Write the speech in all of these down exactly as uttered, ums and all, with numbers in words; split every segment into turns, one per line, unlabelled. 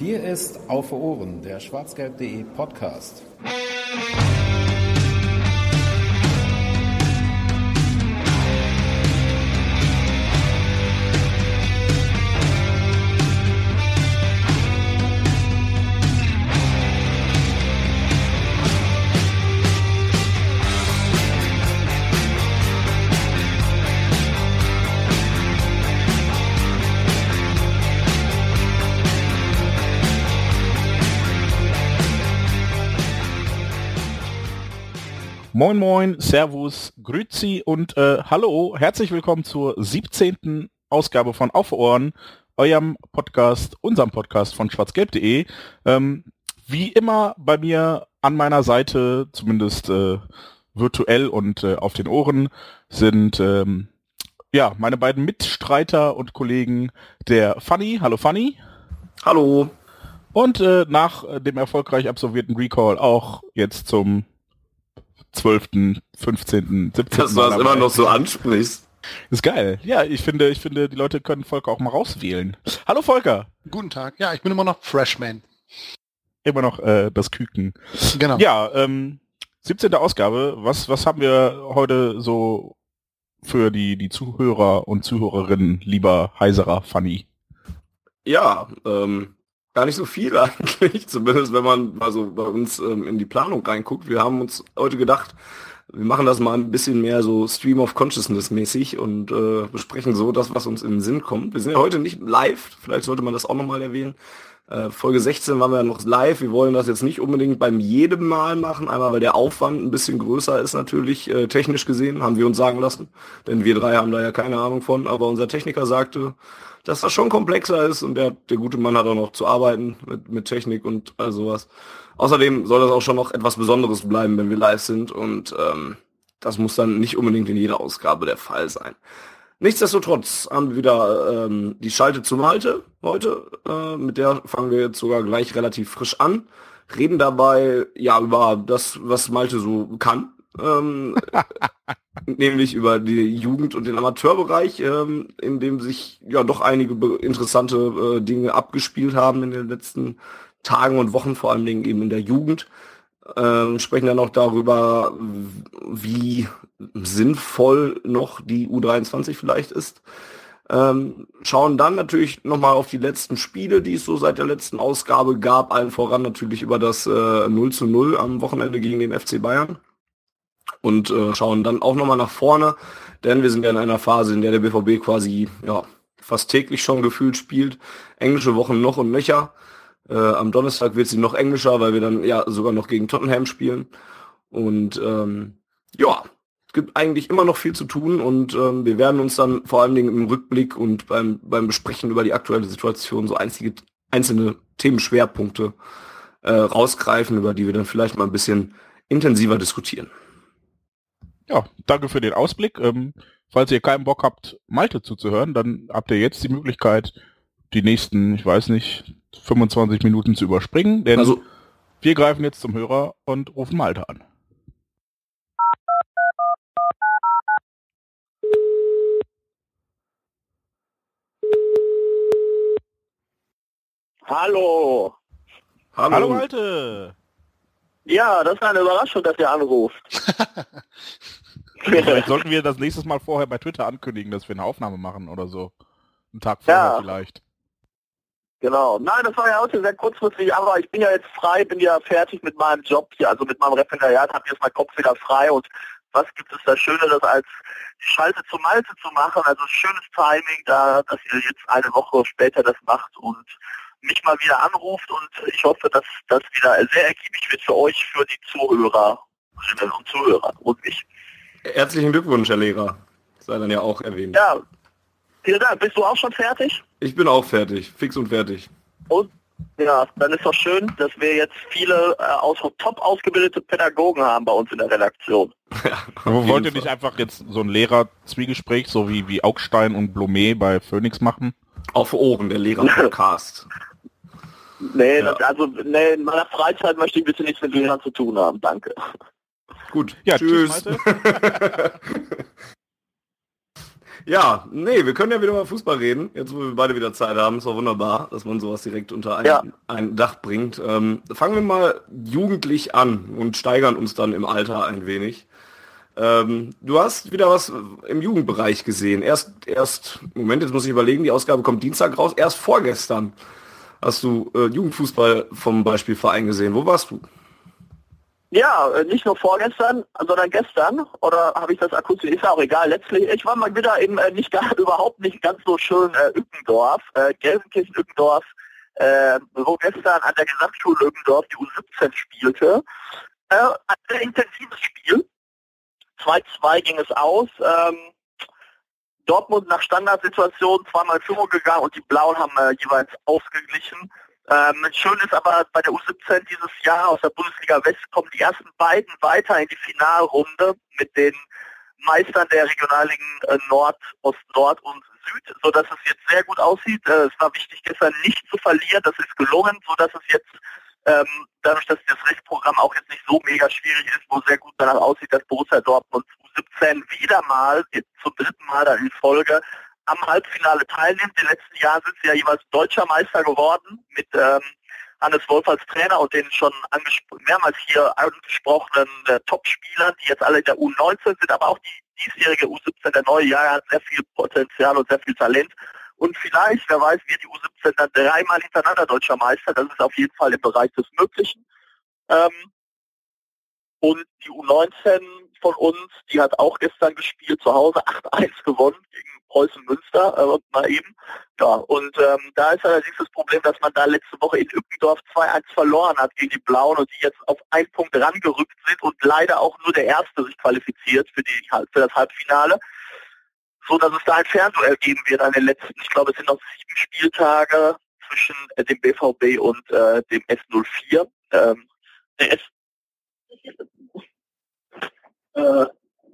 Hier ist Auf Ohren, der schwarzgelb punkt de Podcast.
Moin Moin, Servus, Grüezi und äh, hallo, herzlich willkommen zur siebzehnten Ausgabe von Auf Ohren, eurem Podcast, unserem Podcast von schwarzgelb punkt de. Ähm, wie immer bei mir an meiner Seite, zumindest äh, virtuell und äh, auf den Ohren, sind ähm, ja meine beiden Mitstreiter und Kollegen, der Funny. Hallo Funny.
Hallo.
Und äh, nach äh, dem erfolgreich absolvierten Recall auch jetzt zum zwölften, fünfzehnten, siebzehnten
Dass du das immer noch so ansprichst.
Ist geil. Ja, ich finde, ich finde, die Leute können Volker auch mal rauswählen. Hallo Volker.
Guten Tag. Ja, ich bin immer noch Freshman.
Immer noch äh, das Küken.
Genau.
Ja, ähm, siebzehnte Ausgabe. Was, was haben wir heute so für die, die Zuhörer und Zuhörerinnen, lieber heiserer Funny?
Ja, ähm, gar nicht so viel eigentlich, zumindest wenn man also bei uns ähm, in die Planung reinguckt. Wir haben uns heute gedacht, wir machen das mal ein bisschen mehr so Stream of Consciousness mäßig und äh, besprechen so das, was uns in den Sinn kommt. Wir sind ja heute nicht live, vielleicht sollte man das auch nochmal erwähnen. Äh, Folge sechzehn waren wir ja noch live. Wir wollen das jetzt nicht unbedingt beim jedem Mal machen, einmal weil der Aufwand ein bisschen größer ist natürlich, äh, technisch gesehen, haben wir uns sagen lassen. Denn wir drei haben da ja keine Ahnung von, aber unser Techniker sagte, dass das schon komplexer ist und der, der gute Mann hat auch noch zu arbeiten mit, mit Technik und all sowas. Außerdem soll das auch schon noch etwas Besonderes bleiben, wenn wir live sind und ähm, das muss dann nicht unbedingt in jeder Ausgabe der Fall sein. Nichtsdestotrotz haben wir wieder ähm, die Schalte zu Malte heute, äh, mit der fangen wir jetzt sogar gleich relativ frisch an, reden dabei ja über das, was Malte so kann. ähm, nämlich über die Jugend- und den Amateurbereich, ähm, in dem sich ja doch einige interessante äh, Dinge abgespielt haben in den letzten Tagen und Wochen, vor allen Dingen eben in der Jugend. Ähm, sprechen dann auch darüber, wie sinnvoll noch die U dreiundzwanzig vielleicht ist. Ähm, schauen dann natürlich nochmal auf die letzten Spiele, die es so seit der letzten Ausgabe gab, allen voran natürlich über das äh, null zu null am Wochenende gegen den F C Bayern. Und äh, schauen dann auch nochmal nach vorne, denn wir sind ja in einer Phase, in der der B V B quasi ja fast täglich schon gefühlt spielt. Englische Wochen noch und nöcher. Äh, am Donnerstag wird sie noch englischer, weil wir dann ja sogar noch gegen Tottenham spielen. Und ähm, ja, es gibt eigentlich immer noch viel zu tun und ähm, wir werden uns dann vor allen Dingen im Rückblick und beim beim Besprechen über die aktuelle Situation so einzige, einzelne Themenschwerpunkte äh, rausgreifen, über die wir dann vielleicht mal ein bisschen intensiver diskutieren.
Ja, danke für den Ausblick. Ähm, falls ihr keinen Bock habt, Malte zuzuhören, dann habt ihr jetzt die Möglichkeit, die nächsten, ich weiß nicht, fünfundzwanzig Minuten zu überspringen, denn also, wir greifen jetzt zum Hörer und rufen Malte an.
Hallo.
Hallo. Hallo Malte.
Ja, das ist eine Überraschung, dass ihr anruft.
Vielleicht sollten wir das nächstes Mal vorher bei Twitter ankündigen, dass wir eine Aufnahme machen oder so. Einen Tag vorher ja. Vielleicht.
Genau. Nein, das war ja auch sehr kurzfristig, aber ich bin ja jetzt frei, bin ja fertig mit meinem Job hier, also mit meinem Referendariat, habe jetzt meinen Kopf wieder frei und was gibt es da Schöneres, als die Schalte zu Malte zu machen, also schönes Timing da, dass ihr jetzt eine Woche später das macht und mich mal wieder anruft und ich hoffe, dass das wieder sehr ergiebig wird für euch, für die Zuhörerinnen und Zuhörer und mich.
Herzlichen Glückwunsch, Herr Lehrer. Sei dann ja auch erwähnt.
Ja, vielen Dank. Bist du auch schon fertig?
Ich bin auch fertig, fix und fertig.
Und ja, dann ist doch schön, dass wir jetzt viele äh, aus, top ausgebildete Pädagogen haben bei uns in der Redaktion.
Ja, aber wollt ihr nicht einfach jetzt so ein Lehrer-Zwiegespräch, so wie, wie Augstein und Blomé bei Phoenix machen?
Auf Ohren, der Lehrer-Podcast.
nee, ja. das, also nee, in meiner Freizeit möchte ich bitte nichts mit Lehrern zu tun haben, danke.
Gut,
ja,
tschüss.
tschüss
Ja, nee, wir können ja wieder über Fußball reden, jetzt wo wir beide wieder Zeit haben. Ist doch wunderbar, dass man sowas direkt unter ein,
Ja.
ein Dach bringt. Ähm, fangen wir mal jugendlich an und steigern uns dann im Alter ein wenig. Ähm, du hast wieder was im Jugendbereich gesehen. Erst, erst, Moment, jetzt muss ich überlegen, die Ausgabe kommt Dienstag raus. Erst vorgestern hast du äh, Jugendfußball vom Beispielverein gesehen. Wo warst du?
Ja, äh, nicht nur vorgestern, sondern gestern. Oder habe ich das akustisch? Ist ja auch egal. Letztlich, ich war mal wieder im äh, nicht gar, überhaupt nicht ganz so schön äh, Ückendorf, äh, Gelsenkirchen-Ückendorf, äh, wo gestern an der Gesamtschule Ückendorf die U siebzehn spielte. Äh, ein sehr intensives Spiel. zwei zwei ging es aus. Ähm, Dortmund nach Standardsituation zweimal Führung gegangen und die Blauen haben äh, jeweils ausgeglichen. Ähm, schön ist aber bei der U siebzehn dieses Jahr aus der Bundesliga West kommen die ersten beiden weiter in die Finalrunde mit den Meistern der Regionalligen äh, Nord, Ost, Nord und Süd, sodass es jetzt sehr gut aussieht. Äh, es war wichtig, gestern nicht zu verlieren. Das ist gelungen, sodass es jetzt ähm, dadurch, dass das Restprogramm auch jetzt nicht so mega schwierig ist, wo sehr gut danach aussieht, dass Borussia Dortmund U siebzehn wieder mal, jetzt zum dritten Mal dann in Folge, am Halbfinale teilnimmt. In den letzten Jahren sind sie ja jeweils deutscher Meister geworden mit ähm, Hannes Wolf als Trainer und den schon mehrmals hier angesprochenen äh, Top-Spielern, die jetzt alle in der U neunzehn sind, aber auch die diesjährige U siebzehn, der neue Jahr, hat sehr viel Potenzial und sehr viel Talent. Und vielleicht, wer weiß, wird die U siebzehn dann dreimal hintereinander deutscher Meister. Das ist auf jeden Fall im Bereich des Möglichen. Ähm, und die U neunzehn von uns, die hat auch gestern gespielt, zu Hause acht eins gewonnen gegen Preußen Münster, äh, mal eben. Ja, und ähm, da ist allerdings das Problem, dass man da letzte Woche in Ückendorf zwei eins verloren hat gegen die Blauen und die jetzt auf einen Punkt rangerückt sind und leider auch nur der Erste sich qualifiziert für, die, für das Halbfinale. So dass es da ein Fernduell geben wird an den letzten, ich glaube, es sind noch sieben Spieltage zwischen äh, dem B V B und äh, dem S null vier. Ähm, der S äh,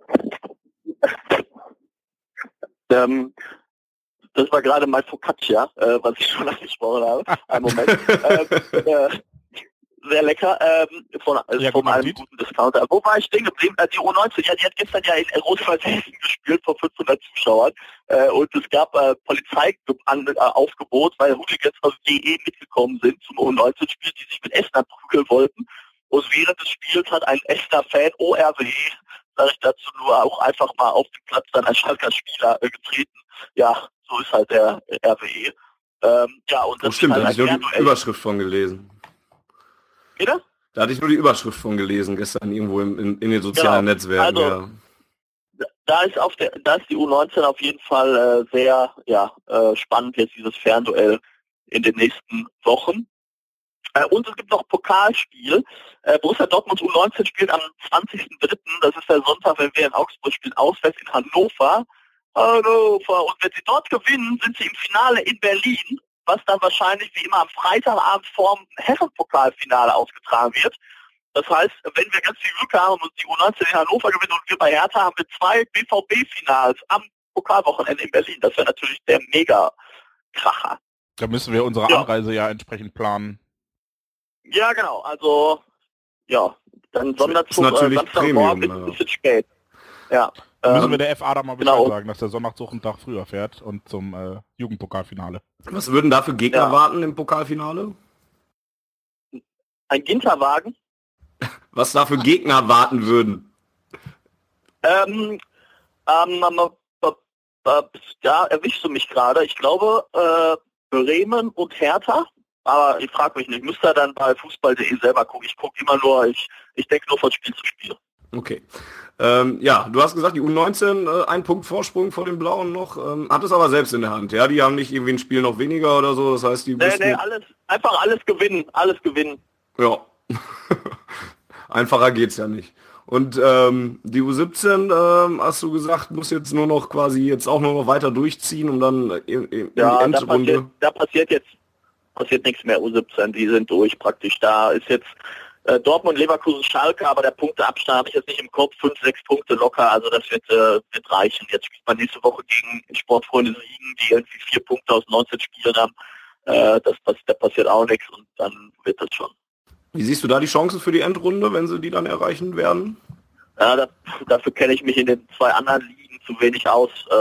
ähm, das war gerade mein Focaccia, äh, was ich schon angesprochen habe. Einen Moment. ähm, äh, sehr lecker, ähm, von, äh,
ja,
von
gut,
einem
sieht.
guten Discounter. Wo war ich stehen geblieben? Äh, die U neunzehn, ja, die hat gestern ja in Rot-Weiß-Hessen gespielt vor fünfhundert Zuschauern äh, und es gab äh, Polizeiaufgebot, weil Hooligans aus D E mitgekommen sind zum U neunzehn-Spiel, die sich mit Essener prügeln wollten. Und während des Spiels hat ein Essener-Fan, O R W, sage ich dazu nur, auch einfach mal auf den Platz dann ein Schalker Spieler äh, getreten. Ja, so ist halt der äh, R W E. Ähm, ja, und das
Oh, stimmt,
ist
da
halt
hatte ich
ein
nur die
Fernduell.
Überschrift von gelesen.
Bitte?
Da hatte ich nur die Überschrift von gelesen, gestern irgendwo in, in, in den sozialen
Genau.
Netzwerken.
Also,
ja.
Da ist auf der, da ist die U neunzehn auf jeden Fall äh, sehr ja, äh, spannend jetzt dieses Fernduell in den nächsten Wochen. Äh, und es gibt noch Pokalspiel. Äh, Borussia Dortmund U neunzehn spielt am zwanzigsten dritten Das ist der Sonntag, wenn wir in Augsburg spielen, auswärts in Hannover. Hannover. Und wenn sie dort gewinnen, sind sie im Finale in Berlin, was dann wahrscheinlich wie immer am Freitagabend vorm Herrenpokalfinale ausgetragen wird. Das heißt, wenn wir ganz viel Glück haben und die U neunzehn in Hannover gewinnen und wir bei Hertha haben wir zwei B V B-Finals am Pokalwochenende in Berlin. Das wäre natürlich der Mega-Kracher.
Da müssen wir unsere
Ja.
Anreise ja entsprechend planen.
Ja, genau. Also, ja, dann Sonderzug
Ist natürlich
äh, Samstagmorgen ist
Premium,
ein
ja.
bisschen spät. Ja.
Müssen
Ähm,
wir der F A da mal Bescheid
genau.
sagen, dass der Sonntagszug einen Tag früher fährt und zum äh, Jugendpokalfinale.
Was würden da für Gegner
Ja.
warten im Pokalfinale?
ein Ginterwagen.
Was da für Gegner warten würden?
Ähm, ähm, ähm, äh, äh, da erwischst du mich gerade. Ich glaube, äh, Bremen und Hertha. Aber ich frage mich nicht. Müsst ihr dann bei fußball punkt de selber gucken. Ich gucke immer nur, ich, ich denke nur von Spiel zu Spiel.
Okay. Ähm, ja, du hast gesagt, die U neunzehn, äh, ein Punkt Vorsprung vor den Blauen noch, ähm, hat es aber selbst in der Hand. Ja, die haben nicht irgendwie ein Spiel noch weniger oder so. Das heißt, die
Nee,
müssten...
nee, alles, einfach alles gewinnen. Alles gewinnen.
Ja. Einfacher geht's ja nicht. Und ähm, die U siebzehn, ähm, hast du gesagt, muss jetzt nur noch quasi jetzt auch nur noch weiter durchziehen, um dann in, in
Ja,
die
da
Endrunde...
passiert, da passiert jetzt passiert nichts mehr. U siebzehn, die sind durch praktisch. Da ist jetzt äh, Dortmund, Leverkusen, Schalke, aber der Punkteabstand habe ich jetzt nicht im Kopf. Fünf, sechs Punkte locker, also das wird, äh, wird reichen. Jetzt spielt man nächste Woche gegen Sportfreunde Siegen, die irgendwie vier Punkte aus neunzehn Spielen haben. Äh, das, das, da passiert auch nichts und dann wird das schon.
Wie siehst du da die Chancen für die Endrunde, wenn sie die dann erreichen werden?
Ja, da, dafür kenne ich mich in den zwei anderen Ligen zu wenig aus. Äh,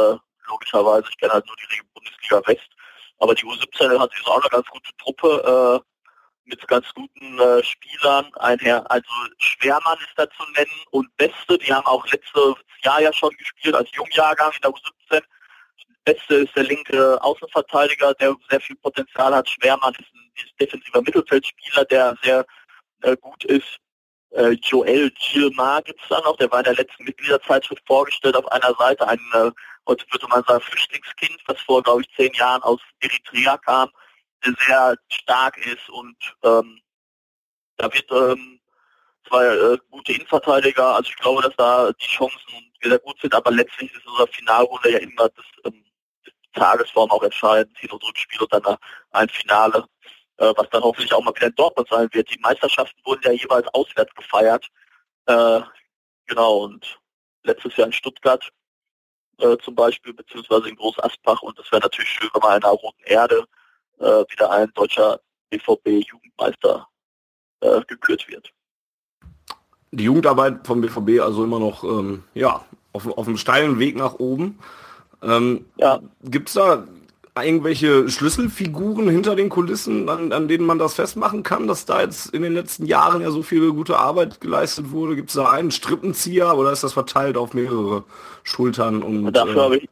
logischerweise. Ich kenne halt nur die Bundesliga West. Aber die U siebzehn hat sich auch eine ganz gute Truppe äh, mit ganz guten äh, Spielern einher. Also Schwermann ist da zu nennen und Beste, die haben auch letztes Jahr ja schon gespielt als Jungjahrgang in der U siebzehn. Beste ist der linke Außenverteidiger, der sehr viel Potenzial hat. Schwermann ist ein, ist defensiver Mittelfeldspieler, der sehr äh, gut ist. Äh, Joel Gilmar gibt es da noch, der war in der letzten Mitgliederzeitschrift vorgestellt auf einer Seite, ein, äh, heute würde man sagen, Flüchtlingskind, das vor, glaube ich, zehn Jahren aus Eritrea kam, der sehr stark ist und ähm, da wird ähm, zwei äh, gute Innenverteidiger, also ich glaube, dass da die Chancen sehr gut sind, aber letztlich ist unsere Finalrunde ja immer das, ähm, das Tagesform auch entscheidend, Hin- und Rückspiel und dann ein Finale, äh, was dann hoffentlich auch mal wieder in Dortmund sein wird. Die Meisterschaften wurden ja jeweils auswärts gefeiert, äh, genau, und letztes Jahr in Stuttgart äh, zum Beispiel, beziehungsweise in Groß Aspach, und das wäre natürlich schön, wenn mal in der Roten Erde äh, wieder ein deutscher B V B-Jugendmeister äh, gekürt wird.
Die Jugendarbeit vom B V B also immer noch ähm, ja, auf, auf einem steilen Weg nach oben. Ähm,
ja.
Gibt es da irgendwelche Schlüsselfiguren hinter den Kulissen, an, an denen man das festmachen kann, dass da jetzt in den letzten Jahren ja so viel gute Arbeit geleistet wurde? Gibt es da einen Strippenzieher oder ist das verteilt auf mehrere Schultern? Und
dafür
äh,
habe ich,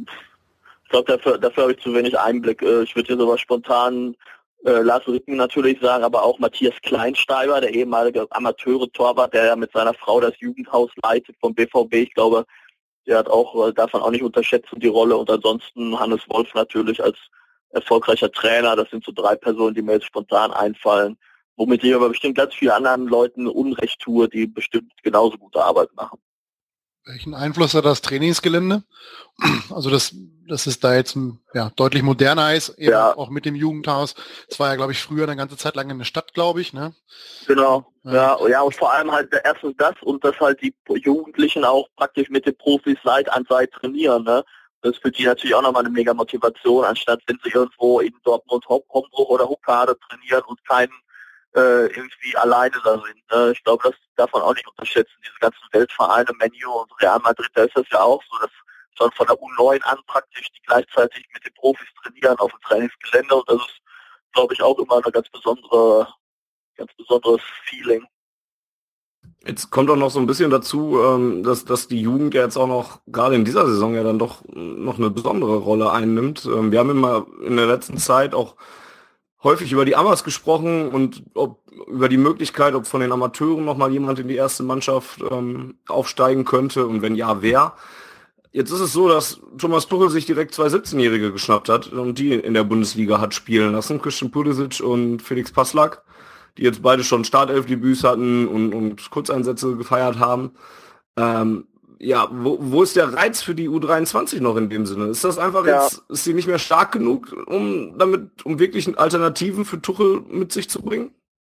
ich glaube, dafür, dafür habe ich zu wenig Einblick. Ich würde hier sowas spontan Äh, Lars Ricken natürlich sagen, aber auch Matthias Kleinsteiber, der ehemalige Amateure-Torwart, der ja mit seiner Frau das Jugendhaus leitet vom B V B. Ich glaube, der hat auch, äh, darf man auch nicht unterschätzen, die Rolle. Und ansonsten Hannes Wolf natürlich als erfolgreicher Trainer. Das sind so drei Personen, die mir jetzt spontan einfallen, womit ich aber bestimmt ganz vielen anderen Leuten Unrecht tue, die bestimmt genauso gute Arbeit machen.
Welchen Einfluss hat das Trainingsgelände? Also das, das ist da jetzt ein, ja, deutlich moderner ist, eben
ja.
auch mit dem Jugendhaus. Es war ja, glaube ich, früher eine ganze Zeit lang in der Stadt, glaube ich, ne?
Genau,
ja.
ja, ja, und vor allem halt erstens das und dass halt die Jugendlichen auch praktisch mit den Profis Seite an Seite trainieren, ne? Das ist für die natürlich auch nochmal eine mega Motivation, anstatt wenn sie irgendwo in Dortmund, Hombruch oder Huckade trainieren und keinen äh, irgendwie alleine da sind. Ne? Ich glaube, das darf man auch nicht unterschätzen. Diese ganzen Weltvereine, Man U und Real Madrid, da ist das ja auch so, dass schon von der U neun an praktisch die gleichzeitig mit den Profis trainieren auf dem Trainingsgelände, und das ist, glaube ich, auch immer eine ganz besondere, ganz besonderes Feeling.
Jetzt kommt auch noch so ein bisschen dazu, ähm, dass, dass die Jugend ja jetzt auch noch, gerade in dieser Saison ja dann doch noch eine besondere Rolle einnimmt. Ähm, wir haben immer in der letzten Zeit auch häufig über die Amas gesprochen und ob, über die Möglichkeit, ob von den Amateuren nochmal jemand in die erste Mannschaft ähm, aufsteigen könnte und wenn ja, wer. Jetzt ist es so, dass Thomas Tuchel sich direkt zwei siebzehnjährige geschnappt hat und die in der Bundesliga hat spielen lassen, Christian Pulisic und Felix Passlack, die jetzt beide schon Startelfdebüts hatten und, und Kurzeinsätze gefeiert haben. Ähm, ja, wo, wo ist der Reiz für die U dreiundzwanzig noch in dem Sinne? Ist das einfach ja. jetzt, ist sie nicht mehr stark genug, um damit, um wirklich Alternativen für Tuchel mit sich zu bringen?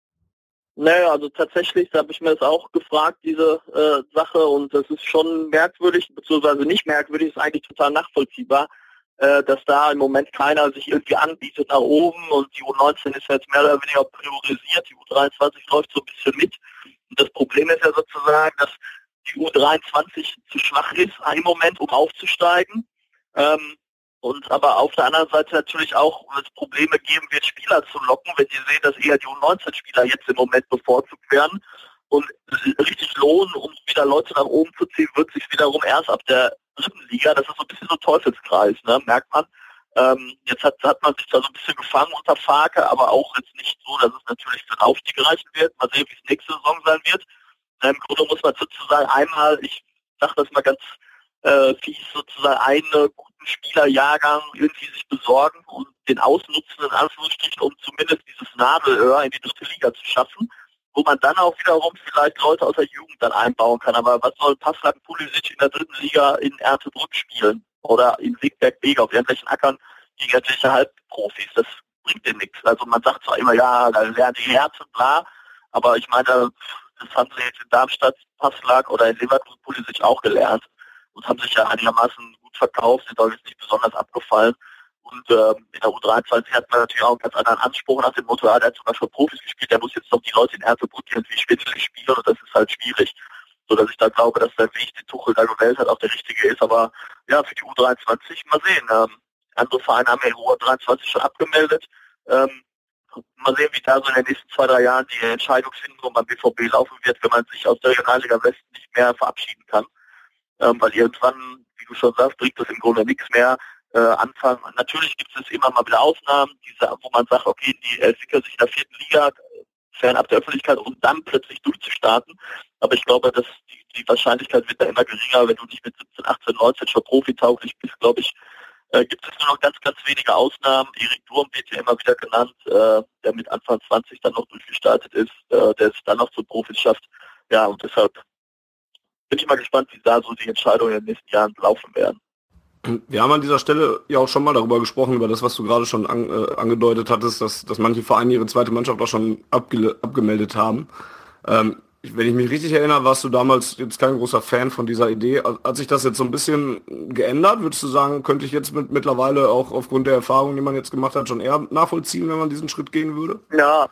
Naja, also tatsächlich habe ich mir das auch gefragt, diese äh, Sache, und das ist schon merkwürdig, beziehungsweise nicht merkwürdig, ist eigentlich total nachvollziehbar, äh, dass da im Moment keiner sich irgendwie anbietet nach oben, und die U neunzehn ist jetzt mehr oder weniger priorisiert, die U dreiundzwanzig läuft so ein bisschen mit. Und das Problem ist ja sozusagen, dass die U dreiundzwanzig zu schwach ist im Moment, um aufzusteigen. Ähm, und aber auf der anderen Seite natürlich auch es Probleme geben wird, Spieler zu locken, wenn sie sehen, dass eher die U neunzehn-Spieler jetzt im Moment bevorzugt werden. Und richtig lohnen, um wieder Leute nach oben zu ziehen, wird sich wiederum erst ab der dritten Liga. Das ist so ein bisschen so ein Teufelskreis, ne? Merkt man. Ähm, jetzt hat, hat man sich da so ein bisschen gefangen unter Farke, aber auch jetzt nicht so, dass es natürlich für den Aufstieg reichen wird. Mal sehen, wie es nächste Saison sein wird. Im Grunde muss man sozusagen einmal, ich sage das mal ganz äh, fies, sozusagen einen guten Spielerjahrgang irgendwie sich besorgen und den ausnutzen, in Anführungsstrichen, um zumindest dieses Nadelöhr in die dritte Liga zu schaffen, wo man dann auch wiederum vielleicht Leute aus der Jugend dann einbauen kann. Aber was soll Passlack Pulisic in der dritten Liga in Ertebrück spielen oder in Siegberg-Bege auf irgendwelchen Ackern gegen irgendwelche Halbprofis? Das bringt denen nichts. Also man sagt zwar immer, ja, da lernen die Herzen, bla, aber ich meine, das haben sie jetzt in Darmstadt, Passlack oder in Leverkusen Pulisic auch gelernt und haben sich ja einigermaßen gut verkauft, sind auch jetzt nicht besonders abgefallen. Und ähm, in der U dreiundzwanzig hat man natürlich auch einen ganz anderen Anspruch nach dem Motto, ja, der hat zum Beispiel Profis gespielt, der muss jetzt noch die Leute in Ertebrück irgendwie schwindelig spielen, und das ist halt schwierig. So dass ich da glaube, dass der Weg, den Tuchel da gewählt hat, auch der richtige ist. Aber ja, für die U dreiundzwanzig mal sehen. Ähm, andere Vereine haben ja die U dreiundzwanzig schon abgemeldet. Ähm, mal sehen, wie da so in den nächsten zwei, drei Jahren die Entscheidungsfindung beim B V B laufen wird, wenn man sich aus der Regionalliga West nicht mehr verabschieden kann. Ähm, weil irgendwann, wie du schon sagst, bringt das im Grunde nichts mehr. Äh, Anfang. Natürlich gibt es immer mal wieder Ausnahmen, diese, wo man sagt, okay, die entwickeln sich in der vierten Liga, fernab der Öffentlichkeit, um dann plötzlich durchzustarten. Aber ich glaube, dass die, die Wahrscheinlichkeit wird da immer geringer, wenn du nicht mit siebzehn, achtzehn, neunzehn schon profitauglich bist, glaube ich, äh, gibt es nur noch ganz, ganz wenige Ausnahmen. Erik Durm wird ja immer wieder genannt, äh, der mit Anfang zwanzig dann noch durchgestartet ist, äh, der es dann noch zur Profis schafft. Ja, und deshalb bin ich mal gespannt, wie da so die Entscheidungen in den nächsten Jahren laufen werden.
Wir haben an dieser Stelle ja auch schon mal darüber gesprochen, über das, was du gerade schon an, äh, angedeutet hattest, dass, dass manche Vereine ihre zweite Mannschaft auch schon abge abgemeldet haben. Ähm, wenn ich mich richtig erinnere, warst du damals jetzt kein großer Fan von dieser Idee. Hat sich das jetzt so ein bisschen geändert? Würdest du sagen, könnte ich jetzt mit, mittlerweile auch aufgrund der Erfahrung, die man jetzt gemacht hat, schon eher nachvollziehen, wenn man diesen Schritt gehen würde?
Ja,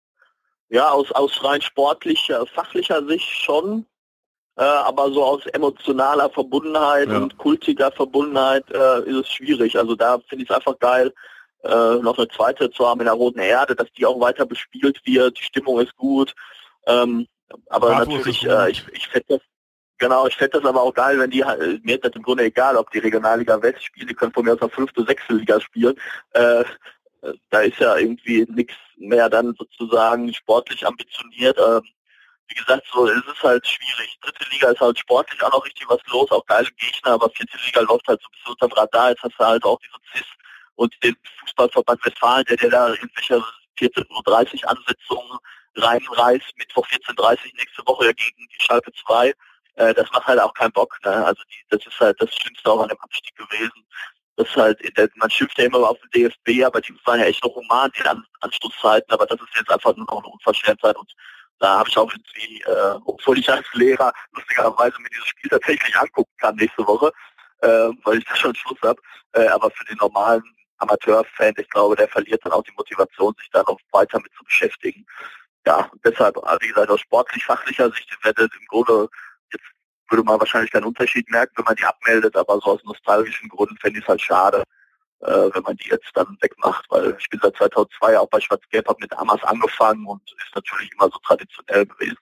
ja, aus, aus rein sportlicher, fachlicher Sicht schon. Äh, aber so aus emotionaler Verbundenheit ja. und kultiger Verbundenheit äh, ist es schwierig. Also da finde ich es einfach geil, äh, noch eine zweite zu haben in der Roten Erde, dass die auch weiter bespielt wird. Die Stimmung ist gut. Ähm, aber
Bratwurst
natürlich, äh, ich, ich fände das, genau, ich fände das aber auch geil, wenn die, mir ist das im Grunde egal, ob die Regionalliga West spielen, die können von mir aus der fünfte, sechste Liga spielen. Äh, da ist ja irgendwie nichts mehr dann sozusagen sportlich ambitioniert. Äh, Wie gesagt, so es ist halt schwierig. Dritte Liga ist halt sportlich auch noch richtig was los, auch geile Gegner, aber vierte Liga läuft halt so ein bisschen unterm Radar. Jetzt hast du halt auch diese C I S und den Fußballverband Westfalen, der dir da irgendwelche vierzehn Uhr dreißig Ansetzungen reinreißt, Mittwoch vierzehn Uhr dreißig nächste Woche ja gegen die Schalke zwei. Äh, das macht halt auch keinen Bock. Ne? Also die, das ist halt das Schlimmste auch an dem Abstieg gewesen. Das ist halt, in der, man schimpft ja immer auf den D F B, aber die waren ja echt noch human, die An Anstoßzeiten, aber das ist jetzt einfach nur noch eine Unverschämtheit und da habe ich auch irgendwie, äh, obwohl ich als Lehrer lustigerweise mir dieses Spiel tatsächlich angucken kann nächste Woche, äh, weil ich da schon Schluss habe. Äh, aber für den normalen Amateurfan, ich glaube, der verliert dann auch die Motivation, sich da noch weiter mit zu beschäftigen. Ja, deshalb, wie gesagt, aus sportlich-fachlicher Sicht werde im Grunde, jetzt würde man wahrscheinlich keinen Unterschied merken, wenn man die abmeldet, aber so aus nostalgischen Gründen fände ich es halt schade, äh, wenn man die jetzt dann wegmacht, weil ich bin seit zweitausendzwei auch bei Schwarz-Gelb, habe mit Amas angefangen und ist natürlich immer so traditionell gewesen.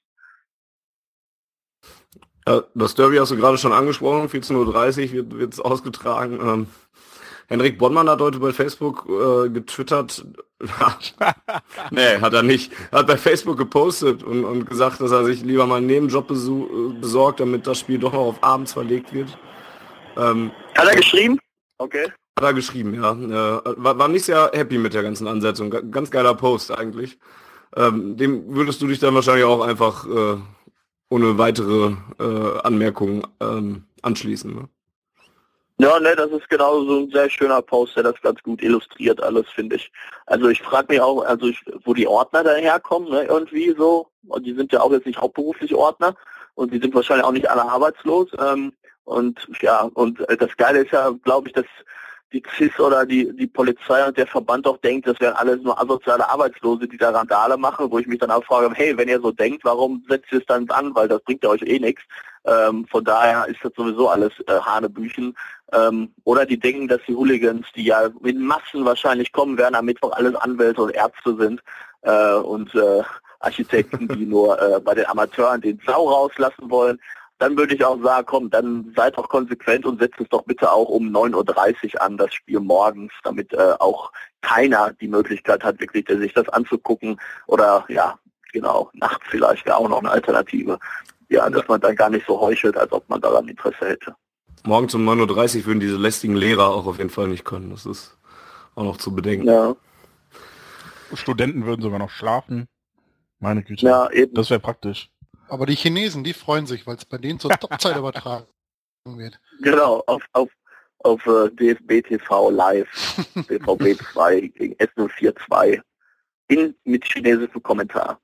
Ja, das Derby hast du gerade schon angesprochen, vierzehn Uhr dreißig wird es ausgetragen. Ähm, Henrik Bonnmann hat heute bei Facebook äh, getwittert, nee, hat er nicht, hat bei Facebook gepostet und, und gesagt, dass er sich lieber mal einen Nebenjob besorgt, damit das Spiel doch noch auf abends verlegt wird. Ähm,
hat er geschrieben? Okay.
Hat er geschrieben, ja. Äh, war, war nicht sehr happy mit der ganzen Ansetzung. G ganz geiler Post eigentlich. Ähm, dem würdest du dich dann wahrscheinlich auch einfach äh, ohne weitere äh, Anmerkungen ähm, anschließen, ne?
Ja, ne, das ist genau so ein sehr schöner Post, der das ganz gut illustriert alles, finde ich. Also ich frage mich auch, also ich, wo die Ordner daherkommen, ne, irgendwie so. Und die sind ja auch jetzt nicht hauptberuflich Ordner und die sind wahrscheinlich auch nicht alle arbeitslos. Ähm, und ja, und das Geile ist ja, glaube ich, dass die C I S oder die, die Polizei und der Verband auch denkt, das wären alles nur asoziale Arbeitslose, die da Randale machen, wo ich mich dann auch frage, hey, wenn ihr so denkt, warum setzt ihr es dann an, weil das bringt ja euch eh nichts. Ähm, von daher ist das sowieso alles äh, Hanebüchen. Ähm, oder die denken, dass die Hooligans, die ja in Massen wahrscheinlich kommen werden, am Mittwoch alles Anwälte und Ärzte sind äh, und äh, Architekten, die nur äh, bei den Amateuren den Sau rauslassen wollen. Dann würde ich auch sagen, komm, dann seid doch konsequent und setzt es doch bitte auch um neun Uhr dreißig an, das Spiel morgens, damit äh, auch keiner die Möglichkeit hat, wirklich sich das anzugucken. Oder ja, genau, nachts vielleicht wäre auch noch eine Alternative. Ja, dass man dann gar nicht so heuchelt, als ob man daran Interesse hätte.
Morgens um neun Uhr dreißig würden diese lästigen Lehrer auch auf jeden Fall nicht können. Das ist auch noch zu bedenken.
Ja.
Studenten würden sogar noch schlafen. Meine Güte.
Ja, eben.
Das wäre praktisch.
Aber die Chinesen, die freuen sich, weil es bei denen zur Topzeit übertragen wird.
Genau, auf, auf, auf uh, D F B T V live, B V B zwei gegen S null vier zwei in, mit chinesischem Kommentar.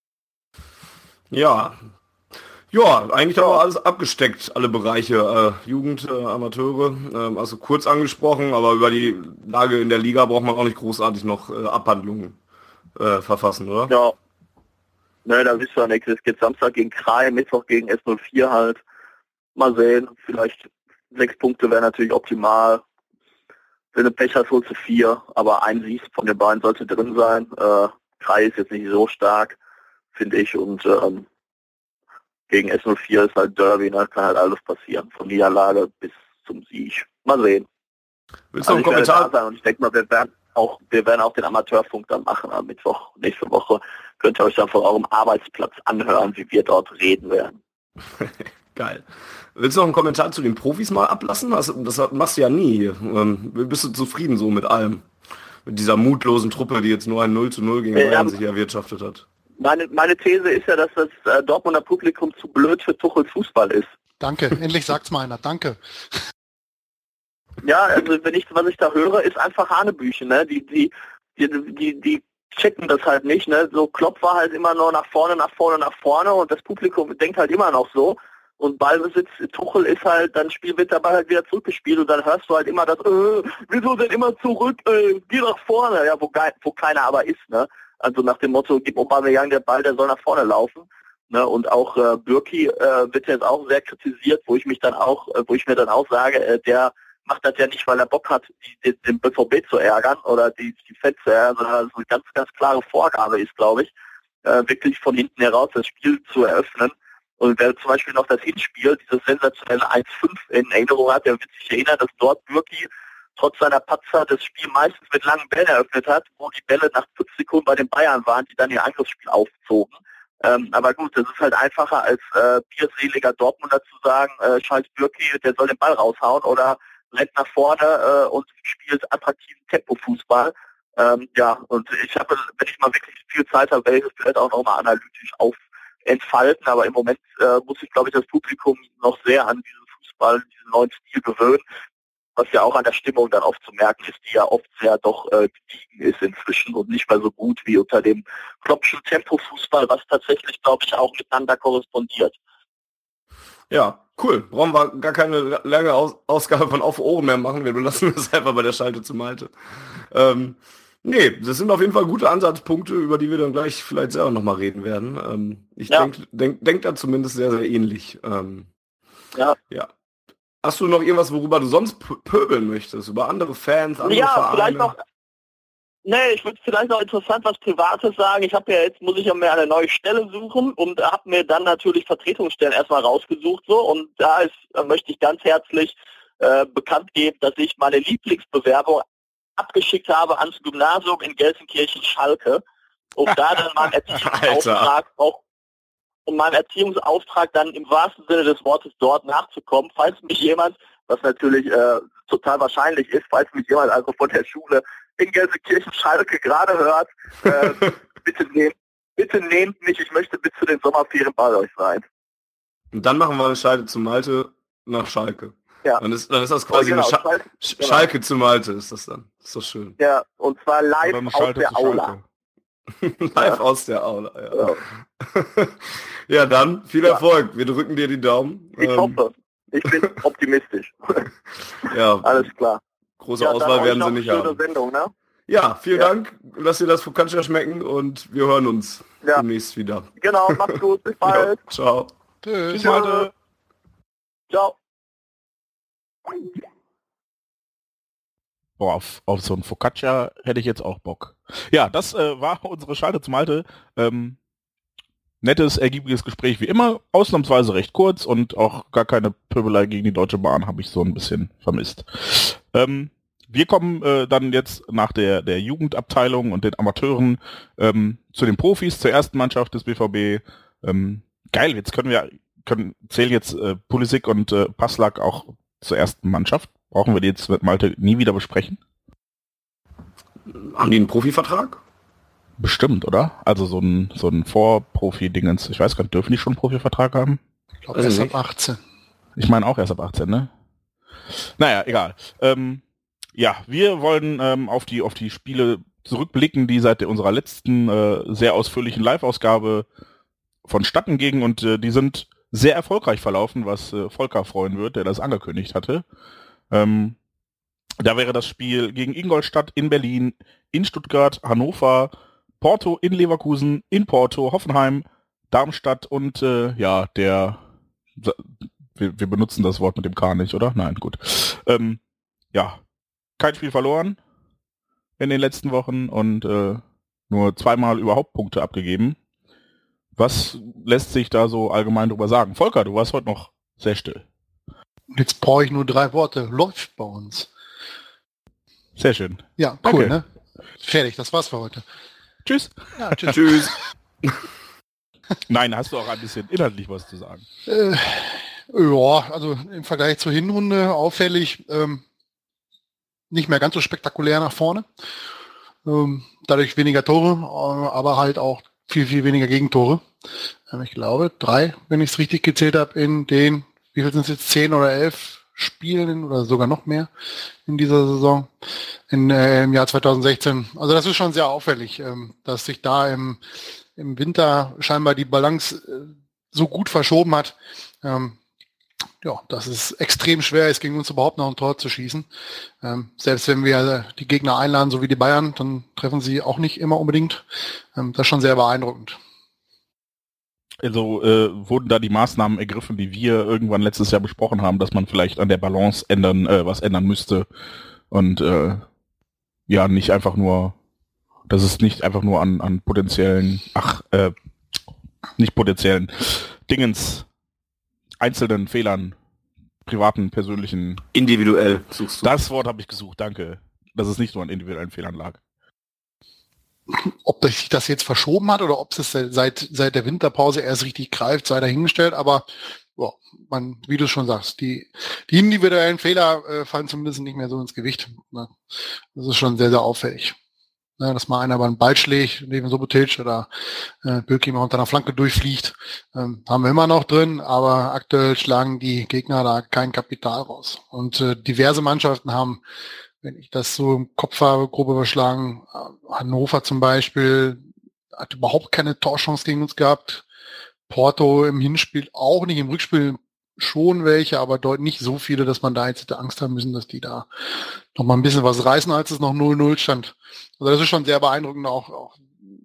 Ja, ja, eigentlich haben wir alles abgesteckt, alle Bereiche, äh, Jugend, äh, Amateure, äh, also kurz angesprochen, aber über die Lage in der Liga braucht man auch nicht großartig noch äh, Abhandlungen äh, verfassen, oder?
Ja. Ne, da wisst ihr nichts. Es geht Samstag gegen Krai, Mittwoch gegen S null vier halt. Mal sehen, vielleicht Sechs Punkte wäre natürlich optimal. Wenn du Pech hast, holst du vier, aber ein Sieg von den beiden sollte drin sein. Äh, drei ist jetzt nicht so stark, finde ich. Und ähm, gegen S null vier ist halt Derby, ne? Kann halt alles passieren. Von Niederlage bis zum Sieg. Mal sehen.
Willst du noch einen
Also ich werde
Kommentar?
da sein und ich denke mal, wir werden auch, wir werden auch den Amateurfunk dann machen am Mittwoch. Nächste Woche könnt ihr euch dann von eurem Arbeitsplatz anhören, wie wir dort reden werden.
Geil. Willst du noch einen Kommentar zu den Profis mal ablassen? Das, das machst du ja nie. Ähm, bist du zufrieden so mit allem? Mit dieser mutlosen Truppe, die jetzt nur ein null zu null gegen
Ja,
Bayern sich erwirtschaftet hat.
Meine, meine These ist ja, dass das äh, Dortmunder Publikum zu blöd für Tuchels Fußball ist.
Danke, endlich sagt's mal einer, danke.
Ja, also wenn ich, was ich da höre, ist einfach Hanebüchen, ne? Die, die, die, die, die checken das halt nicht, ne? So Klopp war halt immer nur nach vorne, nach vorne, nach vorne und das Publikum denkt halt immer noch so. Und Ballbesitz, Tuchel ist halt, dann Spiel wird der Ball halt wieder zurückgespielt und dann hörst du halt immer das, äh, wieso denn immer zurück, äh, geh nach vorne, ja, wo, wo keiner aber ist, ne? Also nach dem Motto, gib Aubameyang der Ball, der soll nach vorne laufen. Ne? Und auch äh, Bürki äh, wird jetzt auch sehr kritisiert, wo ich mich dann auch, äh, wo ich mir dann auch sage, äh, der macht das ja nicht, weil er Bock hat, die, die, den B V B zu ärgern oder die, die Fans zu ärgern, sondern das eine ganz, ganz klare Vorgabe ist, glaube ich, äh, wirklich von hinten heraus das Spiel zu eröffnen. Und wer zum Beispiel noch das Hinspiel, dieses sensationelle eins fünf in Erinnerung hat, der wird sich erinnern, dass dort Bürki trotz seiner Patzer das Spiel meistens mit langen Bällen eröffnet hat, wo die Bälle nach fünf Sekunden bei den Bayern waren, die dann ihr Angriffsspiel aufzogen. Ähm, aber gut, das ist halt einfacher als äh, bierseliger Dortmunder zu sagen, äh, scheiß Bürki, der soll den Ball raushauen oder rennt nach vorne äh, und spielt attraktiven Tempo-Fußball. Ähm, ja, und ich habe, wenn ich mal wirklich viel Zeit habe, werde ich das vielleicht auch nochmal analytisch auf entfalten, aber im Moment äh, muss ich, glaube ich, das Publikum noch sehr an diesen Fußball, diesen neuen Stil gewöhnen, was ja auch an der Stimmung dann oft zu merken ist, die ja oft sehr doch äh, gestiegen ist inzwischen und nicht mehr so gut wie unter dem Kloppschen Tempo-Fußball, was tatsächlich, glaube ich, auch miteinander korrespondiert.
Ja, cool. Brauchen wir gar keine lange Aus Ausgabe von Auf Ohren mehr machen. Wir belassen das einfach bei der Schalte zu Malte. Ähm, nee, das sind auf jeden Fall gute Ansatzpunkte, über die wir dann gleich vielleicht selber nochmal reden werden. Ähm, ich
Ja.
denke denk, denk da zumindest sehr, sehr ähnlich. Ähm,
Ja.
ja. Hast du noch irgendwas, worüber du sonst pöbeln möchtest? Über andere Fans, andere
Ja,
Vereine?
vielleicht noch. Nee, ich würde vielleicht noch interessant was Privates sagen. Ich habe ja jetzt, muss ich ja mir eine neue Stelle suchen und habe mir dann natürlich Vertretungsstellen erstmal rausgesucht so und da ist, äh, möchte ich ganz herzlich äh, bekannt geben, dass ich meine Lieblingsbewerbung abgeschickt habe ans Gymnasium in Gelsenkirchen-Schalke, um da dann meinen Erziehungsauftrag auch um meinem Erziehungsauftrag dann im wahrsten Sinne des Wortes dort nachzukommen, falls mich jemand, was natürlich äh, total wahrscheinlich ist, falls mich jemand also von der Schule in Gelsenkirchen-Schalke gerade hört, äh, bitte, nehmt, bitte nehmt mich, ich möchte bis zu den Sommerferien bei euch sein.
Und dann machen wir eine Schalte zu Malte nach Schalke.
Ja.
Dann ist, dann ist das quasi
Oh, genau,
eine Scha
Schalke,
Sch
genau.
Schalke zu Malte, ist das dann. Ist doch schön.
Ja, und zwar live
Oder eine
aus
Schalte
der
zu
Aula.
Schalke.
Live aus der Aula, ja.
Ja.
Ja, dann viel
Ja.
Erfolg. Wir drücken dir die Daumen.
Ich
Ähm,
hoffe. Ich bin optimistisch.
Ja,
Alles klar.
große
Ja, dann
Auswahl
euch
werden
noch
sie
eine
nicht
schöne
haben.
Sendung, ne?
Ja, vielen
Ja.
Dank. Lass dir das Focaccia schmecken und wir hören uns
Ja.
demnächst wieder.
Genau, macht's gut, bis bald.
Ja, ciao.
Tschüss.
Tschüss, Malte.
Ciao.
Boah, auf, auf so ein Focaccia hätte ich jetzt auch Bock. Ja, das äh, war unsere Schalte zum Malte. Ähm, nettes, ergiebiges Gespräch wie immer. Ausnahmsweise recht kurz und auch gar keine Pöbelei gegen die Deutsche Bahn habe ich so ein bisschen vermisst. Ähm, wir kommen äh, dann jetzt nach der, der Jugendabteilung und den Amateuren ähm, zu den Profis, zur ersten Mannschaft des B V B. Ähm, geil, jetzt können wir, können, zählen jetzt äh, Pulisic und äh, Passlack auch zur ersten Mannschaft. Brauchen wir die jetzt mit Malte nie wieder besprechen?
Haben die einen Profivertrag?
Bestimmt, oder? Also so ein, so ein Vorprofi-Dingens. Ich weiß gar nicht, dürfen die schon einen Profivertrag haben?
Ich glaube,
Also
erst
nicht.
ab achtzehn.
Ich meine auch erst ab achtzehn, ne? Naja, egal. Ähm, ja, wir wollen ähm, auf die auf die Spiele zurückblicken, die seit unserer letzten äh, sehr ausführlichen Live-Ausgabe vonstatten gingen und äh, die sind sehr erfolgreich verlaufen, was äh, Volker freuen wird, der das angekündigt hatte. Ähm, da wäre das Spiel gegen Ingolstadt in Berlin, in Stuttgart, Hannover, Porto in Leverkusen, in Porto, Hoffenheim, Darmstadt und äh, ja, der wir, wir benutzen das Wort mit dem K nicht, oder? Nein, gut. Ähm, ja, kein Spiel verloren in den letzten Wochen und äh, nur zweimal überhaupt Punkte abgegeben. Was lässt sich da so allgemein drüber sagen? Volker, du warst heute noch sehr still.
Jetzt brauche ich nur drei Worte. Läuft bei uns.
Sehr schön.
Ja,
Danke.
cool, ne? Fertig, das war's für heute.
Tschüss.
Ja, tschüss.
Tschüss.
Nein, hast du auch ein bisschen inhaltlich was zu sagen?
Äh, ja, also im Vergleich zur Hinrunde auffällig, ähm, nicht mehr ganz so spektakulär nach vorne. Ähm, dadurch weniger Tore, äh, aber halt auch viel, viel weniger Gegentore. Ähm, ich glaube, drei, wenn ich es richtig gezählt habe, in den, wie viel sind es jetzt, zehn oder elf Spielen oder sogar noch mehr in dieser Saison in, äh, im Jahr zweitausendsechzehn. Also das ist schon sehr auffällig, ähm, dass sich da im, im Winter scheinbar die Balance äh, so gut verschoben hat, ähm, ja, dass es extrem schwer ist, gegen uns überhaupt noch ein Tor zu schießen. Ähm, selbst wenn wir die Gegner einladen, so wie die Bayern, dann treffen sie auch nicht immer unbedingt. Ähm, das ist schon sehr beeindruckend.
Also äh, wurden da die Maßnahmen ergriffen, die wir irgendwann letztes Jahr besprochen haben, dass man vielleicht an der Balance ändern, äh, was ändern müsste und äh, ja, nicht einfach nur, dass es nicht einfach nur an, an potenziellen, ach, äh, nicht potenziellen Dingens, einzelnen Fehlern, privaten, persönlichen.
Individuell suchst du.
Das Wort habe ich gesucht, danke. Dass es nicht nur an individuellen Fehlern lag.
Ob sich das jetzt verschoben hat oder ob es seit, seit der Winterpause erst richtig greift, sei dahingestellt, aber ja, man, wie du schon sagst, die, die individuellen Fehler äh, fallen zumindest nicht mehr so ins Gewicht. Ne? Das ist schon sehr, sehr auffällig. Ne, dass mal einer über einen Ball schlägt, neben Subotic oder äh, Bülki mal unter einer Flanke durchfliegt, ähm, haben wir immer noch drin, aber aktuell schlagen die Gegner da kein Kapital raus. Und äh, diverse Mannschaften haben, wenn ich das so im Kopf habe, grob überschlagen, Hannover zum Beispiel hat überhaupt keine Torchance gegen uns gehabt. Porto im Hinspiel auch nicht, im Rückspiel schon welche, aber dort nicht so viele, dass man da jetzt hätte Angst haben müssen, dass die da noch mal ein bisschen was reißen, als es noch null null stand. Also das ist schon sehr beeindruckend, auch, auch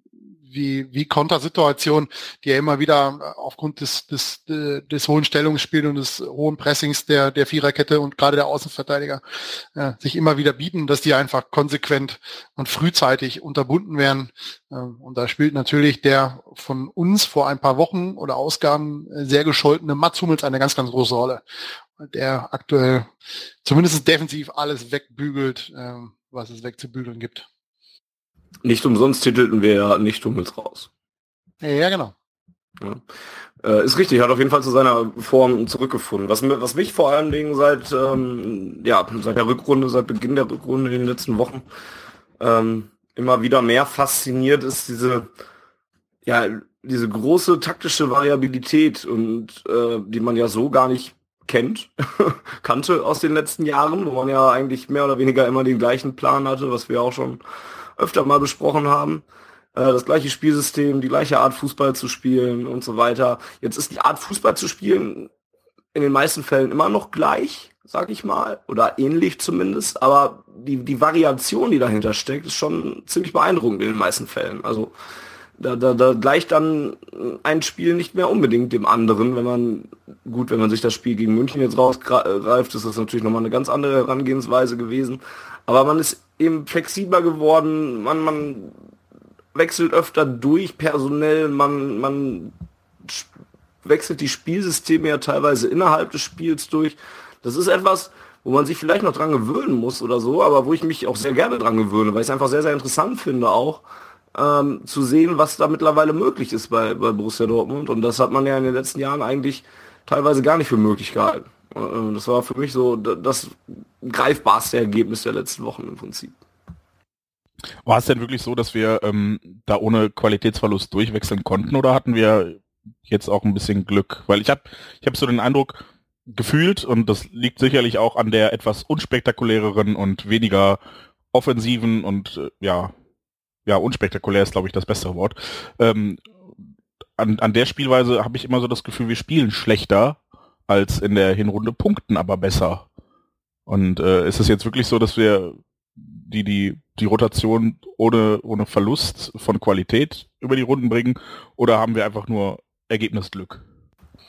wie, wie Kontersituationen, die ja immer wieder aufgrund des, des, des hohen Stellungsspiels und des hohen Pressings der, der Viererkette und gerade der Außenverteidiger äh, sich immer wieder bieten, dass die einfach konsequent und frühzeitig unterbunden werden. Ähm, und da spielt natürlich der von uns vor ein paar Wochen oder Ausgaben sehr gescholtene Mats Hummels eine ganz, ganz große Rolle. Der aktuell zumindest defensiv alles wegbügelt, ähm, was es wegzubügeln gibt.
Nicht umsonst titelten wir ja nicht Hummels raus.
Ja, genau.
Ja. Äh, ist richtig, hat auf jeden Fall zu seiner Form zurückgefunden. Was, was mich vor allen Dingen seit, ähm, ja, seit der Rückrunde, seit Beginn der Rückrunde in den letzten Wochen ähm, immer wieder mehr fasziniert, ist diese, ja, diese große taktische Variabilität und äh, die man ja so gar nicht kennt, kannte aus den letzten Jahren, wo man ja eigentlich mehr oder weniger immer den gleichen Plan hatte, was wir auch schon öfter mal besprochen haben. Äh, das gleiche Spielsystem, die gleiche Art Fußball zu spielen und so weiter. Jetzt ist die Art Fußball zu spielen in den meisten Fällen immer noch gleich, sag ich mal, oder ähnlich zumindest, aber die, die Variation, die dahinter steckt, ist schon ziemlich beeindruckend in den meisten Fällen. Also da, da, da gleicht dann ein Spiel nicht mehr unbedingt dem anderen, wenn man, gut, wenn man sich das Spiel gegen München jetzt rausgreift, ist das natürlich nochmal eine ganz andere Herangehensweise gewesen, aber man ist eben flexibler geworden, man, man wechselt öfter durch personell, man, man wechselt die Spielsysteme ja teilweise innerhalb des Spiels durch. Das ist etwas, wo man sich vielleicht noch dran gewöhnen muss oder so, aber wo ich mich auch sehr gerne dran gewöhne, weil ich es einfach sehr, sehr interessant finde auch, ähm, zu sehen, was da mittlerweile möglich ist bei, bei Borussia Dortmund. Und das hat man ja in den letzten Jahren eigentlich teilweise gar nicht für möglich gehalten. Äh, das war für mich so das greifbarste Ergebnis der letzten Wochen im Prinzip.
War es denn wirklich so, dass wir ähm, da ohne Qualitätsverlust durchwechseln konnten oder hatten wir jetzt auch ein bisschen Glück? Weil ich habe ich hab so den Eindruck gefühlt, und das liegt sicherlich auch an der etwas unspektakuläreren und weniger offensiven und äh, ja, ja, unspektakulär ist, glaube ich, das bessere Wort. Ähm, an, an der Spielweise habe ich immer so das Gefühl, wir spielen schlechter als in der Hinrunde, punkten aber besser. Und äh, ist es jetzt wirklich so, dass wir die die die Rotation ohne ohne Verlust von Qualität über die Runden bringen, oder haben wir einfach nur Ergebnisglück?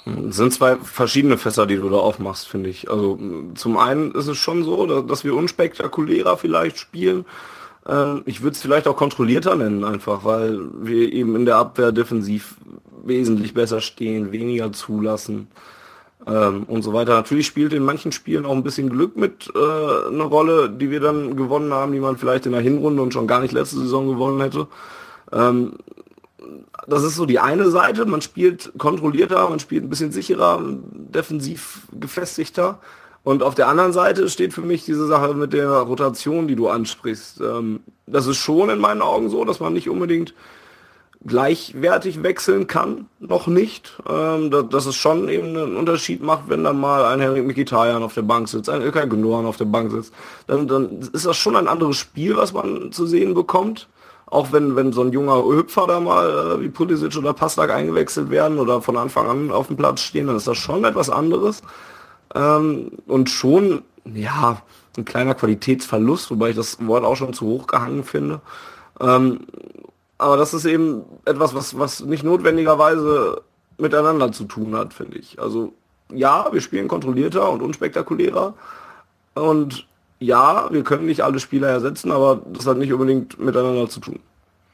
Es sind zwei verschiedene Fässer, die du da aufmachst, finde ich. Also zum einen ist es schon so, dass wir unspektakulärer vielleicht spielen. Ich würde es vielleicht auch kontrollierter nennen einfach, weil wir eben in der Abwehr defensiv wesentlich besser stehen, weniger zulassen ähm, und so weiter. Natürlich spielt in manchen Spielen auch ein bisschen Glück mit äh, eine Rolle, die wir dann gewonnen haben, die man vielleicht in der Hinrunde und schon gar nicht letzte Saison gewonnen hätte. Ähm, das ist so die eine Seite, man spielt kontrollierter, man spielt ein bisschen sicherer, defensiv gefestigter. Und auf der anderen Seite steht für mich diese Sache mit der Rotation, die du ansprichst. Ähm, das ist schon in meinen Augen so, dass man nicht unbedingt gleichwertig wechseln kann, noch nicht. Ähm, da, dass es schon eben einen Unterschied macht, wenn dann mal ein Henrik Mkhitaryan auf der Bank sitzt, ein İlkay Gündoğan auf der Bank sitzt. Dann, dann ist das schon ein anderes Spiel, was man zu sehen bekommt. Auch wenn, wenn so ein junger Hüpfer da mal äh, wie Pulisic oder Passlack eingewechselt werden oder von Anfang an auf dem Platz stehen, dann ist das schon etwas anderes. Ähm, und schon, ja, ein kleiner Qualitätsverlust, wobei ich das Wort auch schon zu hoch gehangen finde. Ähm, aber das ist eben etwas, was, was nicht notwendigerweise miteinander zu tun hat, finde ich. Also ja, wir spielen kontrollierter und unspektakulärer. Und ja, wir können nicht alle Spieler ersetzen, aber das hat nicht unbedingt miteinander zu tun.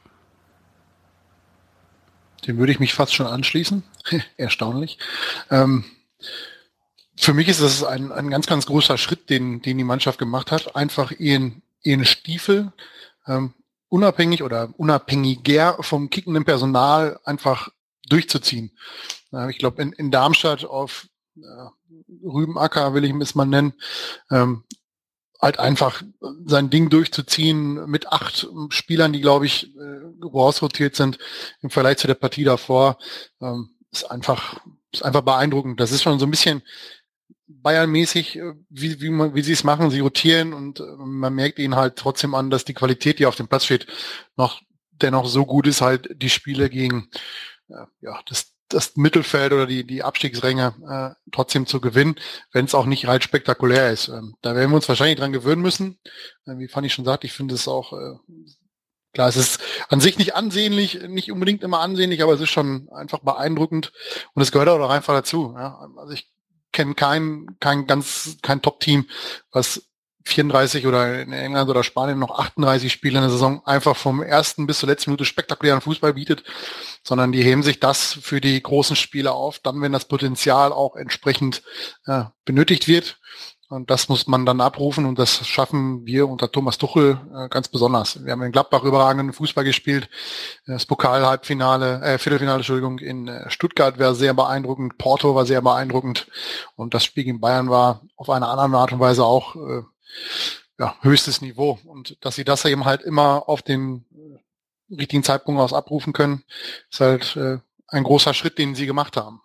Dem würde ich mich fast schon anschließen. Erstaunlich. Ähm, für mich ist das ein, ein ganz, ganz großer Schritt, den, den die Mannschaft gemacht hat. Einfach ihren, ihren Stiefel ähm, unabhängig oder unabhängiger vom kickenden Personal einfach durchzuziehen. Äh, ich glaube, in, in Darmstadt auf äh, Rübenacker, will ich es mal nennen, ähm, halt einfach sein Ding durchzuziehen mit acht Spielern, die, glaube ich, rausrotiert sind im Vergleich zu der Partie davor, ähm, ist einfach, ist einfach beeindruckend. Das ist schon so ein bisschen Bayern-mäßig, wie, wie, man, wie sie es machen. Sie rotieren und man merkt ihnen halt trotzdem an, dass die Qualität, die auf dem Platz steht, noch dennoch so gut ist, halt die Spiele gegen ja, das das Mittelfeld oder die die Abstiegsränge äh, trotzdem zu gewinnen, wenn es auch nicht halt spektakulär ist. Ähm, da werden wir uns wahrscheinlich dran gewöhnen müssen. Äh, wie Fanny schon sagt, ich finde es auch, äh, klar, es ist an sich nicht ansehnlich, nicht unbedingt immer ansehnlich, aber es ist schon einfach beeindruckend und es gehört auch einfach dazu. Ja? Also ich kenne kein, kein ganz, kein Top-Team, was vierunddreißig oder in England oder Spanien noch achtunddreißig Spiele in der Saison einfach vom ersten bis zur letzten Minute spektakulären Fußball bietet, sondern die heben sich das für die großen Spiele auf, dann wenn das Potenzial auch entsprechend äh, benötigt wird. Und das muss man dann abrufen und das schaffen wir unter Thomas Tuchel äh, ganz besonders. Wir haben in Gladbach überragenden Fußball gespielt. Das Pokal-Halbfinale, äh, Viertelfinale, Entschuldigung, in äh, Stuttgart war sehr beeindruckend, Porto war sehr beeindruckend und das Spiel gegen Bayern war auf eine andere Art und Weise auch äh, ja, höchstes Niveau. Und dass sie das eben halt immer auf den äh, richtigen Zeitpunkt aus abrufen können, ist halt äh, ein großer Schritt, den sie gemacht haben.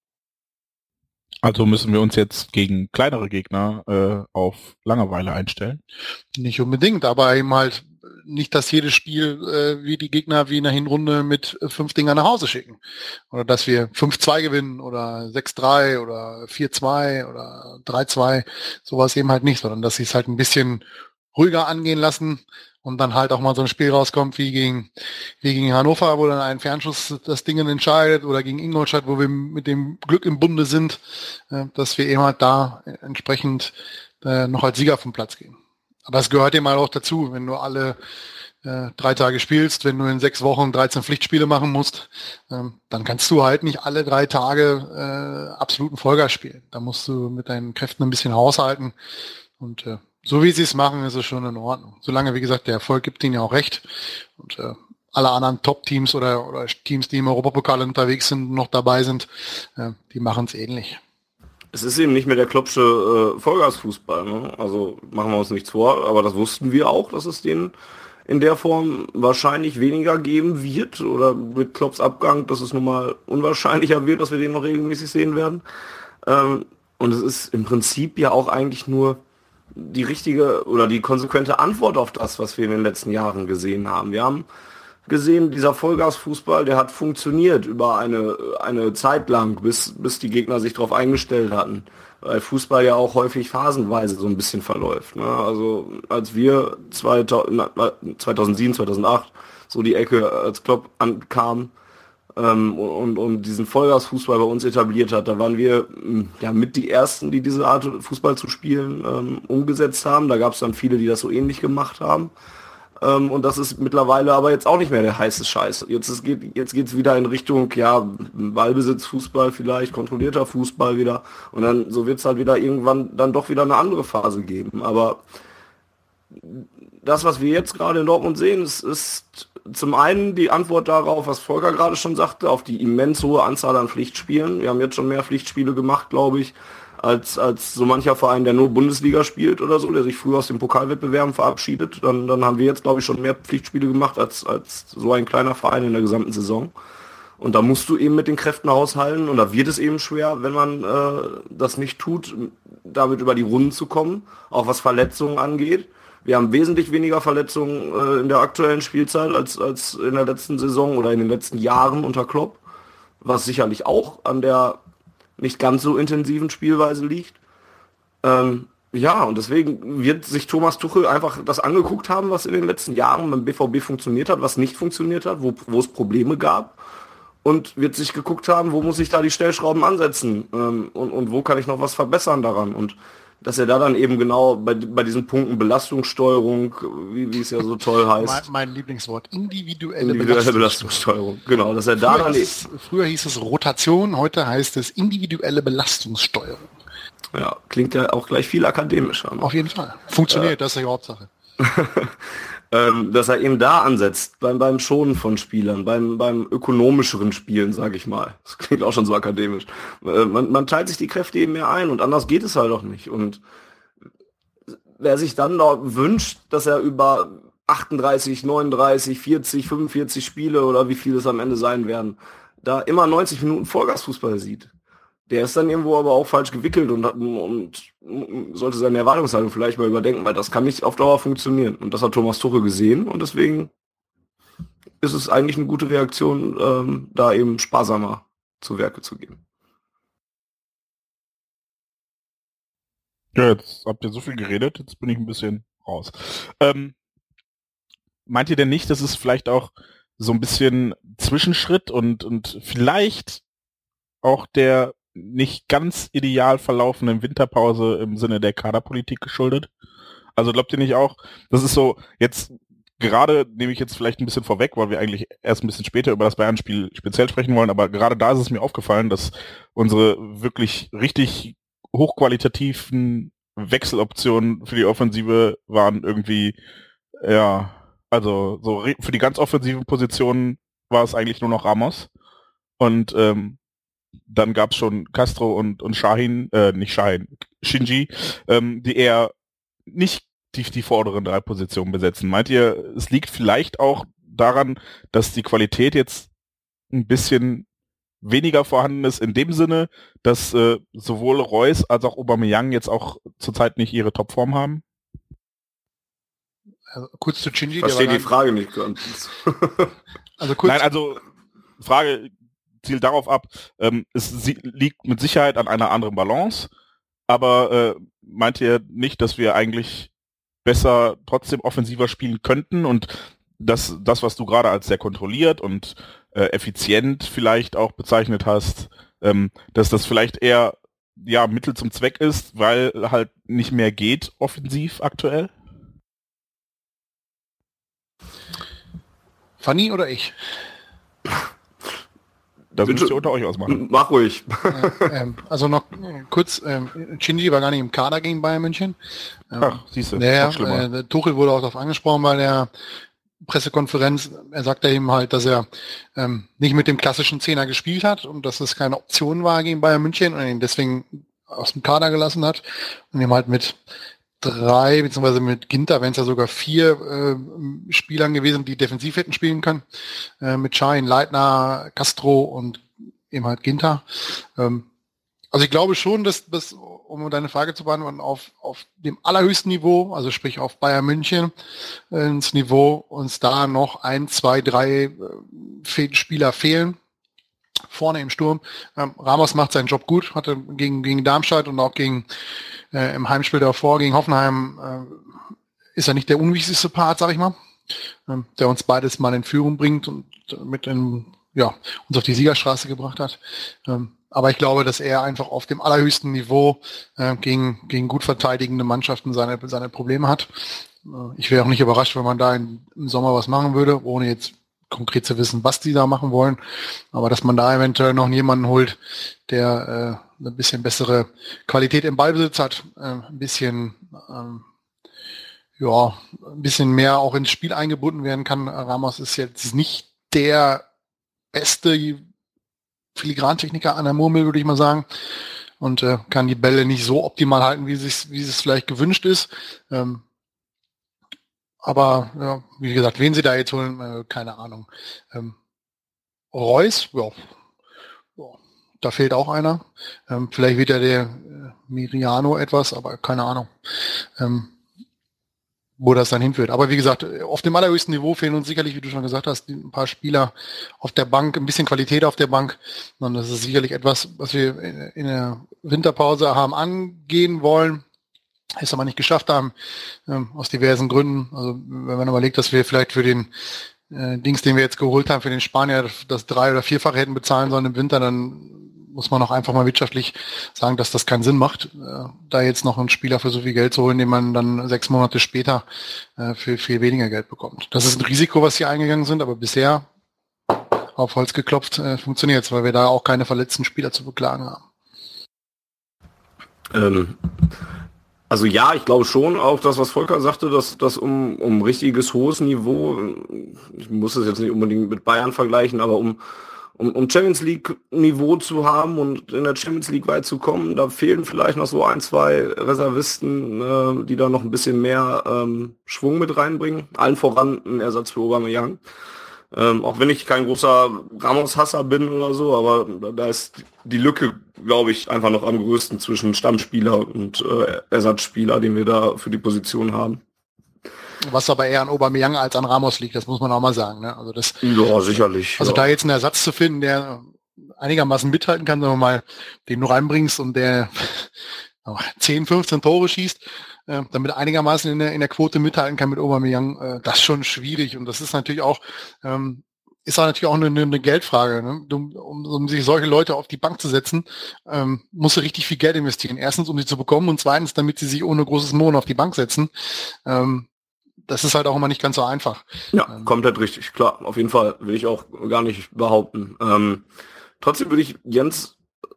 Also müssen wir uns jetzt gegen kleinere Gegner äh, auf Langeweile einstellen?
Nicht unbedingt, aber eben halt nicht, dass jedes Spiel äh, wie die Gegner wie in der Hinrunde mit äh, fünf Dingern nach Hause schicken. Oder dass wir fünf zwei gewinnen oder sechs drei oder vier zwei oder drei zwei. Sowas eben halt nicht, sondern dass sie es halt ein bisschen ruhiger angehen lassen und dann halt auch mal so ein Spiel rauskommt wie gegen, wie gegen Hannover, wo dann ein Fernschuss das Ding entscheidet oder gegen Ingolstadt, wo wir mit dem Glück im Bunde sind, äh, dass wir eben halt da entsprechend äh, noch als Sieger vom Platz gehen. Aber es gehört eben halt auch dazu, wenn du alle äh, drei Tage spielst, wenn du in sechs Wochen dreizehn Pflichtspiele machen musst, ähm, dann kannst du halt nicht alle drei Tage äh, absoluten Vollgas spielen. Da musst du mit deinen Kräften ein bisschen haushalten und äh, so wie sie es machen, ist es schon in Ordnung. Solange, wie gesagt, der Erfolg gibt ihnen ja auch recht. Und äh, alle anderen Top-Teams oder, oder Teams, die im Europapokal unterwegs sind, noch dabei sind, äh, die machen es ähnlich.
Es ist eben nicht mehr der Kloppsche äh, Vollgasfußball. Ne? Also machen wir uns nichts vor, aber das wussten wir auch, dass es den in der Form wahrscheinlich weniger geben wird. Oder mit Klopps Abgang, dass es nun mal unwahrscheinlicher wird, dass wir den noch regelmäßig sehen werden. Ähm, und es ist im Prinzip ja auch eigentlich nur die richtige oder die konsequente Antwort auf das, was wir in den letzten Jahren gesehen haben. Wir haben gesehen, dieser Vollgasfußball, der hat funktioniert über eine eine Zeit lang, bis bis die Gegner sich darauf eingestellt hatten, weil Fußball ja auch häufig phasenweise so ein bisschen verläuft. Ne? Also als wir zweitausendsieben, zweitausendacht so die Ecke als Klopp ankam, ähm, und, und diesen Vollgasfußball bei uns etabliert hat. Da waren wir ja mit die Ersten, die diese Art Fußball zu spielen ähm, umgesetzt haben. Da gab es dann viele, die das so ähnlich gemacht haben. Ähm, und das ist mittlerweile aber jetzt auch nicht mehr der heiße Scheiß. Jetzt es geht jetzt geht's wieder in Richtung ja Ballbesitzfußball vielleicht, kontrollierter Fußball wieder. Und dann so wird's halt wieder irgendwann dann doch wieder eine andere Phase geben. Aber das, was wir jetzt gerade in Dortmund sehen, ist, ist zum einen die Antwort darauf, was Volker gerade schon sagte, auf die immens hohe Anzahl an Pflichtspielen. Wir haben jetzt schon mehr Pflichtspiele gemacht, glaube ich, als als so mancher Verein, der nur Bundesliga spielt oder so, der sich früher aus den Pokalwettbewerben verabschiedet. Dann, dann haben wir jetzt, glaube ich, schon mehr Pflichtspiele gemacht als, als so ein kleiner Verein in der gesamten Saison. Und da musst du eben mit den Kräften haushalten und da wird es eben schwer, wenn man äh, das nicht tut, damit über die Runden zu kommen, auch was Verletzungen angeht. Wir haben wesentlich weniger Verletzungen äh, in der aktuellen Spielzeit als, als in der letzten Saison oder in den letzten Jahren unter Klopp, was sicherlich auch an der nicht ganz so intensiven Spielweise liegt. Ähm, ja, und deswegen wird sich Thomas Tuchel einfach das angeguckt haben, was in den letzten Jahren beim B V B funktioniert hat, was nicht funktioniert hat, wo, wo es Probleme gab, und wird sich geguckt haben, wo muss ich da die Stellschrauben ansetzen ähm, und, und wo kann ich noch was verbessern daran. Und dass er da dann eben genau bei, bei diesen Punkten Belastungssteuerung, wie, wie es ja so toll heißt.
Mein, mein Lieblingswort, individuelle,
individuelle Belastungssteuerung. Belastungssteuerung. Genau, dass er da
früher
dann...
Es, früher hieß es Rotation, heute heißt es individuelle Belastungssteuerung.
Ja, klingt ja auch gleich viel akademischer. Ne?
Auf jeden Fall. Funktioniert, äh, das ist die Hauptsache.
ähm, dass er eben da ansetzt, beim, beim Schonen von Spielern, beim, beim ökonomischeren Spielen, sage ich mal. Das klingt auch schon so akademisch. Äh, man, man teilt sich die Kräfte eben mehr ein und anders geht es halt auch nicht. Und wer sich dann da wünscht, dass er über achtunddreißig, neununddreißig, vierzig, fünfundvierzig Spiele oder wie viele es am Ende sein werden, da immer neunzig Minuten Vollgasfußball sieht, der ist dann irgendwo aber auch falsch gewickelt und, und, und sollte seine Erwartungshaltung vielleicht mal überdenken, weil das kann nicht auf Dauer funktionieren. Und das hat Thomas Tuchel gesehen und deswegen ist es eigentlich eine gute Reaktion, ähm, da eben sparsamer zu Werke zu gehen.
Ja, jetzt habt ihr so viel geredet, jetzt bin ich ein bisschen raus. Ähm, meint ihr denn nicht, dass es vielleicht auch so ein bisschen Zwischenschritt und, und vielleicht auch der nicht ganz ideal verlaufenden Winterpause im Sinne der Kaderpolitik geschuldet? Also glaubt ihr nicht auch, das ist so, jetzt gerade nehme ich jetzt vielleicht ein bisschen vorweg, weil wir eigentlich erst ein bisschen später über das Bayern-Spiel speziell sprechen wollen, aber gerade da ist es mir aufgefallen, dass unsere wirklich richtig hochqualitativen Wechseloptionen für die Offensive waren irgendwie, ja, also so für die ganz offensiven Positionen war es eigentlich nur noch Ramos und ähm, dann gab's schon Castro und, und Shahin, äh, nicht Shahin, Shinji, ähm, die eher nicht die, die vorderen drei Positionen besetzen. Meint ihr, es liegt vielleicht auch daran, dass die Qualität jetzt ein bisschen weniger vorhanden ist, in dem Sinne, dass äh, sowohl Reus als auch Aubameyang jetzt auch zurzeit nicht ihre Topform haben?
Also, kurz zu Shinji.
Ich verstehe die Frage nicht ganz.
also kurz.
Nein, also Frage zielt darauf ab, ähm, es liegt mit Sicherheit an einer anderen Balance, aber äh, meint ihr nicht, dass wir eigentlich besser trotzdem offensiver spielen könnten und dass das, was du gerade als sehr kontrolliert und äh, effizient vielleicht auch bezeichnet hast, ähm, dass das vielleicht eher ja Mittel zum Zweck ist, weil halt nicht mehr geht offensiv aktuell?
Fanny oder ich?
Das müsst ihr unter euch ausmachen.
Mach ruhig.
äh, ähm, also noch äh, kurz, ähm, Shinji war gar nicht im Kader gegen Bayern München. Ähm,
Ach, siehst du,
naja,
noch schlimmer.
Äh, Tuchel wurde auch darauf angesprochen bei der Pressekonferenz. Er sagte eben halt, dass er ähm, nicht mit dem klassischen Zehner gespielt hat und dass es keine Option war gegen Bayern München und ihn deswegen aus dem Kader gelassen hat und ihm halt mit drei, beziehungsweise mit Ginter wären es ja sogar vier äh, Spielern gewesen, die defensiv hätten spielen können. Äh, mit Shahin, Leitner, Castro und eben halt Ginter. Ähm, also ich glaube schon, dass, dass um deine Frage zu beantworten, auf, auf dem allerhöchsten Niveau, also sprich auf Bayern München, äh, ins Niveau uns da noch ein, zwei, drei äh, Spieler fehlen. Vorne im Sturm. Ähm, Ramos macht seinen Job gut, hatte gegen, gegen Darmstadt und auch gegen äh, im Heimspiel davor gegen Hoffenheim äh, ist er nicht der unwichtigste Part, sag ich mal, ähm, der uns beides mal in Führung bringt und mit einem ja, uns auf die Siegerstraße gebracht hat. Ähm, aber ich glaube, dass er einfach auf dem allerhöchsten Niveau äh, gegen, gegen gut verteidigende Mannschaften seine, seine Probleme hat. Äh, ich wäre auch nicht überrascht, wenn man da in, im Sommer was machen würde, ohne jetzt konkret zu wissen, was die da machen wollen. Aber dass man da eventuell noch jemanden holt, der äh, ein bisschen bessere Qualität im Ballbesitz hat, äh, ein bisschen ähm, ja, ein bisschen mehr auch ins Spiel eingebunden werden kann. Ramos ist jetzt nicht der beste Filigrantechniker an der Murmel, würde ich mal sagen. Und äh, kann die Bälle nicht so optimal halten, wie es wie es vielleicht gewünscht ist. Ähm, aber ja, wie gesagt, wen sie da jetzt holen, äh, keine Ahnung. Ähm, Reus, ja, ja, da fehlt auch einer. Ähm, vielleicht wird ja der äh, Miriano etwas, aber keine Ahnung. Ähm, wo das dann hinführt. Aber wie gesagt, auf dem allerhöchsten Niveau fehlen uns sicherlich, wie du schon gesagt hast, ein paar Spieler auf der Bank, ein bisschen Qualität auf der Bank. Und das ist sicherlich etwas, was wir in der Winterpause haben angehen wollen, es aber nicht geschafft haben, ähm, aus diversen Gründen. Also wenn man überlegt, dass wir vielleicht für den äh, Dings, den wir jetzt geholt haben, für den Spanier das drei- oder vierfach hätten bezahlen sollen im Winter, dann muss man auch einfach mal wirtschaftlich sagen, dass das keinen Sinn macht, äh, da jetzt noch einen Spieler für so viel Geld zu holen, den man dann sechs Monate später äh, für viel weniger Geld bekommt. Das ist ein Risiko, was sie eingegangen sind, aber bisher auf Holz geklopft äh, funktioniert es, weil wir da auch keine verletzten Spieler zu beklagen haben.
Ähm, also ja, ich glaube schon, auch das, was Volker sagte, dass das um, um richtiges hohes Niveau, ich muss es jetzt nicht unbedingt mit Bayern vergleichen, aber um Um, um Champions League Niveau zu haben und in der Champions League weit zu kommen, da fehlen vielleicht noch so ein, zwei Reservisten, äh, die da noch ein bisschen mehr ähm, Schwung mit reinbringen. Allen voran ein Ersatz für Aubameyang. Ähm, auch wenn ich kein großer Ramos-Hasser bin oder so, aber da, da ist die Lücke, glaube ich, einfach noch am größten zwischen Stammspieler und äh, Ersatzspieler, den wir da für die Position haben.
Was aber eher an Aubameyang als an Ramos liegt, das muss man auch mal sagen. Ne? Also das,
ja, sicherlich.
Also
ja.
da jetzt einen Ersatz zu finden, der einigermaßen mithalten kann, sagen wir mal, den du reinbringst und der zehn, fünfzehn Tore schießt, äh, damit er einigermaßen in der, in der Quote mithalten kann mit Aubameyang, äh, das ist schon schwierig. Und das ist natürlich auch, ähm, ist auch natürlich auch eine, eine Geldfrage. Ne? Um, um, um sich solche Leute auf die Bank zu setzen, ähm, musst du richtig viel Geld investieren. Erstens, um sie zu bekommen und zweitens, damit sie sich ohne großes Mohn auf die Bank setzen. Ähm, Das ist halt auch immer nicht ganz so einfach.
Ja, ähm. komplett richtig, klar. Auf jeden Fall will ich auch gar nicht behaupten. Ähm, trotzdem würde ich Jens'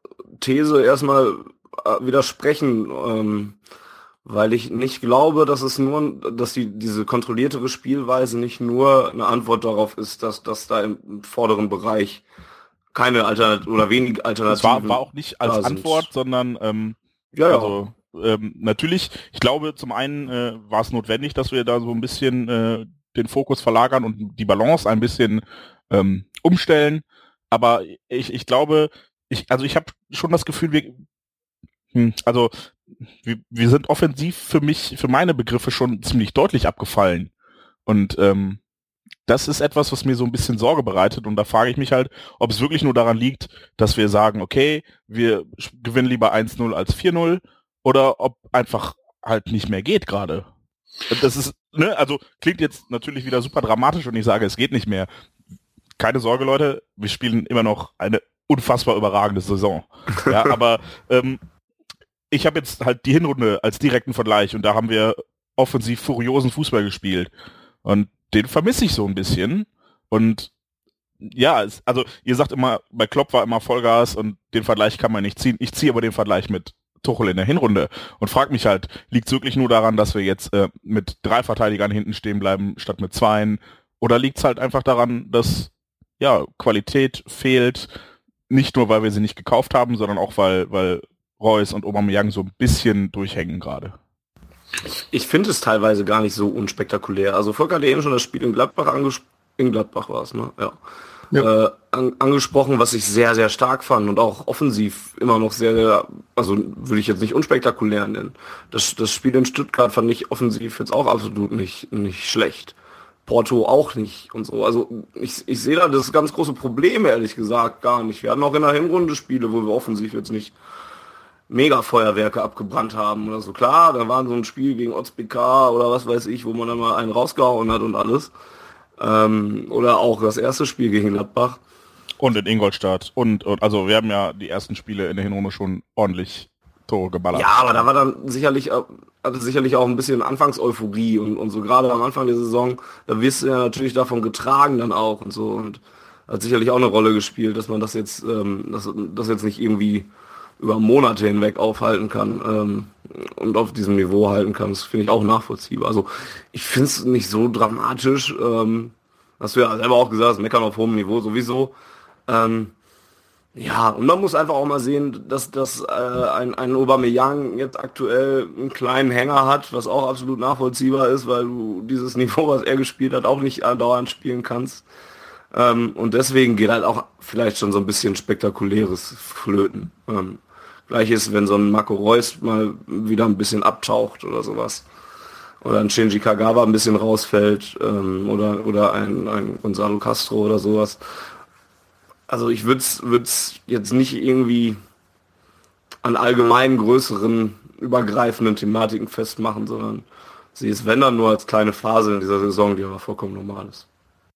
These erstmal äh, widersprechen, ähm, weil ich nicht glaube, dass es nur, dass die diese kontrolliertere Spielweise nicht nur eine Antwort darauf ist, dass dass da im vorderen Bereich keine Alternativen oder wenig Alternativen.
Das war, war auch nicht als Antwort, sondern ähm,
ja, ja.
Also, Ähm, natürlich, ich glaube, zum einen äh, war es notwendig, dass wir da so ein bisschen äh, den Fokus verlagern und die Balance ein bisschen ähm, umstellen. Aber ich, ich glaube, ich, also ich habe schon das Gefühl, wir, hm, also wir, wir sind offensiv für mich, für meine Begriffe schon ziemlich deutlich abgefallen. Und ähm, das ist etwas, was mir so ein bisschen Sorge bereitet. Und da frage ich mich halt, ob es wirklich nur daran liegt, dass wir sagen, okay, wir gewinnen lieber eins null als vier null. Oder ob einfach halt nicht mehr geht gerade. Das ist, ne, also klingt jetzt natürlich wieder super dramatisch, wenn ich sage, es geht nicht mehr. Keine Sorge, Leute, wir spielen immer noch eine unfassbar überragende Saison. Ja, aber ähm, ich habe jetzt halt die Hinrunde als direkten Vergleich und da haben wir offensiv furiosen Fußball gespielt. Und den vermisse ich so ein bisschen. Und ja, es, also ihr sagt immer, bei Klopp war immer Vollgas und den Vergleich kann man nicht ziehen. Ich ziehe aber den Vergleich mit Tuchel in der Hinrunde und frag mich halt, liegt es wirklich nur daran, dass wir jetzt äh, mit drei Verteidigern hinten stehen bleiben, statt mit zweien? Oder liegt es halt einfach daran, dass ja Qualität fehlt, nicht nur, weil wir sie nicht gekauft haben, sondern auch, weil, weil Reus und Aubameyang so ein bisschen durchhängen gerade?
Ich finde es teilweise gar nicht so unspektakulär. Also Volker hat eben schon das Spiel in Gladbach angesprochen. In Gladbach war es, ne? Ja. Ja. Äh, an, angesprochen, was ich sehr, sehr stark fand und auch offensiv immer noch sehr, sehr, also würde ich jetzt nicht unspektakulär nennen. Das, das Spiel in Stuttgart fand ich offensiv jetzt auch absolut nicht, nicht schlecht. Porto auch nicht und so. Also ich, ich sehe da das ganz große Problem, ehrlich gesagt, gar nicht. Wir hatten auch in der Hinrunde Spiele, wo wir offensiv jetzt nicht mega Feuerwerke abgebrannt haben oder so. Klar, da war so ein Spiel gegen Ozbekar oder was weiß ich, wo man dann mal einen rausgehauen hat und alles. Ähm, oder auch das erste Spiel gegen Gladbach.
Und in Ingolstadt. Und, und also wir haben ja die ersten Spiele in der Hinrunde schon ordentlich Tore geballert.
Ja, aber da war dann sicherlich, hatte sicherlich auch ein bisschen Anfangseuphorie und, und so gerade am Anfang der Saison, da wirst du ja natürlich davon getragen dann auch und so und hat sicherlich auch eine Rolle gespielt, dass man das jetzt, ähm, das, das jetzt nicht irgendwie über Monate hinweg aufhalten kann ähm, und auf diesem Niveau halten kann. Das finde ich auch nachvollziehbar. Also ich finde es nicht so dramatisch, ähm, hast du ja selber auch gesagt, das Meckern auf hohem Niveau sowieso. Ähm, Ja, und man muss einfach auch mal sehen, dass, dass äh, ein, ein Aubameyang jetzt aktuell einen kleinen Hänger hat, was auch absolut nachvollziehbar ist, weil du dieses Niveau, was er gespielt hat, auch nicht dauernd spielen kannst. Ähm, und deswegen geht halt auch vielleicht schon so ein bisschen Spektakuläres flöten. Ähm, Gleiches, wenn so ein Marco Reus mal wieder ein bisschen abtaucht oder sowas. Oder ein Shinji Kagawa ein bisschen rausfällt ähm, oder, oder ein, ein Gonzalo Castro oder sowas. Also ich würde es jetzt nicht irgendwie an allgemein größeren, übergreifenden Thematiken festmachen, sondern sehe es, wenn dann, nur als kleine Phase in dieser Saison, die aber vollkommen normal ist.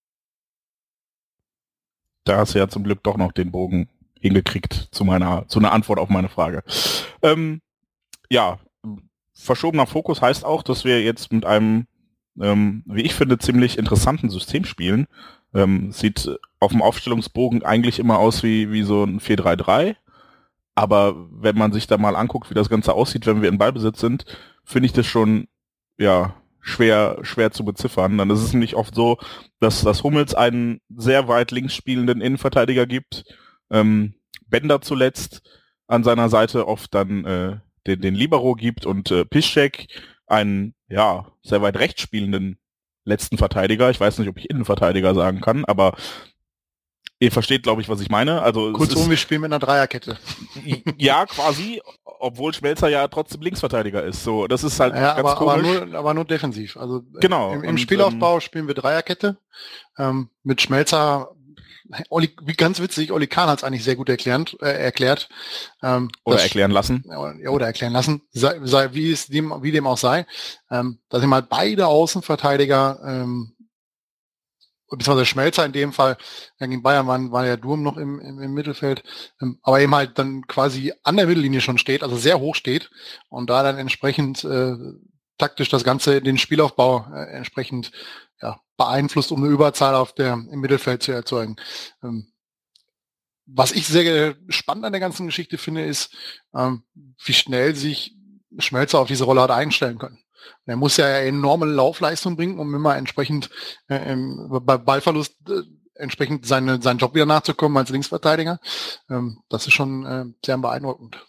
Da hast du ja zum Glück doch noch den Bogen hingekriegt zu meiner, zu einer Antwort auf meine Frage. Ähm, ja, verschobener Fokus heißt auch, dass wir jetzt mit einem, ähm, wie ich finde, ziemlich interessanten System spielen. Ähm, sieht auf dem Aufstellungsbogen eigentlich immer aus wie, wie so ein vier drei drei. Aber wenn man sich da mal anguckt, wie das Ganze aussieht, wenn wir in Ballbesitz sind, finde ich das schon, ja, schwer, schwer zu beziffern. Dann ist es nämlich oft so, dass, dass Hummels einen sehr weit links spielenden Innenverteidiger gibt, ähm, Bender zuletzt an seiner Seite oft dann äh, den, den Libero gibt und äh, Piszczek einen, ja, sehr weit rechts spielenden letzten Verteidiger. Ich weiß nicht, ob ich Innenverteidiger sagen kann, aber ihr versteht, glaube ich, was ich meine. Also
kurzum, wir spielen mit einer Dreierkette.
Ja, quasi, obwohl Schmelzer ja trotzdem Linksverteidiger ist. So, das ist halt
ja,
ganz
aber,
komisch.
Aber nur, aber nur defensiv. Also
genau.
Im, im
und,
Spielaufbau
ähm,
spielen wir Dreierkette. Ähm, mit Schmelzer, Oli, wie ganz witzig, Oli Kahn hat es eigentlich sehr gut erklärt. Äh, erklärt ähm,
oder
dass,
erklären lassen.
Ja, oder erklären lassen, sei, sei, wie es dem, wie dem auch sei. Ähm, dass ihm halt beide Außenverteidiger ähm, beziehungsweise Schmelzer in dem Fall, gegen Bayern war, war der Durm noch im, im, im Mittelfeld, ähm, aber eben halt dann quasi an der Mittellinie schon steht, also sehr hoch steht und da dann entsprechend äh, taktisch das Ganze, den Spielaufbau äh, entsprechend ja, beeinflusst, um eine Überzahl auf der im Mittelfeld zu erzeugen. Ähm, was ich sehr spannend an der ganzen Geschichte finde, ist, ähm, wie schnell sich Schmelzer auf diese Rolle hat einstellen können. Er muss ja enorme Laufleistung bringen, um immer entsprechend äh, bei Ballverlust äh, entsprechend seine, seinen Job wieder nachzukommen als Linksverteidiger. Ähm, das ist schon äh, sehr beeindruckend.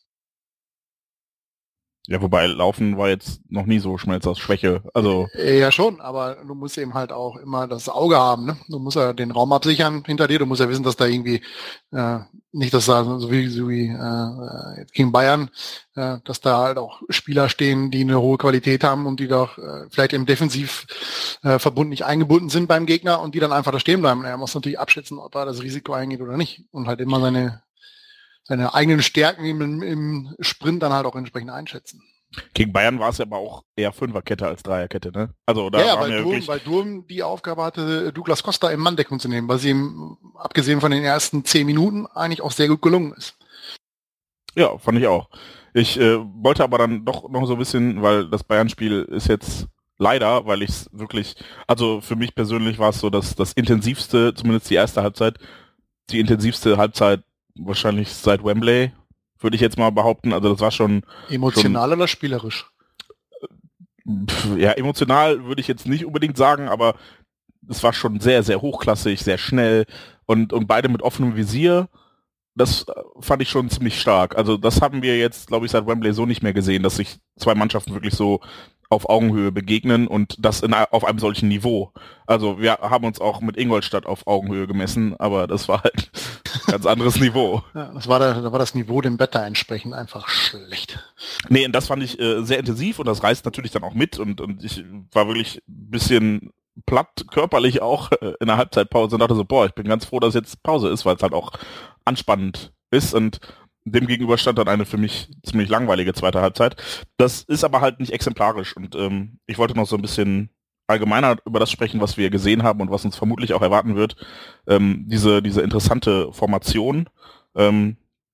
Ja, wobei Laufen war jetzt noch nie so Schmelzers Schwäche. Also
ja schon, aber du musst eben halt auch immer das Auge haben. Ne? Du musst ja den Raum absichern hinter dir. Du musst ja wissen, dass da irgendwie äh, nicht, dass da so wie, so wie äh, gegen Bayern, äh, dass da halt auch Spieler stehen, die eine hohe Qualität haben und die doch äh, vielleicht im Defensivverbund äh, nicht eingebunden sind beim Gegner und die dann einfach da stehen bleiben. Er muss natürlich abschätzen, ob er das Risiko eingeht oder nicht und halt immer seine seine eigenen Stärken im, im Sprint dann halt auch entsprechend einschätzen.
Gegen Bayern war es ja aber auch eher Fünferkette als Dreierkette, ne? Also da
ja,
waren
weil,
wir
Durm,
wirklich
weil Durm die Aufgabe hatte, Douglas Costa im Manndeckung zu nehmen, was ihm, abgesehen von den ersten zehn Minuten, eigentlich auch sehr gut gelungen ist.
Ja, fand ich auch. Ich äh, wollte aber dann doch noch so ein bisschen, weil das Bayern-Spiel ist jetzt leider, weil ich es wirklich, also für mich persönlich war es so, dass das intensivste, zumindest die erste Halbzeit, die intensivste Halbzeit wahrscheinlich seit Wembley, würde ich jetzt mal behaupten. Also das war schon...
Emotional
schon,
oder spielerisch?
Pf, ja, emotional würde ich jetzt nicht unbedingt sagen, aber es war schon sehr, sehr hochklassig, sehr schnell und, und beide mit offenem Visier. Das fand ich schon ziemlich stark. Also das haben wir jetzt, glaube ich, seit Wembley so nicht mehr gesehen, dass sich zwei Mannschaften wirklich so auf Augenhöhe begegnen und das in, auf einem solchen Niveau. Also wir haben uns auch mit Ingolstadt auf Augenhöhe gemessen, aber das war halt ein ganz anderes Niveau.
Ja, das war, da, da war das Niveau dem Wetter entsprechend einfach schlecht.
Nee, und das fand ich äh, sehr intensiv und das reißt natürlich dann auch mit und, und ich war wirklich ein bisschen platt, körperlich auch äh, in der Halbzeitpause und dachte so, boah, ich bin ganz froh, dass jetzt Pause ist, weil es halt auch anspannend ist und dem gegenüber stand dann eine für mich ziemlich langweilige zweite Halbzeit. Das ist aber halt nicht exemplarisch und ähm, ich wollte noch so ein bisschen allgemeiner über das sprechen, was wir gesehen haben und was uns vermutlich auch erwarten wird. Ähm, diese, diese interessante Formation, ähm,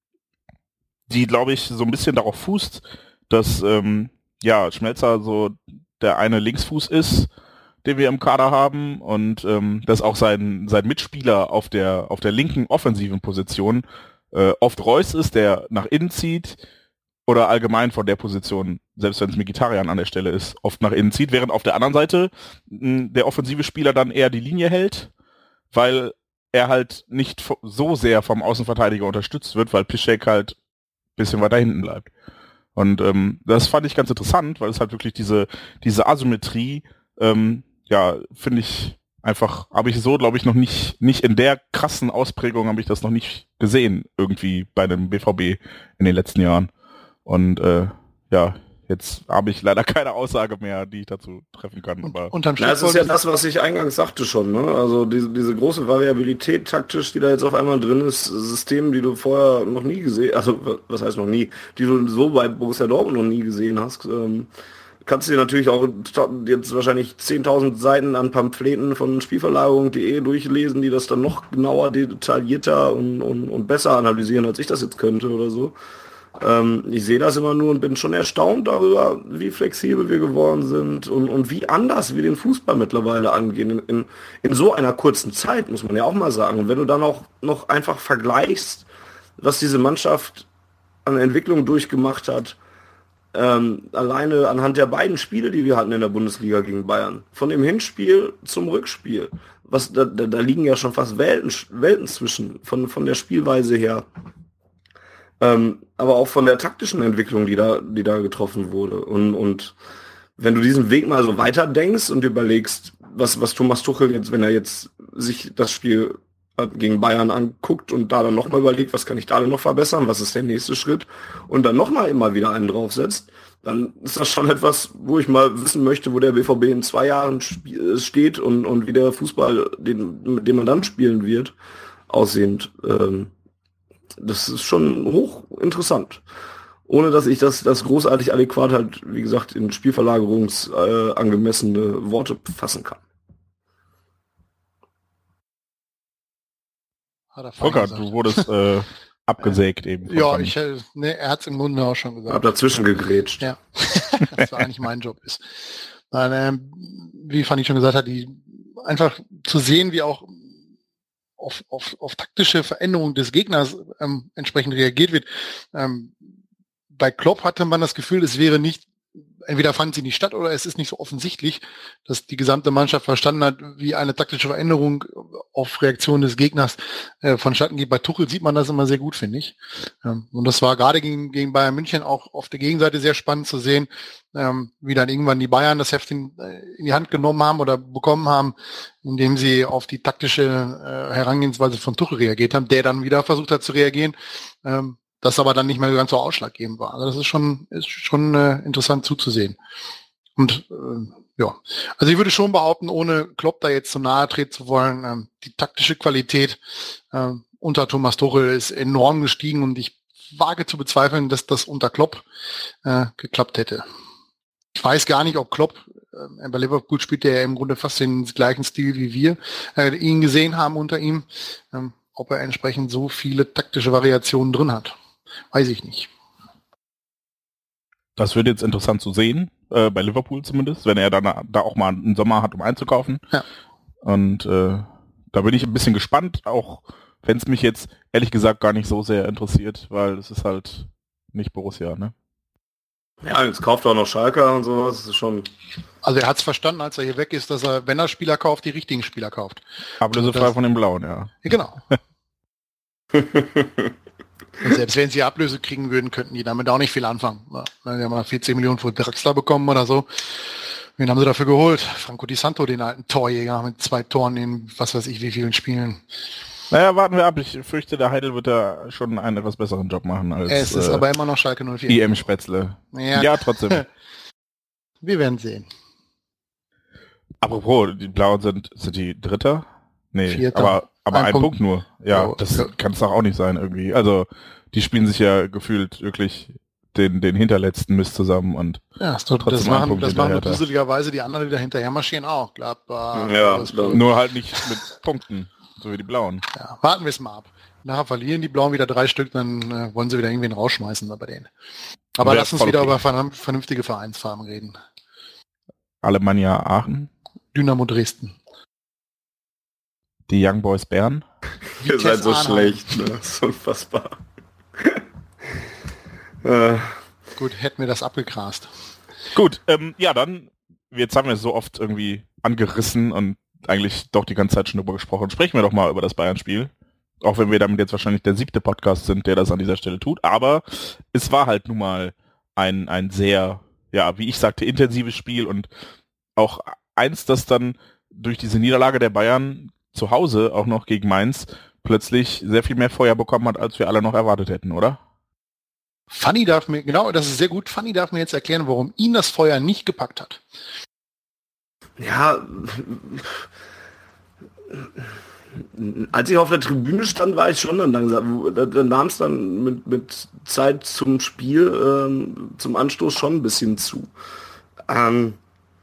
die, glaube ich, so ein bisschen darauf fußt, dass ähm, ja Schmelzer so der eine Linksfuß ist, den wir im Kader haben, und ähm, dass auch sein sein Mitspieler auf der auf der linken offensiven Position äh, oft Reus ist, der nach innen zieht, oder allgemein von der Position, selbst wenn es Mkhitaryan an der Stelle ist, oft nach innen zieht, während auf der anderen Seite mh, der offensive Spieler dann eher die Linie hält, weil er halt nicht f- so sehr vom Außenverteidiger unterstützt wird, weil Piszczek halt ein bisschen weiter hinten bleibt. Und ähm, das fand ich ganz interessant, weil es halt wirklich diese diese Asymmetrie, ähm, ja, finde ich einfach, habe ich so, glaube ich, noch nicht, nicht in der krassen Ausprägung habe ich das noch nicht gesehen, irgendwie bei dem B V B in den letzten Jahren. Und äh, ja, jetzt habe ich leider keine Aussage mehr, die ich dazu treffen kann. Aber
Unterm
Na, das ist ja das, was ich eingangs sagte schon, ne? Also diese, diese große Variabilität taktisch, die da jetzt auf einmal drin ist, System, die du vorher noch nie gesehen, also was heißt noch nie, die du so bei Borussia Dortmund noch nie gesehen hast, ähm, kannst du dir natürlich auch jetzt wahrscheinlich zehntausend Seiten an Pamphleten von Spielverlagerung punkt de durchlesen, die das dann noch genauer, detaillierter und, und, und besser analysieren, als ich das jetzt könnte oder so. Ähm, ich sehe das immer nur und bin schon erstaunt darüber, wie flexibel wir geworden sind und, und wie anders wir den Fußball mittlerweile angehen. In, in, in so einer kurzen Zeit, muss man ja auch mal sagen. Und wenn du dann auch noch einfach vergleichst, was diese Mannschaft an Entwicklung durchgemacht hat, ähm, alleine anhand der beiden Spiele, die wir hatten in der Bundesliga gegen Bayern, von dem Hinspiel zum Rückspiel, was da, da, da liegen ja schon fast Welten, Welten zwischen, von, von der Spielweise her. Ähm, aber auch von der taktischen Entwicklung, die da, die da getroffen wurde. Und, und wenn du diesen Weg mal so weiter denkst und überlegst, was, was Thomas Tuchel jetzt, wenn er jetzt sich das Spiel gegen Bayern anguckt und da dann nochmal überlegt, was kann ich da denn noch verbessern, was ist der nächste Schritt, und dann nochmal immer wieder einen draufsetzt, dann ist das schon etwas, wo ich mal wissen möchte, wo der B V B in zwei Jahren sp- steht und, und wie der Fußball, den, den man dann spielen wird, aussehend. Ähm, Das ist schon hochinteressant. Ohne dass ich das, das großartig adäquat halt, wie gesagt, in Spielverlagerungs äh, angemessene Worte fassen kann.
Hat er
Volker, du wurdest äh, abgesägt eben. von
Ja,
Fanny.
ich, äh, ne, er hat es im Grunde auch schon gesagt.
Hab dazwischen gegrätscht.
Ja, das war eigentlich mein Job ist. Nein, ähm, wie Fanny schon gesagt hat, die einfach zu sehen, wie auch auf, auf, auf taktische Veränderungen des Gegners ähm, entsprechend reagiert wird. Ähm, bei Klopp hatte man das Gefühl, es wäre nicht, entweder fand sie nicht statt oder es ist nicht so offensichtlich, dass die gesamte Mannschaft verstanden hat, wie eine taktische Veränderung auf Reaktion des Gegners äh, vonstatten geht. Bei Tuchel sieht man das immer sehr gut, finde ich. Ähm, und das war gerade gegen, gegen Bayern München auch auf der Gegenseite sehr spannend zu sehen, ähm, wie dann irgendwann die Bayern das Heft in, in die Hand genommen haben oder bekommen haben, indem sie auf die taktische äh, Herangehensweise von Tuchel reagiert haben, der dann wieder versucht hat zu reagieren, ähm, das aber dann nicht mehr ganz so ausschlaggebend war. Also das ist schon ist schon äh, interessant zuzusehen. Und äh, ja, also ich würde schon behaupten, ohne Klopp da jetzt zu nahe treten zu wollen, ähm, die taktische Qualität äh, unter Thomas Tuchel ist enorm gestiegen und ich wage zu bezweifeln, dass das unter Klopp äh, geklappt hätte. Ich weiß gar nicht, ob Klopp, äh, bei Liverpool spielt er im Grunde fast den gleichen Stil wie wir äh, ihn gesehen haben unter ihm, ähm, ob er entsprechend so viele taktische Variationen drin hat. Weiß ich nicht.
Das wird jetzt interessant zu sehen, äh, bei Liverpool zumindest, wenn er dann da auch mal einen Sommer hat, um einzukaufen.
Ja.
Und äh, da bin ich ein bisschen gespannt, auch wenn es mich jetzt ehrlich gesagt gar nicht so sehr interessiert, weil es ist halt nicht Borussia, ne?
Ja, jetzt kauft er auch noch Schalke und sowas, das ist schon...
Also er hat es verstanden, als er hier weg ist, dass er, wenn er Spieler kauft, die richtigen Spieler kauft.
Ablösefrei
das,
von den Blauen, ja.
Ja, genau. Und selbst wenn sie Ablöse kriegen würden, könnten die damit auch nicht viel anfangen. Ja, die haben mal vierzehn Millionen für Draxler bekommen oder so. Wen haben sie dafür geholt? Franco Di Santo, den alten Torjäger mit zwei Toren in was weiß ich wie vielen Spielen.
Naja, warten wir ab. Ich fürchte, der Heidel wird da schon einen etwas besseren Job machen als
Es ist
äh,
aber immer noch Schalke null vier.
I M-Spätzle.
Ja.
Ja, trotzdem.
Wir werden sehen.
Apropos, die Blauen sind, sind die Dritter? Nee,
Vierter.
aber, aber ein,
Ein
Punkt.
Punkt
nur. Ja,
Oh,
das
ja.
kann es doch auch nicht sein irgendwie. Also, die spielen sich ja gefühlt wirklich den, den hinterletzten Mist zusammen und
ja, das, das
trotzdem einen
machen,
Punkt
das machen
hinterher.
duseligerweise die anderen, die da hinterher marschieren, auch. Gladbach,
Ja,
Wolfsburg.
Nur halt nicht mit Punkten, so wie die Blauen.
Ja, warten wir es mal ab. Nachher verlieren die Blauen wieder drei Stück, dann äh, wollen sie wieder irgendwen rausschmeißen bei denen. Aber
Wäre
lass uns
voll
wieder
okay.
über vernünf- vernünftige Vereinsfarben reden.
Alemannia Aachen,
Dynamo Dresden.
die Young Boys Bern.
Ihr seid so
Arnheim.
schlecht, ne? Das ist unfassbar. äh,
Gut, hätten wir das abgegrast.
Gut, ähm, ja dann, jetzt haben wir es so oft irgendwie angerissen und eigentlich doch die ganze Zeit schon drüber gesprochen. Sprechen wir doch mal über das Bayern-Spiel. Auch wenn wir damit jetzt wahrscheinlich der siebte Podcast sind, der das an dieser Stelle tut. Aber es war halt nun mal ein, ein sehr, ja, wie ich sagte, intensives Spiel und auch eins, das dann durch diese Niederlage der Bayern zu Hause auch noch gegen Mainz plötzlich sehr viel mehr Feuer bekommen hat, als wir alle noch erwartet hätten, oder?
Fanny darf mir, genau, das ist sehr gut, Fanny darf mir jetzt erklären, warum ihn das Feuer nicht gepackt hat.
ja, als ich auf der Tribüne stand, war ich schon dann langsam, da, da nahm es dann mit, mit Zeit zum Spiel, ähm, zum Anstoß schon ein bisschen zu. Ähm,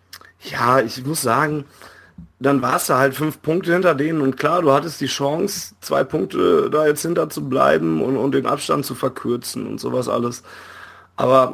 ja, ich muss sagen, dann warst du halt fünf Punkte hinter denen und klar, du hattest die Chance, zwei Punkte da jetzt hinter zu bleiben und, und den Abstand zu verkürzen und sowas alles. Aber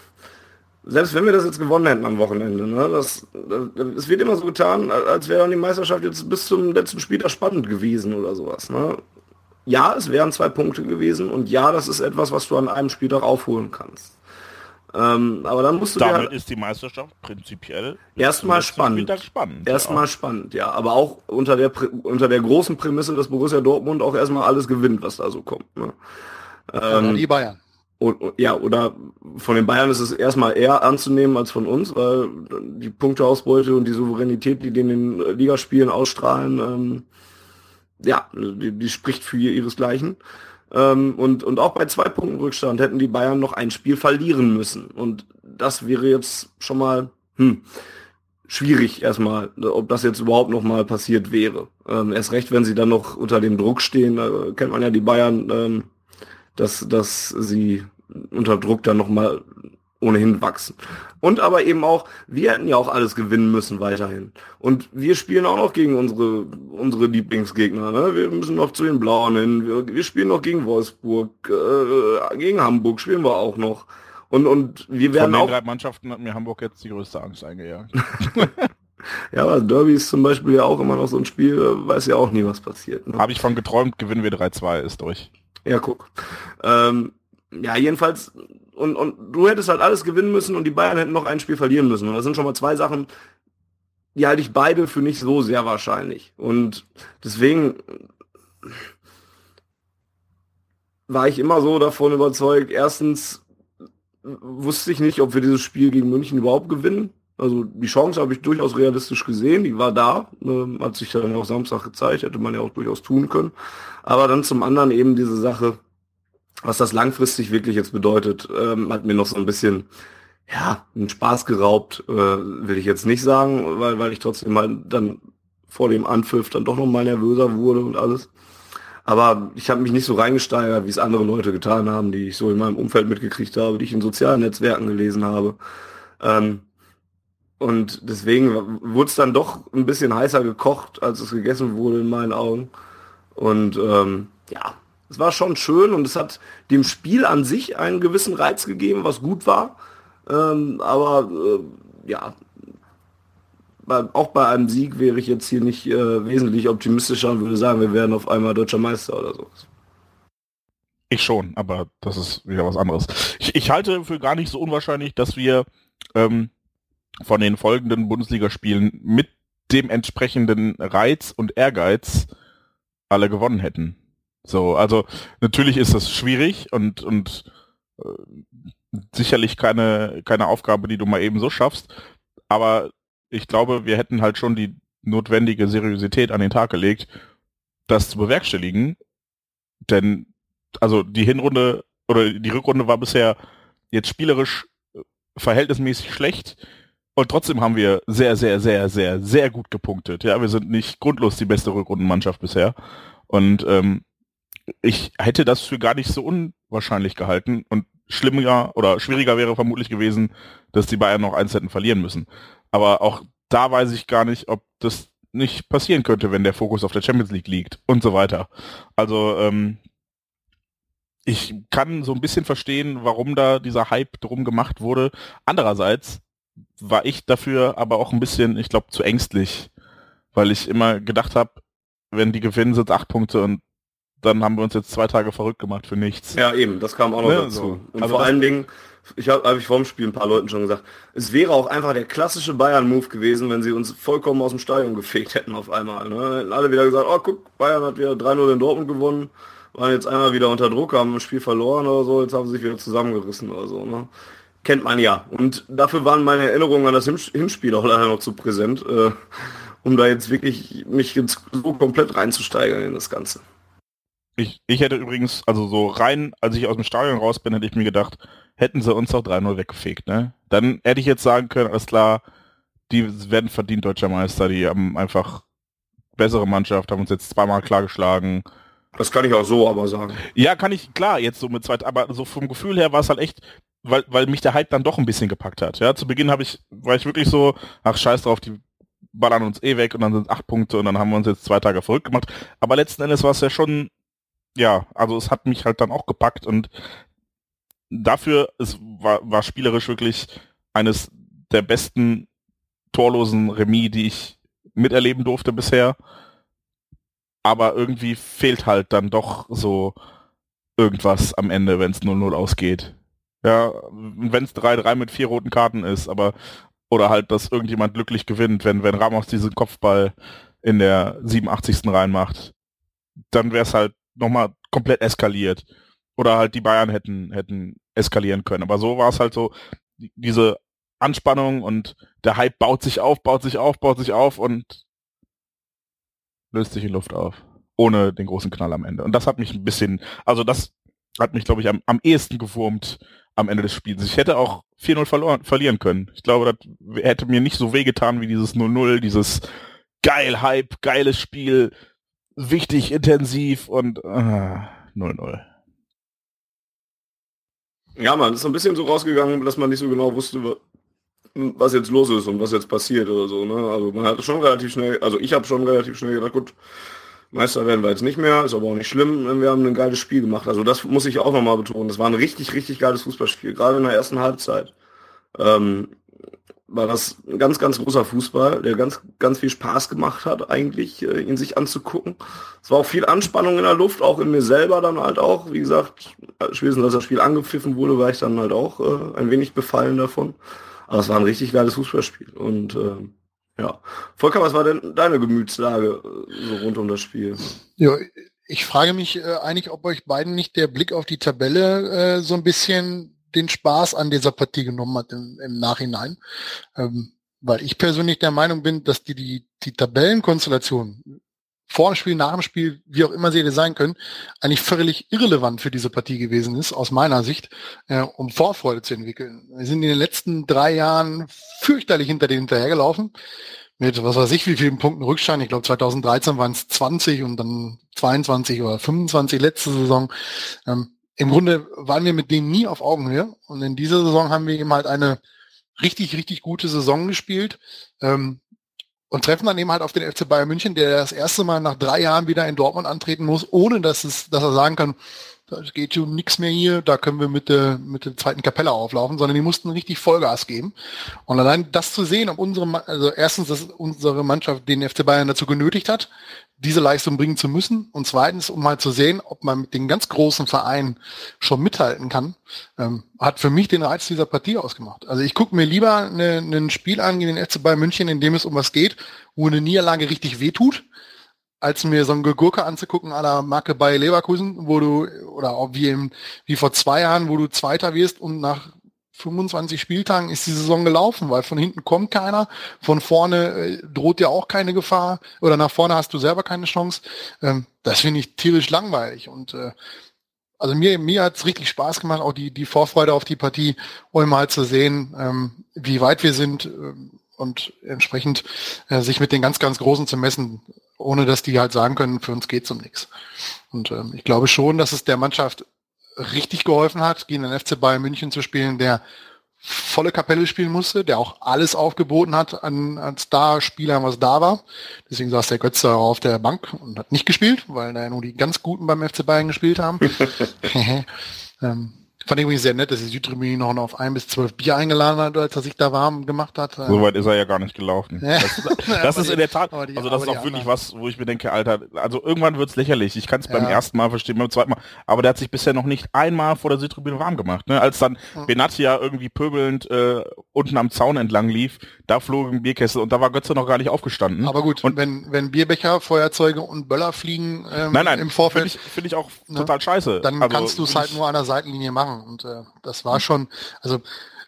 selbst wenn wir das jetzt gewonnen hätten am Wochenende, ne, das, das, es wird immer so getan, als wäre die Meisterschaft jetzt bis zum letzten Spieltag spannend gewesen oder sowas. Ne? Ja, es wären zwei Punkte gewesen und ja, das ist etwas, was du an einem Spieltag aufholen kannst. Ähm, aber dann musst du
Damit
dir halt
ist die Meisterschaft prinzipiell
erstmal
zum letzten
spannend.
Spieltag spannend.
Erstmal
ja.
spannend, ja. Aber auch unter der Prä- unter der großen Prämisse, dass Borussia Dortmund auch erstmal alles gewinnt, was da so kommt. Ne?
Oder
Ähm,
die Bayern.
und, und, ja, oder von den Bayern ist es erstmal eher anzunehmen als von uns, weil die Punkteausbeute und die Souveränität, die die in den Ligaspielen ausstrahlen, ähm, ja, die, die spricht für ihresgleichen. Ähm, und, und auch bei zwei Punkten Rückstand hätten die Bayern noch ein Spiel verlieren müssen. Und das wäre jetzt schon mal hm, schwierig erstmal, ob das jetzt überhaupt noch mal passiert wäre. Ähm, erst recht, wenn sie dann noch unter dem Druck stehen, da kennt man ja die Bayern, ähm, dass, dass sie unter Druck dann noch mal ohnehin wachsen. Und aber eben auch, wir hätten ja auch alles gewinnen müssen weiterhin. Und wir spielen auch noch gegen unsere unsere Lieblingsgegner. Ne? Wir müssen noch zu den Blauen hin. Wir, wir spielen noch gegen Wolfsburg, äh, gegen Hamburg spielen wir auch noch. Und und wir
Von
werden
den
auch...
drei Mannschaften hat mir Hamburg jetzt die größte Angst eingejagt.
Ja, aber Derby ist zum Beispiel ja auch immer noch so ein Spiel, äh, weiß ja auch nie, was passiert. Ne?
Habe ich von geträumt, gewinnen wir drei zwei, ist durch.
Ja, guck. Ähm, ja, jedenfalls, und, und du hättest halt alles gewinnen müssen und die Bayern hätten noch ein Spiel verlieren müssen. Und das sind schon mal zwei Sachen, die halte ich beide für nicht so sehr wahrscheinlich. Und deswegen war ich immer so davon überzeugt, erstens wusste ich nicht, ob wir dieses Spiel gegen München überhaupt gewinnen. Also die Chance habe ich durchaus realistisch gesehen, die war da, ähm, hat sich dann auch Samstag gezeigt, hätte man ja auch durchaus tun können. Aber dann zum anderen eben diese Sache, was das langfristig wirklich jetzt bedeutet, ähm, hat mir noch so ein bisschen, ja, einen Spaß geraubt, äh, will ich jetzt nicht sagen, weil, weil ich trotzdem mal dann vor dem Anpfiff dann doch noch mal nervöser wurde und alles. Aber ich habe mich nicht so reingesteigert, wie es andere Leute getan haben, die ich so in meinem Umfeld mitgekriegt habe, die ich in sozialen Netzwerken gelesen habe. Ähm, und deswegen wurde es dann doch ein bisschen heißer gekocht, als es gegessen wurde in meinen Augen. Und ähm, ja, es war schon schön und es hat dem Spiel an sich einen gewissen Reiz gegeben, was gut war. Ähm, aber äh, ja, bei, auch bei einem Sieg wäre ich jetzt hier nicht äh, wesentlich optimistischer und würde sagen, wir werden auf einmal deutscher Meister oder so.
Ich schon, aber das ist wieder was anderes. Ich, ich halte für gar nicht so unwahrscheinlich, dass wir ähm, von den folgenden Bundesligaspielen mit dem entsprechenden Reiz und Ehrgeiz alle gewonnen hätten. So, also natürlich ist das schwierig und und äh, sicherlich keine keine Aufgabe, die du mal eben so schaffst, aber ich glaube, wir hätten halt schon die notwendige Seriosität an den Tag gelegt, das zu bewerkstelligen, denn also die Hinrunde oder die Rückrunde war bisher jetzt spielerisch verhältnismäßig schlecht und trotzdem haben wir sehr, sehr, sehr, sehr, sehr gut gepunktet. Ja, wir sind nicht grundlos die beste Rückrundenmannschaft bisher und ähm, ich hätte das für gar nicht so unwahrscheinlich gehalten und schlimmer oder schwieriger wäre vermutlich gewesen, dass die Bayern noch eins hätten verlieren müssen. Aber auch da weiß ich gar nicht, ob das nicht passieren könnte, wenn der Fokus auf der Champions League liegt und so weiter. Also ähm, ich kann so ein bisschen verstehen, warum da dieser Hype drum gemacht wurde. Andererseits war ich dafür aber auch ein bisschen, ich glaube, zu ängstlich, weil ich immer gedacht habe, wenn die gewinnen, sind es acht Punkte und dann haben wir uns jetzt zwei Tage verrückt gemacht für nichts.
Ja, eben, das kam auch noch
ne,
dazu.
so.
Und
also
vor allen Dingen, ich habe hab ich vor dem Spiel ein paar Leuten schon gesagt, es wäre auch einfach der klassische Bayern-Move gewesen, wenn sie uns vollkommen aus dem Stadion gefegt hätten auf einmal. Ne? Hätten alle wieder gesagt, oh guck, Bayern hat wieder drei null in Dortmund gewonnen, waren jetzt einmal wieder unter Druck, haben das Spiel verloren oder so, jetzt haben sie sich wieder zusammengerissen oder so. Ne? Kennt man ja. Und dafür waren meine Erinnerungen an das Hinspiel auch leider noch zu präsent, äh, um da jetzt wirklich mich jetzt so komplett reinzusteigern in das Ganze.
Ich, ich hätte übrigens, also so rein, als ich aus dem Stadion raus bin, hätte ich mir gedacht, hätten sie uns doch drei null weggefegt, ne? Dann hätte ich jetzt sagen können, alles klar, die werden verdient deutscher Meister, die haben einfach bessere Mannschaft, haben uns jetzt zweimal klar geschlagen.
Das kann ich auch so aber sagen.
Ja, kann ich, klar, jetzt so mit zweit, aber so vom Gefühl her war es halt echt, weil, weil mich der Hype dann doch ein bisschen gepackt hat. Ja, zu Beginn habe ich, war ich wirklich so, ach scheiß drauf, die ballern uns eh weg und dann sind es acht Punkte und dann haben wir uns jetzt zwei Tage verrückt gemacht. Aber letzten Endes war es ja schon, ja, also es hat mich halt dann auch gepackt und dafür, es war, war spielerisch wirklich eines der besten torlosen Remis, die ich miterleben durfte bisher. Aber irgendwie fehlt halt dann doch so irgendwas am Ende, wenn es null null ausgeht. Ja, wenn es drei drei mit vier roten Karten ist, aber oder halt, dass irgendjemand glücklich gewinnt, wenn, wenn Ramos diesen Kopfball in der siebenundachtzigsten reinmacht, dann wäre es halt nochmal komplett eskaliert. Oder halt die Bayern hätten, hätten eskalieren können. Aber so war es halt so, diese Anspannung und der Hype baut sich auf, baut sich auf, baut sich auf und löst sich in Luft auf. Ohne den großen Knall am Ende. Und das hat mich ein bisschen, also das hat mich, glaube ich, am, am ehesten gewurmt am Ende des Spiels. Ich hätte auch vier null verloren, verlieren können. Ich glaube, das hätte mir nicht so wehgetan wie dieses null null, dieses geil Hype, geiles Spiel, wichtig, intensiv und äh, null null.
Ja, man, ist so ein bisschen so rausgegangen, dass man nicht so genau wusste, was jetzt los ist und was jetzt passiert oder so. Ne? Also man hatte schon relativ schnell, also ich habe schon relativ schnell gedacht, gut, Meister werden wir jetzt nicht mehr, ist aber auch nicht schlimm, wir haben ein geiles Spiel gemacht. Also das muss ich auch nochmal betonen. Das war ein richtig, richtig geiles Fußballspiel. Gerade in der ersten Halbzeit ähm, war das ein ganz, ganz großer Fußball, der ganz, ganz viel Spaß gemacht hat, eigentlich, äh, ihn sich anzugucken. Es war auch viel Anspannung in der Luft, auch in mir selber dann halt auch. Wie gesagt, spätestens als das Spiel angepfiffen wurde, war ich dann halt auch äh, ein wenig befallen davon. Aber es war ein richtig geiles Fußballspiel. Und äh, ja, Volker, was war denn deine Gemütslage so rund um das Spiel?
Ja, ich frage mich äh, eigentlich, ob euch beiden nicht der Blick auf die Tabelle äh, so ein bisschen den Spaß an dieser Partie genommen hat im, im Nachhinein. Ähm, weil ich persönlich der Meinung bin, dass die, die, die Tabellenkonstellation vor dem Spiel, nach dem Spiel, wie auch immer sie hätte sein können, eigentlich völlig irrelevant für diese Partie gewesen ist, aus meiner Sicht, äh, um Vorfreude zu entwickeln. Wir sind in den letzten drei Jahren fürchterlich hinter denen hinterhergelaufen, mit was weiß ich wie vielen Punkten Rückstand. Ich glaube zweitausenddreizehn waren es zwanzig und dann zweiundzwanzig oder fünfundzwanzig letzte Saison. Ähm, Im Grunde waren wir mit denen nie auf Augenhöhe und in dieser Saison haben wir eben halt eine richtig, richtig gute Saison gespielt. Ähm, Und treffen dann eben halt auf den F C Bayern München, der das erste Mal nach drei Jahren wieder in Dortmund antreten muss, ohne dass es, dass er sagen kann, da geht schon nichts mehr hier, da können wir mit der, mit der zweiten Kapelle auflaufen, sondern die mussten richtig Vollgas geben. Und allein das zu sehen, ob unsere, also erstens, dass unsere Mannschaft den F C Bayern dazu genötigt hat, diese Leistung bringen zu müssen, und zweitens, um halt zu sehen, ob man mit den ganz großen Vereinen schon mithalten kann, ähm, hat für mich den Reiz dieser Partie ausgemacht. Also ich gucke mir lieber eine, ein Spiel an gegen den F C Bayern München, in dem es um was geht, wo eine Niederlage richtig wehtut, als mir so ein Gegurke anzugucken à la Marke Bayer Leverkusen, wo du, oder auch wie, im, wie vor zwei Jahren, wo du Zweiter wirst und nach fünfundzwanzig Spieltagen ist die Saison gelaufen, weil von hinten kommt keiner, von vorne äh, droht dir auch keine Gefahr oder nach vorne hast du selber keine Chance. Ähm, das finde ich tierisch langweilig und äh, also mir, mir hat es richtig Spaß gemacht, auch die, die Vorfreude auf die Partie, um mal zu sehen, ähm, wie weit wir sind ähm, und entsprechend äh, sich mit den ganz, ganz Großen zu messen, ohne dass die halt sagen können, für uns geht's um nichts. Und ähm, ich glaube schon, dass es der Mannschaft richtig geholfen hat, gegen den F C Bayern München zu spielen, der volle Kapelle spielen musste, der auch alles aufgeboten hat an, an Starspielern, was da war. Deswegen saß der Götze auf der Bank und hat nicht gespielt, weil da ja nur die ganz Guten beim F C Bayern gespielt haben. ähm, fand ich übrigens sehr nett, dass die Südtribüne noch auf ein bis zwölf Bier eingeladen hat, als er sich da warm gemacht hat.
So weit ist er ja gar nicht gelaufen.
Ja.
Das, das ist
die,
in der Tat,
die,
also das ist auch wirklich
anderen.
was, wo ich mir denke, Alter, also irgendwann wird's lächerlich. Ich kann es beim
Ja.
ersten Mal verstehen, beim zweiten Mal, aber der hat sich bisher noch nicht einmal vor der Südtribüne warm gemacht. Ne? Als dann
Ja.
Benatia irgendwie pöbelnd äh, unten am Zaun entlang lief, da flog ein Bierkessel und da war Götze noch gar nicht aufgestanden.
Aber gut,
Und-
wenn, wenn Bierbecher, Feuerzeuge und Böller fliegen ähm,
nein, nein,
im
finde
Vorfeld,
ich, find ich auch
Ne?
total scheiße.
dann
also,
kannst du es halt
ich-
nur an der Seitenlinie machen. Und äh, das war schon, also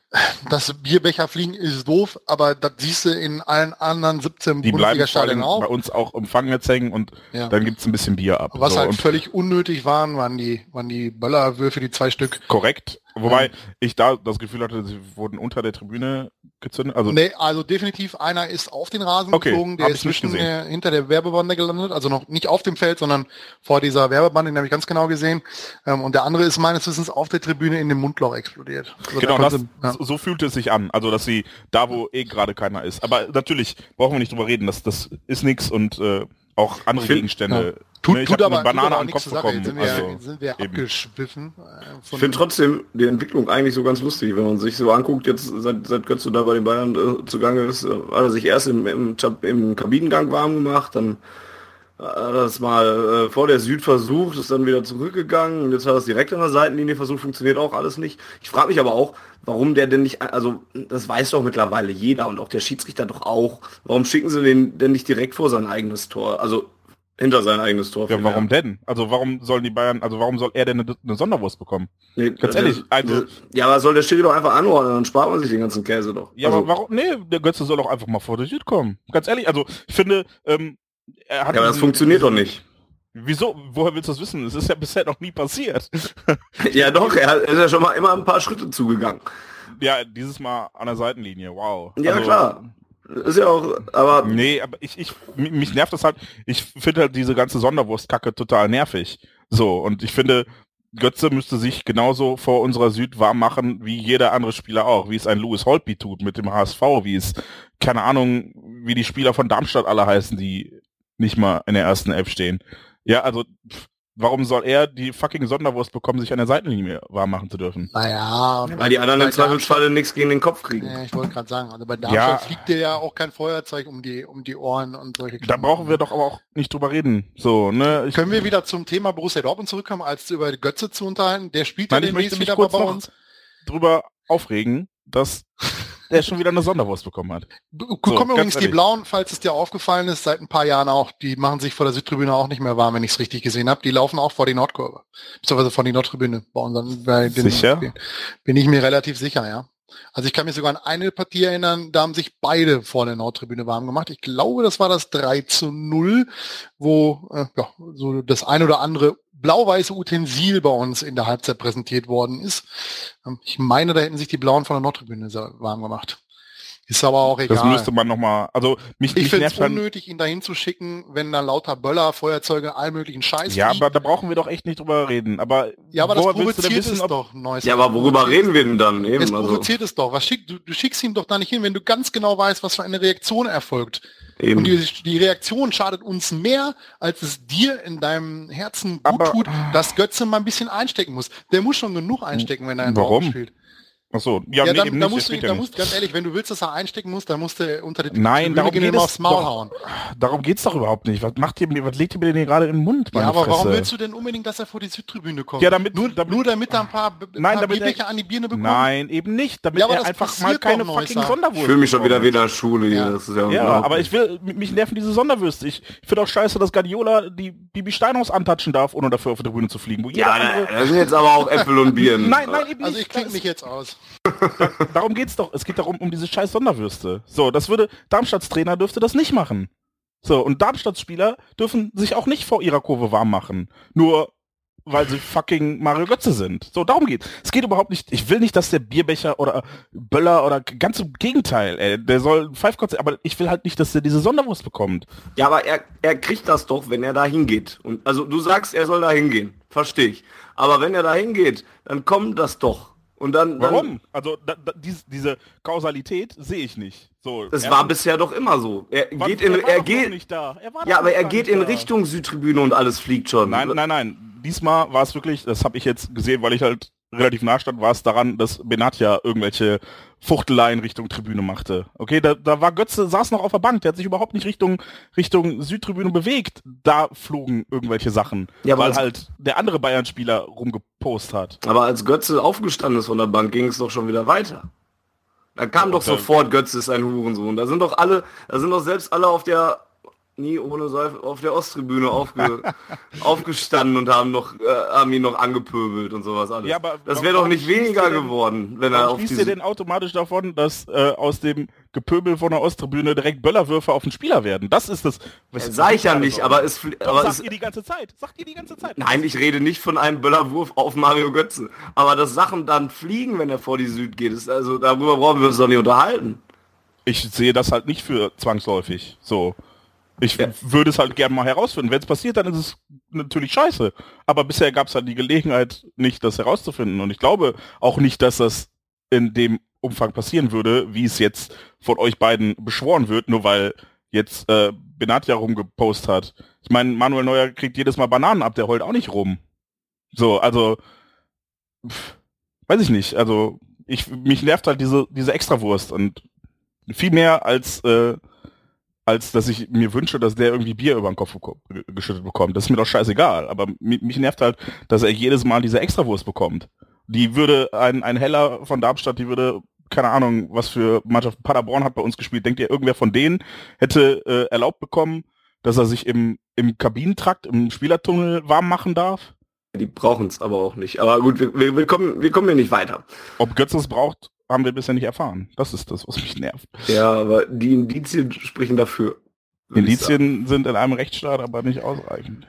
das Bierbecher fliegen ist doof, aber das siehst du in allen anderen siebzehn
die bleiben vor allem
Bundesliga-Stadien
bei
auch.
uns auch im Fangnetz hängen und
Ja.
dann gibt's ein bisschen Bier ab.
Was
so,
halt
und
völlig unnötig waren, waren die, waren die Böllerwürfe, die zwei Stück.
korrekt. Wobei
Ja.
ich da das Gefühl hatte, sie wurden unter der Tribüne gezündet. Also
Nee, also definitiv einer ist auf den Rasen
Okay,
geflogen, der
hab
ist
ich nicht
zwischen
gesehen.
der, hinter der Werbebande gelandet, also noch nicht auf dem Feld, sondern vor dieser Werbebande, den habe ich ganz genau gesehen. Ähm, und der andere ist meines Wissens auf der Tribüne in dem Mundloch explodiert. Also
genau,
da
das,
konnte- ja.
so, so fühlte es sich an. Also, dass sie da, wo eh gerade keiner ist. Aber natürlich brauchen wir nicht drüber reden. Das, das ist nix und äh, auch andere
Ich find-
Gegenstände.
Tut,
Ne, ich
tut
hab
aber,
eine Banane
tut aber auch
am
nichts
Kopf
zur Sache.
bekommen.
Sind wir,
Also,
sind wir
eben.
abgeschwiffen. Äh,
Ich
von
finde trotzdem die Entwicklung eigentlich so ganz lustig, wenn man sich so anguckt, jetzt seit, seit Götze da bei den Bayern äh, zugange ist, äh, hat er sich erst im, im, im Kabinengang warm gemacht, dann hat er das mal äh, vor der Süd versucht, ist dann wieder zurückgegangen und jetzt hat er es direkt an der Seitenlinie versucht, funktioniert auch alles nicht. Ich frage mich aber auch, warum der denn nicht, also das weiß doch mittlerweile jeder und auch der Schiedsrichter doch auch, warum schicken sie den denn nicht direkt vor sein eigenes Tor, also hinter sein eigenes Tor?
Ja,
vielmehr.
warum denn? Also warum sollen die Bayern, also warum soll er denn eine, eine Sonderwurst bekommen?
Nee,
Ganz ehrlich, also-
ja, aber soll der Schiri doch einfach anordnen, dann spart man sich den ganzen Käse doch.
Ja,
also,
aber warum? Nee, der Götze soll auch einfach mal vor der Süd kommen. Ganz ehrlich, also ich finde, ähm, er hat
ja, aber das
diesen-
funktioniert doch nicht.
Wieso? Woher willst du das wissen? Es ist ja bisher noch nie passiert.
Ja doch, er ist ja schon mal immer ein paar Schritte zugegangen.
Ja, dieses Mal an der Seitenlinie, wow.
Ja,
Also,
klar. Ist ja auch, aber
Nee, aber ich, ich, mi- mich nervt das halt, ich finde halt diese ganze Sonderwurstkacke total nervig. So, und ich finde, Götze müsste sich genauso vor unserer Süd warm machen, wie jeder andere Spieler auch, wie es ein Louis Holtby tut mit dem H S V, wie es, keine Ahnung, wie die Spieler von Darmstadt alle heißen, die nicht mal in der ersten Elf stehen. Ja, also, pff, warum soll er die fucking Sonderwurst bekommen, sich an der Seitenlinie warm machen zu dürfen?
Naja,
weil die anderen
bei
im Zweifelsfalle nichts gegen den Kopf kriegen.
Ja, ich wollte gerade sagen, also bei Darmstadt
Ja.
fliegt dir ja auch kein Feuerzeug um die um die Ohren und solche
Da brauchen wir doch aber auch nicht drüber reden. So, ne? Ich,
Können wir wieder zum Thema Borussia Dortmund zurückkommen, als über die Götze zu unterhalten? Der spielt
Nein,
ja
ich
demnächst
möchte mich
wieder mal
kurz
bei
noch
uns.
drüber aufregen, dass der schon wieder eine Sonderwurst bekommen hat.
B-
So,
Kommen
ganz
übrigens die
ehrlich.
Blauen, falls es dir aufgefallen ist, seit ein paar Jahren auch, die machen sich vor der Südtribüne auch nicht mehr warm, wenn ich es richtig gesehen habe. Die laufen auch vor die Nordkurve. Beziehungsweise vor die Nordtribüne. Bei unseren, bei den
Sicher?
Spielen. Bin ich mir relativ sicher, ja. Also ich kann mich sogar an eine Partie erinnern, da haben sich beide vor der Nordtribüne warm gemacht. Ich glaube, das war das drei zu null, wo äh, ja, so das ein oder andere blau-weiße Utensil bei uns in der Halbzeit präsentiert worden ist. Ähm, Ich meine, da hätten sich die Blauen von der Nordtribüne sehr warm gemacht. Ist aber auch egal.
Das müsste man nochmal, also mich,
Ich
mich
finde es
nervt dann,
unnötig, ihn dahin zu schicken, wenn da lauter Böller, Feuerzeuge, all möglichen Scheiß
ja,
fliegt.
aber da brauchen wir doch echt nicht drüber reden. Aber,
ja, aber das
woher willst du denn
provoziert
wissen,
es
ob,
doch. Neues.
Ja, aber worüber reden wir denn dann eben?
Es
Also,
provoziert es doch. Was schick, du, du schickst ihn doch da nicht hin, wenn du ganz genau weißt, was für eine Reaktion erfolgt.
eben.
Und die, die Reaktion schadet uns mehr, als es dir in deinem Herzen gut
Aber-
tut, dass Götze mal ein bisschen einstecken muss. Der muss schon genug einstecken, wenn er in
Warum?
Dortmund spielt.
ach so, ja,
Ja,
nee,
dann,
eben
da
nicht,
musst
das
du,
geht
da
ja
musst,
nicht.
ganz ehrlich, wenn du willst, dass er einstecken muss, dann musst du unter die
Nein,
Tribüne
darum
gehen
geht
und ihm
es
aufs Maul
doch.
hauen.
Darum geht's doch überhaupt nicht. Was macht ihr mir, was legt ihr mir denn hier gerade in den Mund, meine
Ja, aber
Fresse?
warum willst du denn unbedingt, dass er vor die Südtribüne kommt?
Ja, damit-
nur,
damit-
nur damit er ein paar, B-
Nein,
paar
damit er-
Bierbecher an die Birne bekommt?
Nein, eben nicht, damit
Ja, aber
er
das
einfach
passiert
mal keine
doch,
fucking
Neusser.
Sonderwurst
Ich fühle mich schon wieder
bekommt.
wie in der Schule hier.
Ja.
Das ist ja,
Ja,
unglaublich.
aber ich will, mich nerven diese Sonderwürste. Ich finde auch scheiße, dass Guardiola die Bibi Steinhaus antatschen darf, ohne dafür auf der Tribüne zu fliegen. Wo jeder
Ja,
andere,
da- das sind jetzt aber auch Äpfel und Birnen.
nein, nein, eben
Also
nicht.
ich klinge
Das-
mich jetzt aus.
Darum geht's doch. Es geht darum, um diese scheiß Sonderwürste. So, das würde, Darmstadts Trainer dürfte das nicht machen. So, und Darmstadts Spieler dürfen sich auch nicht vor ihrer Kurve warm machen. Nur, weil sie fucking Mario Götze sind. So, darum geht's. Es geht überhaupt nicht, ich will nicht, dass der Bierbecher oder Böller oder ganz im Gegenteil, ey, der soll Pfeifkotze, aber ich will halt nicht, dass der diese Sonderwurst bekommt.
Ja, aber er, er kriegt das doch, wenn er da hingeht. Und also du sagst, er soll da hingehen. Verstehe ich. Aber wenn er da hingeht, dann kommt das doch. Und dann,
Warum?
Dann,
also da, da, dies, diese Kausalität sehe ich nicht. So,
das war bisher doch immer so. Er
Wann,
geht in,
er war
er
doch
geht,
noch nicht da. Er war
ja,
doch
aber
noch
er
gar
geht
nicht
in
da.
Richtung Südtribüne und alles fliegt schon.
Nein, nein, nein. Diesmal war es wirklich, das habe ich jetzt gesehen, weil ich halt relativ nah stand, war es daran, dass Benatia irgendwelche Fuchteleien Richtung Tribüne machte. Okay, da, da war Götze, saß noch auf der Bank, der hat sich überhaupt nicht Richtung Richtung Südtribüne bewegt. Da flogen irgendwelche Sachen,
Ja, aber
weil
das-
halt der andere Bayern-Spieler rumgepost hat.
Aber als Götze aufgestanden ist von der Bank, ging es doch schon wieder weiter. Da kam doch
dann-
sofort, Götze ist ein Hurensohn. Da sind doch alle, da sind doch selbst alle auf der, nie ohne Seife, auf der Osttribüne aufge, aufgestanden und haben noch, äh, haben ihn noch angepöbelt und sowas alles.
Ja, aber
das
warum-
wäre doch
warum
nicht
schließt
weniger
ihr denn-
geworden, wenn er
Warum
auf
schließt ihr
diese...
denn automatisch davon, dass äh, aus dem Gepöbel von der Osttribüne direkt Böllerwürfe auf den Spieler werden? Das ist das. Was
Sag ich ja nicht, aber es... fl-
Doch,
Aber
sagt
es
ihr die ganze Zeit. Sagt ihr die ganze Zeit.
nein, ich rede nicht von einem Böllerwurf auf Mario Götze. Aber dass Sachen dann fliegen, wenn er vor die Süd geht, ist also darüber brauchen wir uns doch nicht unterhalten.
Ich sehe das halt nicht für zwangsläufig. So. Ich
Ja.
würde es halt gerne mal herausfinden. Wenn es passiert, dann ist es natürlich scheiße. Aber bisher gab es halt die Gelegenheit nicht, das herauszufinden. Und ich glaube auch nicht, dass das in dem Umfang passieren würde, wie es jetzt von euch beiden beschworen wird, nur weil jetzt äh, Benatia rumgepostet hat. Ich meine, Manuel Neuer kriegt jedes Mal Bananen ab, der heult auch nicht rum. So, also pff, weiß ich nicht. Also ich mich nervt halt diese diese Extrawurst und viel mehr als äh, als dass ich mir wünsche, dass der irgendwie Bier über den Kopf geko- ge- geschüttet bekommt. Das ist mir doch scheißegal. Aber mi- mich nervt halt, dass er jedes Mal diese Extrawurst bekommt. Die würde ein ein Heller von Darmstadt, die würde keine Ahnung, was für Mannschaft Paderborn hat bei uns gespielt. Denkt ihr, irgendwer von denen hätte äh, erlaubt bekommen, dass er sich im im Kabinentrakt, im Spielertunnel warm machen darf?
Die brauchen es aber auch nicht. Aber gut, wir, wir, wir, kommen, wir kommen hier nicht weiter.
Ob Götze es braucht, haben wir bisher nicht erfahren. Das ist das, was mich nervt.
Ja, aber die Indizien sprechen dafür. würde ich sagen.
Indizien sind in einem Rechtsstaat aber nicht ausreichend.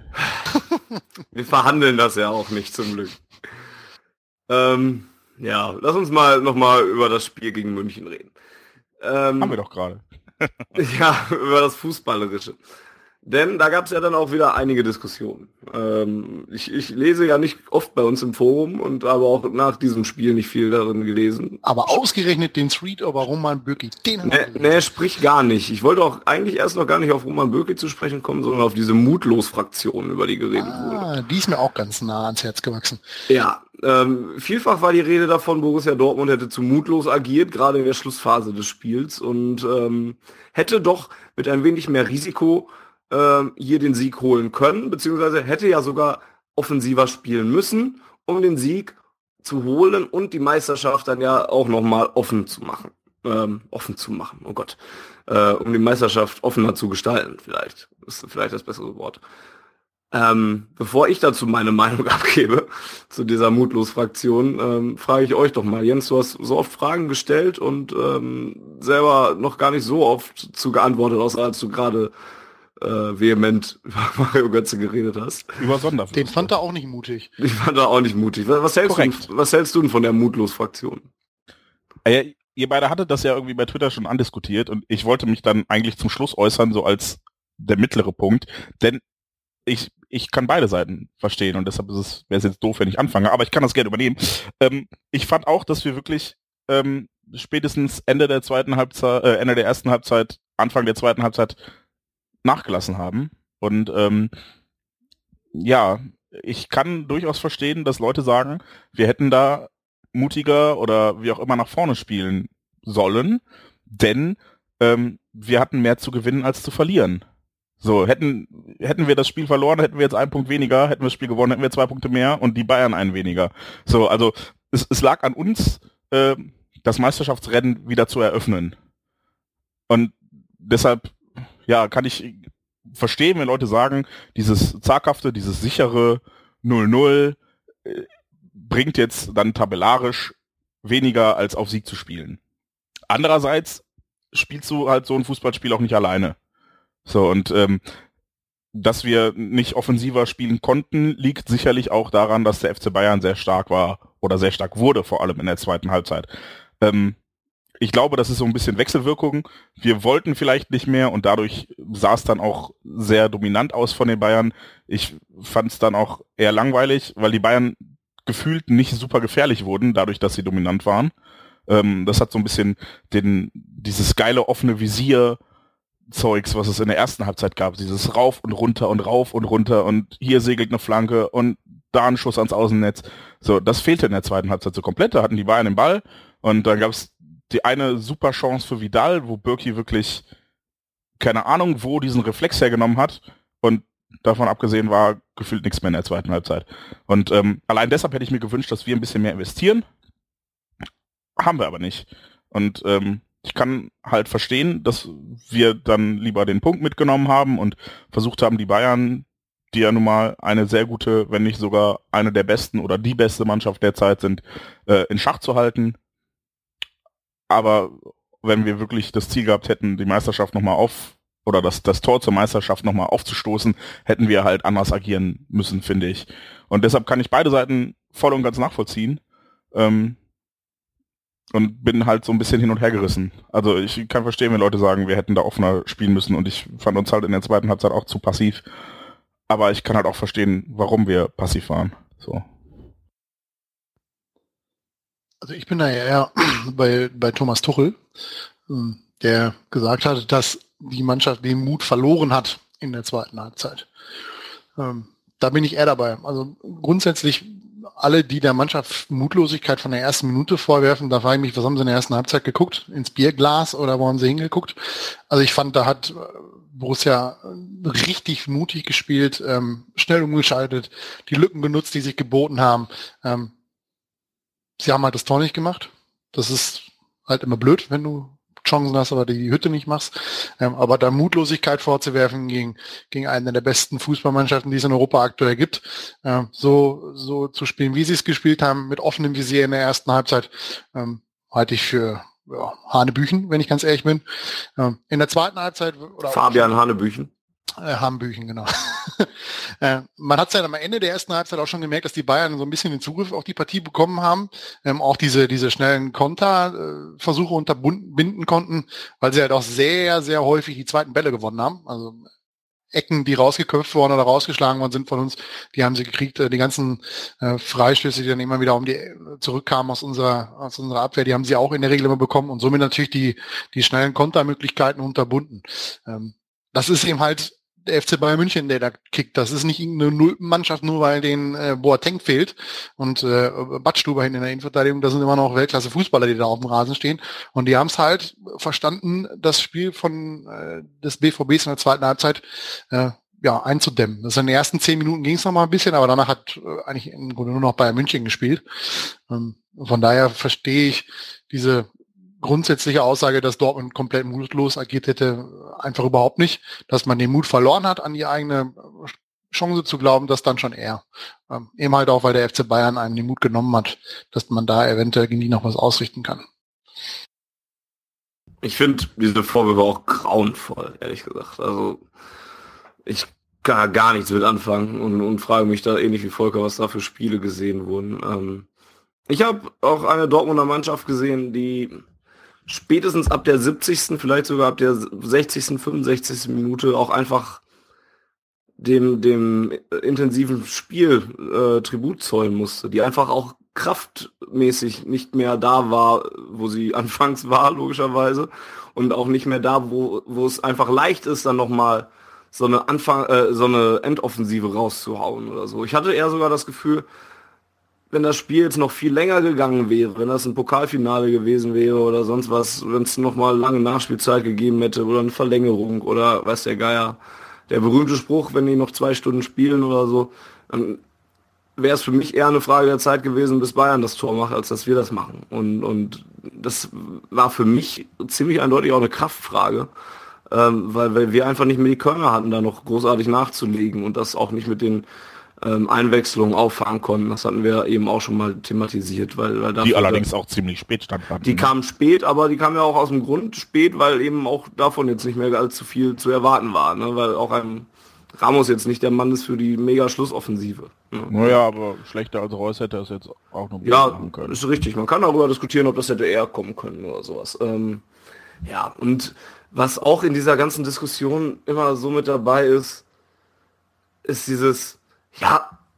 Wir verhandeln das ja auch nicht, zum Glück. Ähm, ja, lass uns mal nochmal über das Spiel gegen München reden. Ähm,
Haben wir doch gerade.
Ja, über das Fußballerische. Denn da gab es ja dann auch wieder einige Diskussionen. Ähm, ich, ich lese ja nicht oft bei uns im Forum und habe auch nach diesem Spiel nicht viel darin gelesen.
Aber ausgerechnet den Thread über Roman Bürki, den haben wir
Ne, ne, sprich gar nicht. Ich wollte auch eigentlich erst noch gar nicht auf Roman Bürki zu sprechen kommen, sondern auf diese Mutlos-Fraktion, über die geredet wurde.
ah, die ist mir auch ganz nah ans Herz gewachsen.
Ja, ähm, vielfach war die Rede davon, Borussia Dortmund hätte zu mutlos agiert, gerade in der Schlussphase des Spiels und ähm, hätte doch mit ein wenig mehr Risiko ähm, hier den Sieg holen können, beziehungsweise hätte ja sogar offensiver spielen müssen, um den Sieg zu holen und die Meisterschaft dann ja auch nochmal offen zu machen. Ähm, offen zu machen, oh Gott. Äh, um die Meisterschaft offener zu gestalten, vielleicht. Ist vielleicht das bessere Wort. Ähm, bevor ich dazu meine Meinung abgebe, zu dieser Mutlos-Fraktion, ähm, frage ich euch doch mal. Jens, du hast so oft Fragen gestellt und ähm, selber noch gar nicht so oft zu geantwortet, außer als du gerade äh, vehement über Mario Götze geredet hast.
Über Sonderfürste.
Den fand er auch nicht mutig.
Ich fand da auch nicht mutig. Was, was, hältst, du,
Korrekt.
denn- was hältst du denn von der Mutlos-Fraktion?
Ja, ihr beide hattet das ja irgendwie bei Twitter schon andiskutiert und ich wollte mich dann eigentlich zum Schluss äußern, so als der mittlere Punkt, denn ich, ich kann beide Seiten verstehen und deshalb ist es, wäre es jetzt doof, wenn ich anfange, aber ich kann das gerne übernehmen. Ähm, ich fand auch, dass wir wirklich ähm, spätestens Ende der zweiten Halbzeit, äh, Ende der ersten Halbzeit, Anfang der zweiten Halbzeit nachgelassen haben und ähm, ja, ich kann durchaus verstehen, dass Leute sagen, wir hätten da mutiger oder wie auch immer nach vorne spielen sollen, denn ähm, wir hatten mehr zu gewinnen als zu verlieren. So, hätten hätten wir das Spiel verloren, hätten wir jetzt einen Punkt weniger, hätten wir das Spiel gewonnen, hätten wir zwei Punkte mehr und die Bayern einen weniger. So, also es, es lag an uns, äh, das Meisterschaftsrennen wieder zu eröffnen. Und deshalb, ja, kann ich verstehen, wenn Leute sagen, dieses zaghafte, dieses sichere null null äh, bringt jetzt dann tabellarisch weniger als auf Sieg zu spielen. Andererseits spielst du halt so ein Fußballspiel auch nicht alleine. So, und ähm, dass wir nicht offensiver spielen konnten, liegt sicherlich auch daran, dass der F C Bayern sehr stark war oder sehr stark wurde, vor allem in der zweiten Halbzeit. Ähm, ich glaube, das ist so ein bisschen Wechselwirkung. Wir wollten vielleicht nicht mehr und dadurch sah es dann auch sehr dominant aus von den Bayern. Ich fand es dann auch eher langweilig, weil die Bayern gefühlt nicht super gefährlich wurden, dadurch, dass sie dominant waren. Ähm, das hat so ein bisschen den dieses geile offene Visier Zeugs, was es in der ersten Halbzeit gab, dieses rauf und runter und rauf und runter und hier segelt eine Flanke und da ein Schuss ans Außennetz. So, das fehlte in der zweiten Halbzeit so komplett. Da hatten die Bayern den Ball und dann gab es die eine super Chance für Vidal, wo Birki wirklich keine Ahnung, wo diesen Reflex hergenommen hat und davon abgesehen war gefühlt nichts mehr in der zweiten Halbzeit. Und ähm, allein deshalb hätte ich mir gewünscht, dass wir ein bisschen mehr investieren. Haben wir aber nicht. Und ähm, ich kann halt verstehen, dass wir dann lieber den Punkt mitgenommen haben und versucht haben, die Bayern, die ja nun mal eine sehr gute, wenn nicht sogar eine der besten oder die beste Mannschaft der Zeit sind, äh, in Schach zu halten. Aber wenn wir wirklich das Ziel gehabt hätten, die Meisterschaft nochmal auf, oder das, das Tor zur Meisterschaft nochmal aufzustoßen, hätten wir halt anders agieren müssen, finde ich. Und deshalb kann ich beide Seiten voll und ganz nachvollziehen. Ähm, Und bin halt so ein bisschen hin und her gerissen. Also ich kann verstehen, wenn Leute sagen, wir hätten da offener spielen müssen und ich fand uns halt in der zweiten Halbzeit auch zu passiv. Aber ich kann halt auch verstehen, warum wir passiv waren. So.
Also ich bin da eher bei, bei Thomas Tuchel, der gesagt hat, dass die Mannschaft den Mut verloren hat in der zweiten Halbzeit. Da bin ich eher dabei. Also grundsätzlich alle, die der Mannschaft Mutlosigkeit von der ersten Minute vorwerfen, da frage ich mich, was haben sie in der ersten Halbzeit geguckt? Ins Bierglas oder wo haben sie hingeguckt? Also ich fand, da hat Borussia richtig mutig gespielt, ähm, schnell umgeschaltet, die Lücken genutzt, die sich geboten haben. Ähm, sie haben halt das Tor nicht gemacht. Das ist halt immer blöd, wenn du Chancen hast, aber die Hütte nicht machst. Ähm, aber da Mutlosigkeit vorzuwerfen gegen, gegen eine der besten Fußballmannschaften, die es in Europa aktuell gibt, ähm, so, so zu spielen, wie sie es gespielt haben, mit offenem Visier in der ersten Halbzeit, ähm, halte ich für ja, Hanebüchen, wenn ich ganz ehrlich bin. Ähm, in der zweiten Halbzeit... Oder
Fabian Hanebüchen.
Äh, Hanebüchen, genau. äh, man hat es ja am Ende der ersten Halbzeit auch schon gemerkt, dass die Bayern so ein bisschen den Zugriff auf die Partie bekommen haben, ähm, auch diese diese schnellen Konterversuche äh, unterbinden konnten, weil sie halt auch sehr, sehr häufig die zweiten Bälle gewonnen haben. Also Ecken, die rausgeköpft worden oder rausgeschlagen worden sind von uns, die haben sie gekriegt. Äh, die ganzen äh, Freistöße, die dann immer wieder um die zurückkamen aus unserer aus unserer Abwehr, die haben sie auch in der Regel immer bekommen und somit natürlich die die schnellen Kontermöglichkeiten unterbunden. Ähm, das ist eben halt der F C Bayern München, der da kickt. Das ist nicht irgendeine Nullmannschaft, nur weil den äh, Boateng fehlt und äh, Badstuber hinten in der Innenverteidigung. Das sind immer noch Weltklasse-Fußballer, die da auf dem Rasen stehen. Und die haben es halt verstanden, das Spiel von äh, des B V Bs in der zweiten Halbzeit äh, ja einzudämmen. Das in den ersten zehn Minuten ging es noch mal ein bisschen, aber danach hat äh, eigentlich im Grunde nur noch Bayern München gespielt. Ähm, von daher verstehe ich diese grundsätzliche Aussage, dass Dortmund komplett mutlos agiert hätte, einfach überhaupt nicht. Dass man den Mut verloren hat, an die eigene Chance zu glauben, das dann schon eher. Ähm, eben halt auch, weil der F C Bayern einem den Mut genommen hat, dass man da eventuell gegen die noch was ausrichten kann.
Ich finde diese Vorwürfe auch grauenvoll, ehrlich gesagt. Also ich kann gar nichts mit anfangen und, und frage mich da ähnlich wie Volker, was da für Spiele gesehen wurden. Ähm, ich habe auch eine Dortmunder Mannschaft gesehen, die spätestens ab der siebzigsten, vielleicht sogar ab der sechzigsten, fünfundsechzigsten Minute auch einfach dem, dem intensiven Spiel äh, Tribut zollen musste, die einfach auch kraftmäßig nicht mehr da war, wo sie anfangs war, logischerweise, und auch nicht mehr da, wo, wo es einfach leicht ist, dann nochmal so eine Anfang, äh, so eine Endoffensive rauszuhauen oder so. Ich hatte eher sogar das Gefühl, wenn das Spiel jetzt noch viel länger gegangen wäre, wenn das ein Pokalfinale gewesen wäre oder sonst was, wenn es nochmal lange Nachspielzeit gegeben hätte oder eine Verlängerung oder weiß der Geier, der berühmte Spruch, wenn die noch zwei Stunden spielen oder so, dann wäre es für mich eher eine Frage der Zeit gewesen, bis Bayern das Tor macht, als dass wir das machen. Und, und das war für mich ziemlich eindeutig auch eine Kraftfrage, ähm, weil, weil wir einfach nicht mehr die Körner hatten, da noch großartig nachzulegen und das auch nicht mit den ähm, Einwechslungen auffangen konnten. Das hatten wir eben auch schon mal thematisiert. Weil, weil
die allerdings auch ziemlich spät stattfanden.
Die kamen spät, aber die kamen ja auch aus dem Grund spät, weil eben auch davon jetzt nicht mehr allzu viel zu erwarten war. Ne? Weil auch ein Ramos jetzt nicht der Mann ist für die mega Schlussoffensive. Ne?
Naja, aber schlechter als Reus hätte er es jetzt auch noch
ja,
machen können.
Ist richtig. Man kann darüber diskutieren, ob das hätte eher kommen können oder sowas. Ähm, ja, und was auch in dieser ganzen Diskussion immer so mit dabei ist, ist dieses, ja,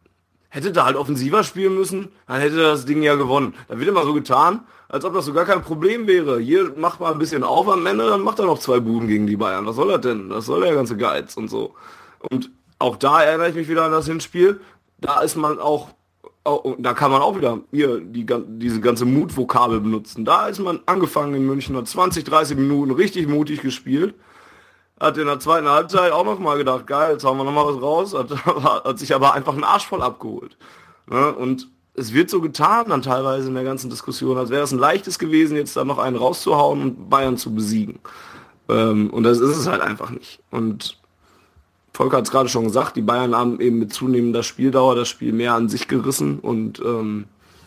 hätte da halt offensiver spielen müssen, dann hätte er das Ding ja gewonnen. Da wird immer so getan, als ob das so gar kein Problem wäre. Hier macht mal ein bisschen auf am Ende, dann macht er noch zwei Buden gegen die Bayern. Was soll er denn? Das soll der ganze Geiz und so. Und auch da erinnere ich mich wieder an das Hinspiel. Da ist man auch, auch da kann man auch wieder hier die, diese ganze Mutvokabel benutzen. Da ist man angefangen in München, hat zwanzig, dreißig Minuten richtig mutig gespielt. Hat in der zweiten Halbzeit auch noch mal gedacht, geil, jetzt haben wir noch mal was raus, hat, hat sich aber einfach einen Arsch voll abgeholt. Ne? Und es wird so getan dann teilweise in der ganzen Diskussion, als wäre es ein leichtes gewesen, jetzt da noch einen rauszuhauen und Bayern zu besiegen. Ähm, und das ist es halt einfach nicht. Und Volker hat es gerade schon gesagt, die Bayern haben eben mit zunehmender Spieldauer das Spiel mehr an sich gerissen und ähm,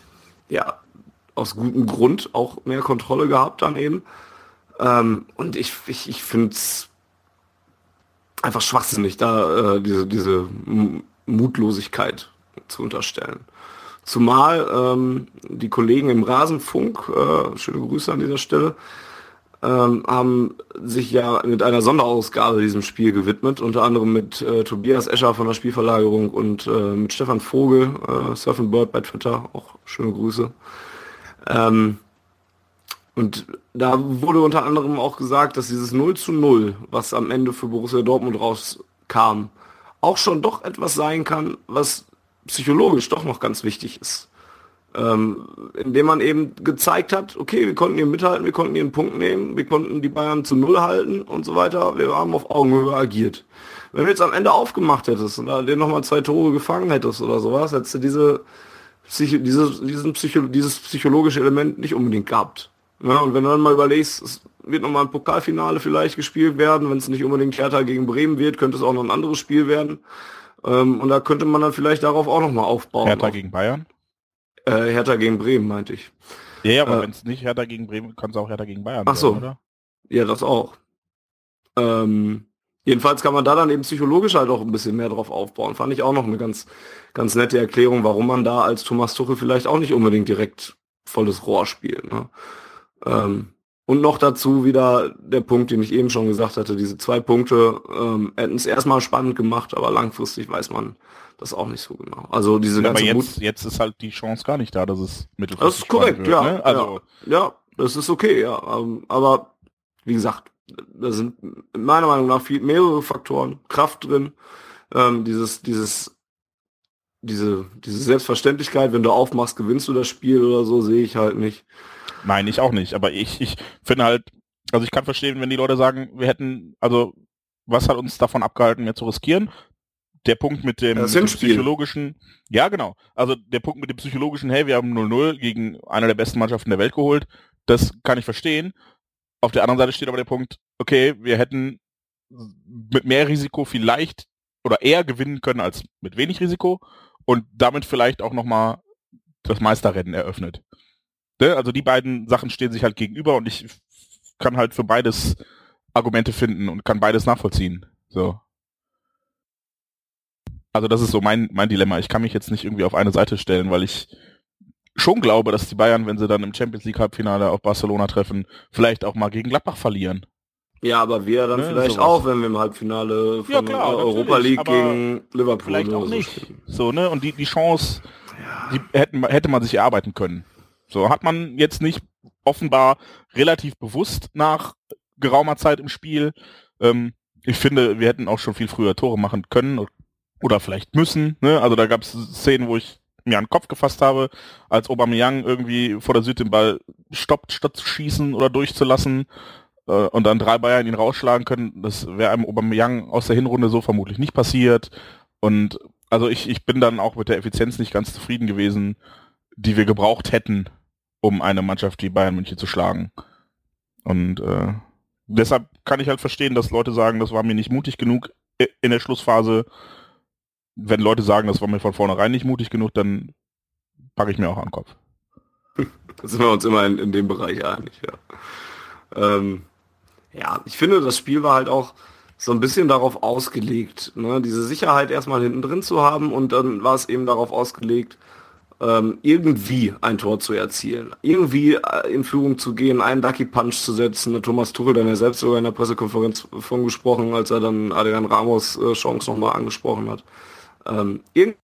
ja, aus gutem Grund auch mehr Kontrolle gehabt dann eben. Ähm, und ich, ich, ich finde es einfach schwachsinnig, da äh, diese, diese Mutlosigkeit zu unterstellen. Zumal ähm, die Kollegen im Rasenfunk, äh, schöne Grüße an dieser Stelle, ähm, haben sich ja mit einer Sonderausgabe diesem Spiel gewidmet, unter anderem mit äh, Tobias Escher von der Spielverlagerung und äh, mit Stefan Vogel, äh, Surf and Bird bei Twitter, auch schöne Grüße. Ähm, Und da wurde unter anderem auch gesagt, dass dieses null zu null, was am Ende für Borussia Dortmund rauskam, auch schon doch etwas sein kann, was psychologisch doch noch ganz wichtig ist. Ähm, indem man eben gezeigt hat, okay, wir konnten hier mithalten, wir konnten hier einen Punkt nehmen, wir konnten die Bayern zu null halten und so weiter, wir haben auf Augenhöhe agiert. Wenn du jetzt am Ende aufgemacht hättest und da dir nochmal zwei Tore gefangen hättest oder sowas, hättest du diese, Psycho, diese, diesen Psycho, dieses psychologische Element nicht unbedingt gehabt. Ja, und wenn du dann mal überlegst, es wird nochmal ein Pokalfinale vielleicht gespielt werden, wenn es nicht unbedingt Hertha gegen Bremen wird, könnte es auch noch ein anderes Spiel werden. Ähm, und da könnte man dann vielleicht darauf auch nochmal aufbauen.
Hertha
auf,
gegen Bayern?
Äh, Hertha gegen Bremen, meinte ich.
Ja, ja, aber
äh,
wenn es nicht Hertha gegen Bremen, kann es auch Hertha gegen Bayern
ach so.
sein, oder?
Ja, das auch. Ähm, jedenfalls kann man da dann eben psychologisch halt auch ein bisschen mehr drauf aufbauen. Fand ich auch noch eine ganz, ganz nette Erklärung, warum man da als Thomas Tuchel vielleicht auch nicht unbedingt direkt volles Rohr spielt. Ne? Ähm, und noch dazu wieder der Punkt, den ich eben schon gesagt hatte, diese zwei Punkte ähm, hätten es erstmal spannend gemacht, aber langfristig weiß man das auch nicht so genau. Also diese
Ja,
ganze
aber
Mut
jetzt, jetzt ist halt die Chance gar nicht da, dass es mittelfristig
das ist korrekt,
wird,
ja,
ne? Also
ja. Ja, das ist okay, ja. Ähm, aber wie gesagt, da sind meiner Meinung nach viel, mehrere Faktoren, Kraft drin, ähm, dieses, dieses, diese, diese Selbstverständlichkeit, wenn du aufmachst, gewinnst du das Spiel oder so, sehe ich halt nicht.
Nein, ich auch nicht. Aber ich, ich finde halt, also ich kann verstehen, wenn die Leute sagen, wir hätten, also was hat uns davon abgehalten, mehr zu riskieren? Der Punkt mit dem, mit dem psychologischen, ja genau, also der Punkt mit dem psychologischen, hey, wir haben null null gegen eine der besten Mannschaften der Welt geholt, das kann ich verstehen. Auf der anderen Seite steht aber der Punkt, okay, wir hätten mit mehr Risiko vielleicht oder eher gewinnen können als mit wenig Risiko und damit vielleicht auch nochmal das Meisterrennen eröffnet. Also die beiden Sachen stehen sich halt gegenüber und ich kann halt für beides Argumente finden und kann beides nachvollziehen. So. Also das ist so mein, mein Dilemma. Ich kann mich jetzt nicht irgendwie auf eine Seite stellen, weil ich schon glaube, dass die Bayern, wenn sie dann im Champions League Halbfinale auf Barcelona treffen, vielleicht auch mal gegen Gladbach verlieren.
Ja, aber wir dann ne, vielleicht sowas. Auch, wenn wir im Halbfinale von ja, klar, Europa League gegen Liverpool
vielleicht auch
so
nicht.
Spielen.
So, ne? Und die, die Chance, ja. die hätten, hätte man sich erarbeiten können. So, hat man jetzt nicht offenbar relativ bewusst nach geraumer Zeit im Spiel. Ähm, ich finde, wir hätten auch schon viel früher Tore machen können oder vielleicht müssen. Ne? Also da gab es Szenen, wo ich mir an den Kopf gefasst habe, als Aubameyang irgendwie vor der Süd den Ball stoppt, statt zu schießen oder durchzulassen äh, und dann drei Bayern ihn rausschlagen können. Das wäre einem Aubameyang aus der Hinrunde so vermutlich nicht passiert. Und also ich, ich bin dann auch mit der Effizienz nicht ganz zufrieden gewesen, die wir gebraucht hätten, um eine Mannschaft wie Bayern München zu schlagen. Und äh, deshalb kann ich halt verstehen, dass Leute sagen, das war mir nicht mutig genug in der Schlussphase. Wenn Leute sagen, das war mir von vornherein nicht mutig genug, dann packe ich mir auch an den Kopf.
Da sind wir uns immer in, in dem Bereich einig, ja. Ähm, ja, ich finde, das Spiel war halt auch so ein bisschen darauf ausgelegt, ne? Diese Sicherheit erstmal hinten drin zu haben und dann war es eben darauf ausgelegt, ähm, irgendwie ein Tor zu erzielen, irgendwie äh, in Führung zu gehen, einen Ducky Punch zu setzen. Der Thomas Tuchel dann ja selbst sogar in der Pressekonferenz von gesprochen, als er dann Adrian Ramos äh, Chance nochmal angesprochen hat. Ähm, irgendwie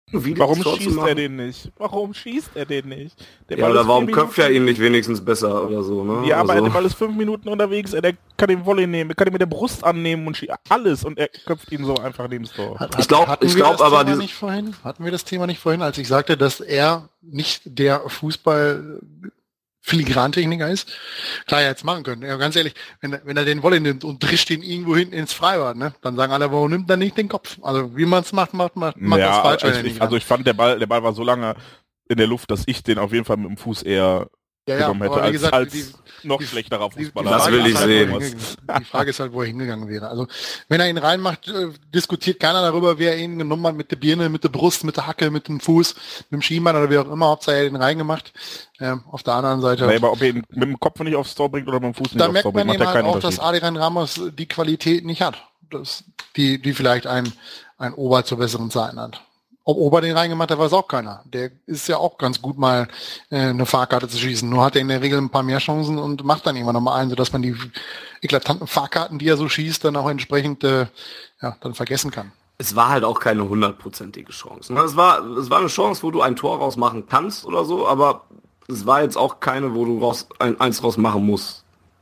Wie
Warum schießt er den nicht? Warum schießt er den nicht? Der
ja,
Ball
oder
ist
warum
vier
köpft er
Minuten-
ihn nicht wenigstens besser oder so, ne?
Ja, aber
also,
der Ball ist fünf Minuten unterwegs, er der kann den Volley nehmen, er kann ihn mit der Brust annehmen und schießt alles und er köpft ihn so einfach neben das Tor.
Hat-
Ich glaub-
hatten
ich
wir
glaub
das
aber
Thema
diese-
nicht vorhin? Hatten wir das Thema nicht vorhin, als ich sagte, dass er nicht der Fußball Filigrantechniker ist? Klar, er hätte es machen können. Ja, ganz ehrlich, wenn er, wenn er den Volley nimmt und drischt ihn irgendwo hinten ins Freibad, ne, dann sagen alle, warum nimmt er nicht den Kopf? Also wie man es macht, macht, macht, macht
ja,
das falsch. wenn er
ich,
nicht
ich, also
ran-
ich fand, der Ball, der Ball war so lange in der Luft, dass ich den auf jeden Fall mit dem Fuß eher
ja, ja,
genommen hätte,
aber wie
als,
gesagt,
als
die-
noch
die-
schlechterer
Die- die
Fußballer.
Das
Frage
will
ist
ich
halt,
sehen.
wo er hingegangen- Die Frage ist halt, wo er hingegangen wäre. Also wenn er ihn reinmacht, äh, diskutiert keiner darüber, wer ihn genommen hat, mit der Birne, mit der Brust, mit der Hacke, mit dem Fuß, mit dem Schienbein oder wie auch immer, Hauptsache er hat ihn reingemacht. Ähm, auf der anderen Seite,
Aber ob er ihn mit dem Kopf nicht aufs Tor bringt oder mit dem Fuß nicht
da
aufs
merkt
Tor
man
bringt, macht
eben
er
halt
keinen
auch, dass
Unterschied.
Adrian Ramos die Qualität nicht hat, dass die, die vielleicht ein, ein Ober zu besseren Zeiten hat. Ob Ober den reingemacht hat, weiß auch keiner. Der ist ja auch ganz gut mal äh, eine Fahrkarte zu schießen. Nur hat er in der Regel ein paar mehr Chancen und macht dann irgendwann nochmal einen, sodass man die eklatanten Fahrkarten, die er so schießt, dann auch entsprechend äh, ja, dann vergessen kann.
es war halt auch keine hundertprozentige Chance. Ne? Es war, es war eine Chance, wo du ein Tor rausmachen kannst oder so, aber es war jetzt auch keine, wo du raus, ein, eins rausmachen musst.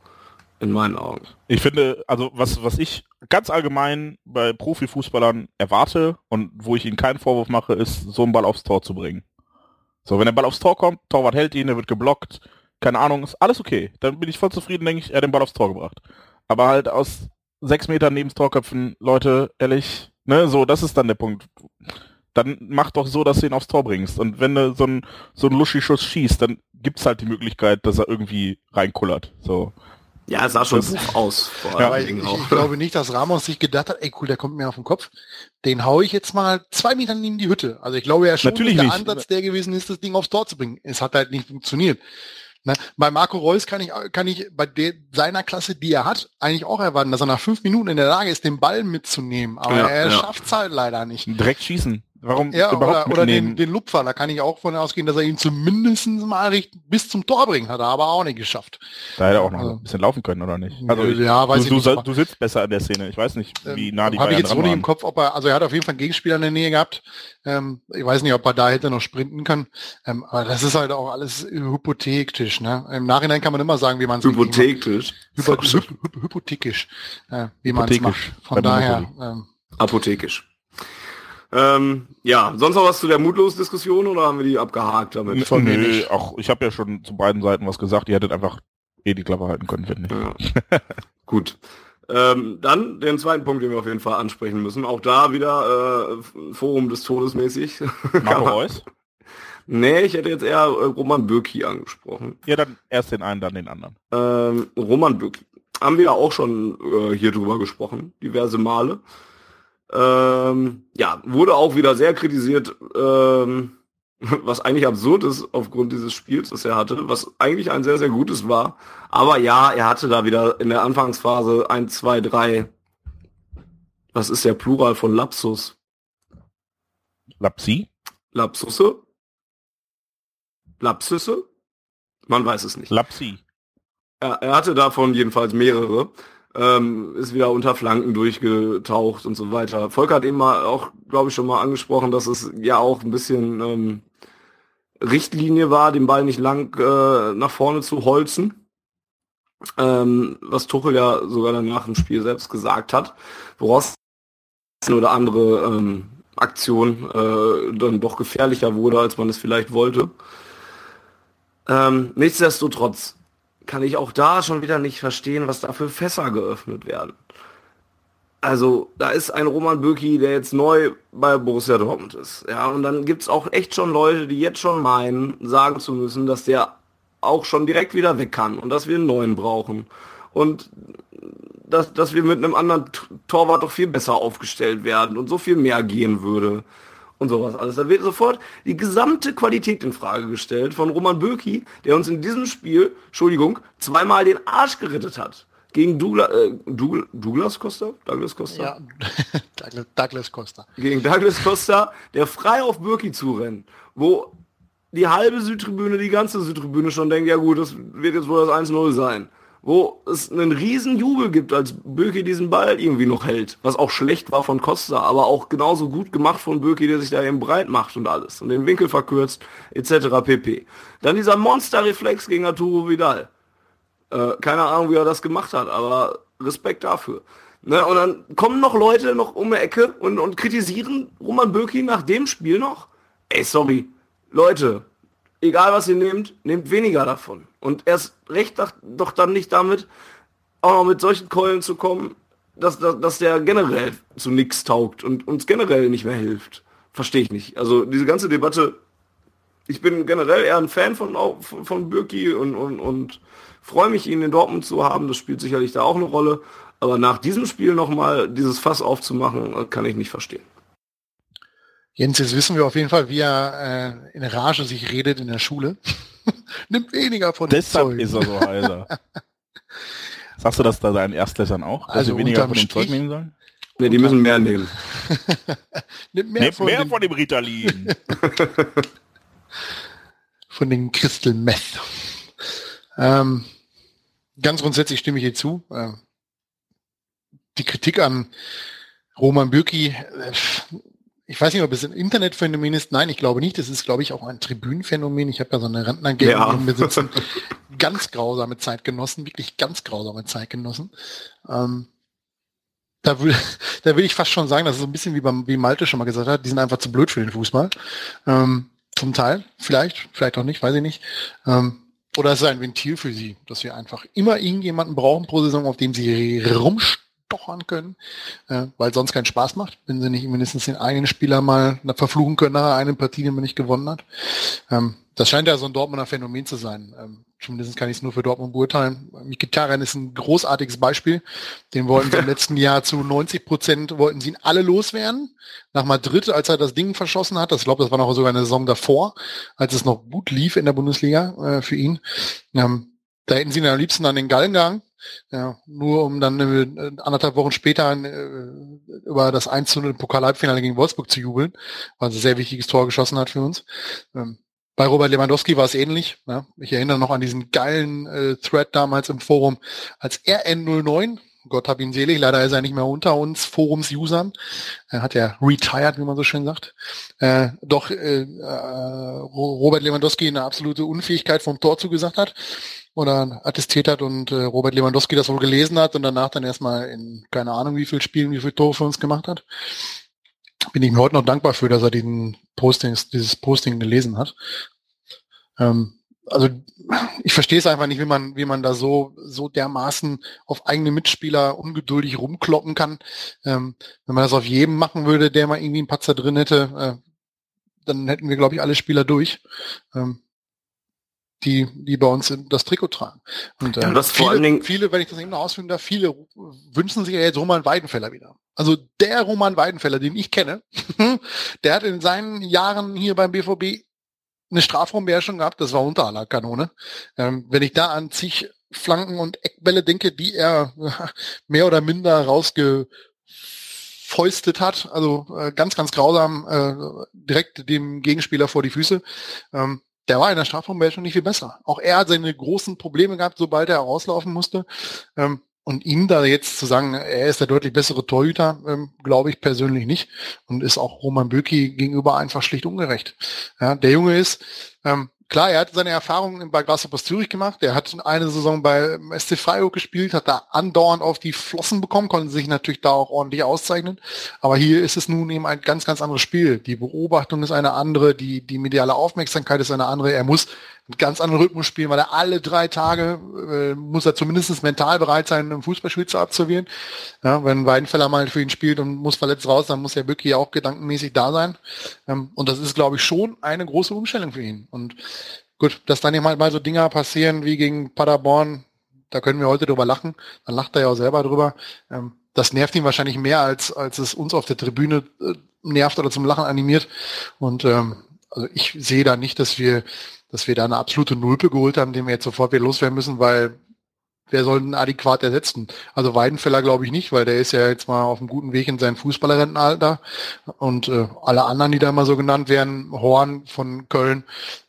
In meinen Augen.
Ich finde, also was, was ich ganz allgemein bei Profifußballern erwarte und wo ich ihnen keinen Vorwurf mache, ist, so einen Ball aufs Tor zu bringen. So, wenn der Ball aufs Tor kommt, Torwart hält ihn, der wird geblockt, keine Ahnung, ist alles okay. Dann bin ich voll zufrieden, denke ich, er hat den Ball aufs Tor gebracht. Aber halt aus sechs Metern neben das Tor köpfen, Leute, ehrlich, ne, so, das ist dann der Punkt. Dann mach doch so, dass du ihn aufs Tor bringst. Und wenn du so einen so einen Luschi-Schuss schießt, dann gibt's halt die Möglichkeit, dass er irgendwie reinkullert. So.
Ja, es sah schon
Das-
gut aus. Vor
Ja,
allen
Weil
Dingen
ich,
auch.
ich glaube nicht, dass Ramos sich gedacht hat, ey cool, der kommt mir auf den Kopf. Den hau ich jetzt mal zwei Meter in die Hütte. Also ich glaube ja schon,
Natürlich
dass der
nicht.
Ansatz der gewesen ist, das Ding aufs Tor zu bringen. Es hat halt nicht funktioniert. Ne? Bei Marco Reus kann ich, kann ich bei der, seiner Klasse, die er hat, eigentlich auch erwarten, dass er nach fünf Minuten in der Lage ist, den Ball mitzunehmen. Aber
Ja,
er
ja.
schafft es halt leider nicht.
Direkt schießen. Warum
Ja,
überhaupt
oder, oder den,
mitnehmen?
den Lupfer, da kann ich auch von ausgehen, dass er ihn zumindest mal richt- bis zum Tor bringt, hat er aber auch nicht geschafft.
Da hätte er auch noch
Also-
ein bisschen laufen können, oder nicht? Also ich,
ja, weiß
du,
ich
du,
nicht,
sa-
aber-
du sitzt besser in der Szene. Ich weiß nicht, wie nah die
Habe ich
Bayern
jetzt so
dran
nicht im
waren.
Kopf, ob er, also er hat auf jeden Fall einen Gegenspieler in der Nähe gehabt. Ähm, ich weiß nicht, ob er da hätte noch sprinten können. Ähm, aber das ist halt auch alles hypothetisch. Ne? Im Nachhinein kann man immer sagen, wie man es
Hypothetisch.
Hypo, hyp, hyp, hypothetisch, äh, wie man es macht.
Hypothetisch.
Von
Beim
daher,
Monopoly.
ähm,
Apothekisch. Ähm, ja, sonst noch was zu der Mutlos-Diskussion oder haben wir die abgehakt damit?
von mir
Nö,
nicht.
auch ich habe ja schon zu beiden Seiten was gesagt. Ihr hättet einfach eh die Klappe halten können, finde ich.
Ja. Gut. Ähm, dann den zweiten Punkt, den wir auf jeden Fall ansprechen müssen. Auch da wieder äh, Forum des Todes mäßig.
Marco Reus?
Nee, ich hätte jetzt eher äh, Roman Bürki angesprochen.
Ja, dann erst den einen, dann den anderen.
Ähm, Roman Bürki. Haben wir ja auch schon äh, hier drüber gesprochen, diverse Male. Ähm, ja, wurde auch wieder sehr kritisiert, ähm, was eigentlich absurd ist aufgrund dieses Spiels, das er hatte, was eigentlich ein sehr, sehr gutes war. Aber ja, er hatte da wieder in der Anfangsphase eins, zwei, drei, was ist der Plural von Lapsus?
Lapsi?
Lapsusse? Lapsüsse? Man weiß es nicht.
Lapsi.
Er, er hatte davon jedenfalls mehrere. Ähm, ist wieder unter Flanken durchgetaucht und so weiter. Volker hat eben mal auch, glaube ich, schon mal angesprochen, dass es ja auch ein bisschen ähm, Richtlinie war, den Ball nicht lang äh, nach vorne zu holzen. Ähm, was Tuchel ja sogar dann nach dem Spiel selbst gesagt hat, woraus eine oder andere ähm, Aktion äh, dann doch gefährlicher wurde, als man es vielleicht wollte. Ähm, nichtsdestotrotz kann ich auch da schon wieder nicht verstehen, was da für Fässer geöffnet werden. Also, da ist ein Roman Bürki, der jetzt neu bei Borussia Dortmund ist. Ja, und dann gibt's auch echt schon Leute, die jetzt schon meinen, sagen zu müssen, dass der auch schon direkt wieder weg kann und dass wir einen neuen brauchen. Und dass, dass wir mit einem anderen T- Torwart doch viel besser aufgestellt werden und so viel mehr gehen würde. Und sowas alles. Da wird sofort die gesamte Qualität in Frage gestellt von Roman Bürki, der uns in diesem Spiel, Entschuldigung, zweimal den Arsch gerettet hat. Gegen Douglas, äh, Douglas, Douglas Costa? Douglas Costa?
ja, Douglas, Douglas Costa.
Gegen Douglas Costa, der frei auf Bürki zurennt, wo die halbe Südtribüne, die ganze Südtribüne schon denkt, ja gut, das wird jetzt wohl das eins null sein. wo es einen riesen Jubel gibt, als Böki diesen Ball irgendwie noch hält, was auch schlecht war von Costa, aber auch genauso gut gemacht von Böki, der sich da eben breit macht und alles und den Winkel verkürzt, et cetera pp. Dann dieser Monster-Reflex gegen Arturo Vidal. Äh, keine Ahnung, wie er das gemacht hat, aber Respekt dafür. Ne, und dann kommen noch Leute noch um die Ecke und, und kritisieren Roman Böki nach dem Spiel noch. Ey, sorry, Leute, egal was ihr nehmt, nehmt weniger davon. Und erst recht doch dann nicht damit, auch noch mit solchen Keulen zu kommen, dass, dass, dass der generell zu nichts taugt und uns generell nicht mehr hilft. Verstehe ich nicht. Also diese ganze Debatte, ich bin generell eher ein Fan von, von, von Bürki und, und, und freue mich, ihn in Dortmund zu haben. Das spielt sicherlich da auch eine Rolle. Aber nach diesem Spiel nochmal dieses Fass aufzumachen, kann ich nicht verstehen.
Jens, jetzt wissen wir auf jeden Fall, wie er äh, in Rage sich redet in der Schule. Nimmt weniger von dem
Deshalb
Zeug.
ist er so heiser. Sagst du das da deinen Erstklässern auch, dass
Also
sie weniger
unterm
von dem Zeug
Strich-
nehmen sollen?
Ne, die müssen mehr nehmen.
Nimmt mehr,
Nehmt
von,
mehr
den,
von dem Ritalin.
von den Crystal Meth. Ähm, ganz grundsätzlich stimme ich hier zu. Ähm, die Kritik an Roman Bürki, äh, ich weiß nicht, ob es ein Internetphänomen ist. Nein, ich glaube nicht. Das ist, glaube ich, auch ein Tribünenphänomen. Ich habe ja so eine Rentnergang
Ja.
neben mir sitzen. Ganz grausame Zeitgenossen, wirklich ganz grausame Zeitgenossen. Ähm, da will, da will ich fast schon sagen, das ist so ein bisschen wie beim, wie Malte schon mal gesagt hat, die sind einfach zu blöd für den Fußball. Ähm, zum Teil, vielleicht, vielleicht auch nicht, weiß ich nicht. Ähm, oder es ist ein Ventil für sie, dass wir einfach immer irgendjemanden brauchen pro Saison, auf dem sie rumstochern können, äh, weil sonst keinen Spaß macht, wenn sie nicht mindestens den einen Spieler mal verfluchen können nach einer Partie, die man nicht gewonnen hat. Ähm, das scheint ja so ein Dortmunder Phänomen zu sein. Ähm, zumindest kann ich es nur für Dortmund beurteilen. Mkhitaryan ist ein großartiges Beispiel. Den wollten sie im letzten Jahr zu neunzig Prozent, wollten sie ihn alle loswerden. Nach Madrid, als er das Ding verschossen hat, das, ich glaube, das war noch sogar eine Saison davor, als es noch gut lief in der Bundesliga äh, für ihn. Ähm, da hätten sie ihn am liebsten an den Gallen gehangen. Ja, nur um dann äh, anderthalb Wochen später äh, über das eins zu null im Pokal-Halbfinale gegen Wolfsburg zu jubeln, weil er ein sehr wichtiges Tor geschossen hat für uns. Ähm, bei Robert Lewandowski war es ähnlich. Ja. Ich erinnere noch an diesen geilen äh, Thread damals im Forum, als R N null neun, Gott hab ihn selig, leider ist er nicht mehr unter uns Forums-Usern, er hat ja retired, wie man so schön sagt, äh, doch äh, äh, Robert Lewandowski eine absolute Unfähigkeit vom Tor zugesagt hat oder attestiert hat und äh, Robert Lewandowski das wohl gelesen hat und danach dann erstmal in keine Ahnung wie viel Spielen, wie viel Tore für uns gemacht hat. Bin ich mir heute noch dankbar für, dass er diesen Postings, dieses Posting gelesen hat. Ähm, also ich verstehe es einfach nicht, wie man, wie man da so so dermaßen auf eigene Mitspieler ungeduldig rumkloppen kann. Ähm, wenn man das auf jedem machen würde, der mal irgendwie einen Patzer drin hätte, äh, dann hätten wir, glaube ich, alle Spieler durch. Ähm, die, die bei uns das Trikot tragen. Und äh,
Ja, das
viele,
vor allen Dingen-
viele, wenn ich das eben noch ausführen darf, viele wünschen sich ja jetzt Roman Weidenfeller wieder. Also der Roman Weidenfeller, den ich kenne, der hat in seinen Jahren hier beim B V B eine Strafraumbeherrschung gehabt, das war unter aller Kanone. Ähm, wenn ich da an zig Flanken und Eckbälle denke, die er mehr oder minder rausgefäustet hat, also äh, ganz, ganz grausam, äh, direkt dem Gegenspieler vor die Füße, ähm, der war in der Strafraumbeherrschung nicht viel besser. Auch er hat seine großen Probleme gehabt, sobald er rauslaufen musste. Ähm, und ihm da jetzt zu sagen, er ist der deutlich bessere Torhüter, ähm, glaube ich persönlich nicht. Und ist auch Roman Bürki gegenüber einfach schlicht ungerecht. Ja, der Junge ist, ähm, klar, er hat seine Erfahrungen bei Grasshoppers Zürich gemacht. Er hat eine Saison bei S C Freiburg gespielt, hat da andauernd auf die Flossen bekommen, konnte sich natürlich da auch ordentlich auszeichnen. Aber hier ist es nun eben ein ganz, ganz anderes Spiel. Die Beobachtung ist eine andere, die, die mediale Aufmerksamkeit ist eine andere. Er muss einen ganz anderen Rhythmus spielen, weil er alle drei Tage äh, muss er zumindest mental bereit sein, ein Fußballspiel zu absolvieren. Ja, wenn Weidenfeller mal für ihn spielt und muss verletzt raus, dann muss er wirklich auch gedankenmäßig da sein. Ähm, und das ist, glaube ich, schon eine große Umstellung für ihn. Und gut, dass dann eben halt mal so Dinger passieren wie gegen Paderborn, da können wir heute drüber lachen. Dann lacht er ja auch selber drüber. Ähm, das nervt ihn wahrscheinlich mehr, als als es uns auf der Tribüne äh, nervt oder zum Lachen animiert. Und ähm, also ich sehe da nicht, dass wir dass wir da eine absolute Nulpe geholt haben, den wir jetzt sofort wieder loswerden müssen, weil wer soll denn adäquat ersetzen? Also Weidenfeller glaube ich nicht, weil der ist ja jetzt mal auf einem guten Weg in sein Fußballerrentenalter. Und äh, alle anderen, die da immer so genannt werden, Horn von Köln,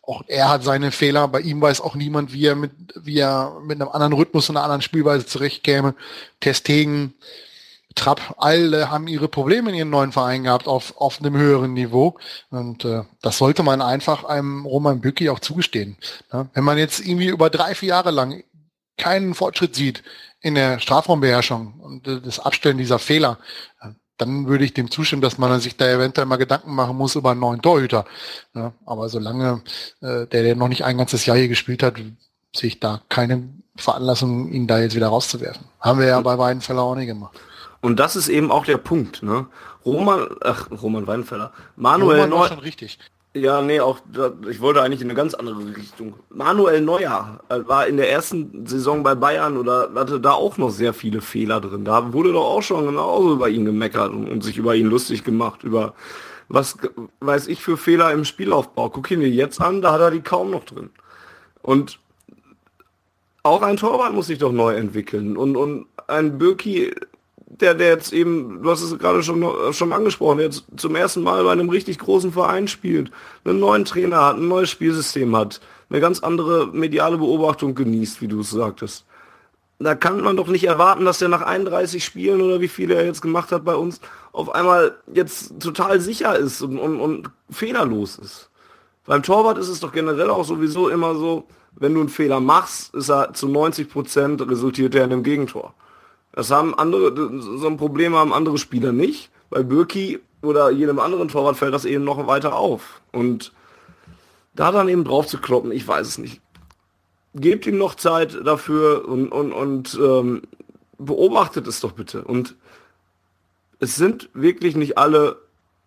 auch er hat seine Fehler. Bei ihm weiß auch niemand, wie er mit, wie er mit einem anderen Rhythmus und einer anderen Spielweise zurechtkäme. Ter Stegen, Trapp, alle haben ihre Probleme in ihren neuen Verein gehabt auf, auf einem höheren Niveau. Und äh, das sollte man einfach einem Roman Bürki auch zugestehen. Ja, wenn man jetzt irgendwie über drei, vier Jahre lang keinen Fortschritt sieht in der Strafraumbeherrschung und äh, das Abstellen dieser Fehler, äh, dann würde ich dem zustimmen, dass man sich da eventuell mal Gedanken machen muss über einen neuen Torhüter. Ja, aber solange äh, der, der noch nicht ein ganzes Jahr hier gespielt hat, sehe ich da keine Veranlassung, ihn da jetzt wieder rauszuwerfen. Haben wir ja bei Weidenfeller auch nicht gemacht.
Und das ist eben auch der Punkt, ne? Roman, ach, Roman Weidenfeller. Manuel
Roman war
Neuer.
schon richtig.
Ja, nee, auch, ich wollte eigentlich in eine ganz andere Richtung. Manuel Neuer war in der ersten Saison bei Bayern oder hatte da auch noch sehr viele Fehler drin. Da wurde doch auch schon genauso über ihn gemeckert und, und sich über ihn lustig gemacht, über was weiß ich für Fehler im Spielaufbau. Guck ihn dir jetzt an, da hat er die kaum noch drin. Und auch ein Torwart muss sich doch neu entwickeln. Und, und ein Bürki, der, der jetzt eben, du hast es gerade schon, schon angesprochen, der jetzt zum ersten Mal bei einem richtig großen Verein spielt, einen neuen Trainer hat, ein neues Spielsystem hat, eine ganz andere mediale Beobachtung genießt, wie du es sagtest. Da kann man doch nicht erwarten, dass der nach einunddreißig Spielen oder wie viele er jetzt gemacht hat bei uns, auf einmal jetzt total sicher ist und, und, und fehlerlos ist. Beim Torwart ist es doch generell auch sowieso immer so, wenn du einen Fehler machst, ist er zu neunzig Prozent resultiert er in einem Gegentor. Das haben andere, so ein Problem haben andere Spieler nicht. Bei Bürki oder jedem anderen Torwart fällt das eben noch weiter auf. Und da dann eben drauf zu kloppen, ich weiß es nicht. Gebt ihm noch Zeit dafür und, und, und ähm, beobachtet es doch bitte. Und es sind wirklich nicht alle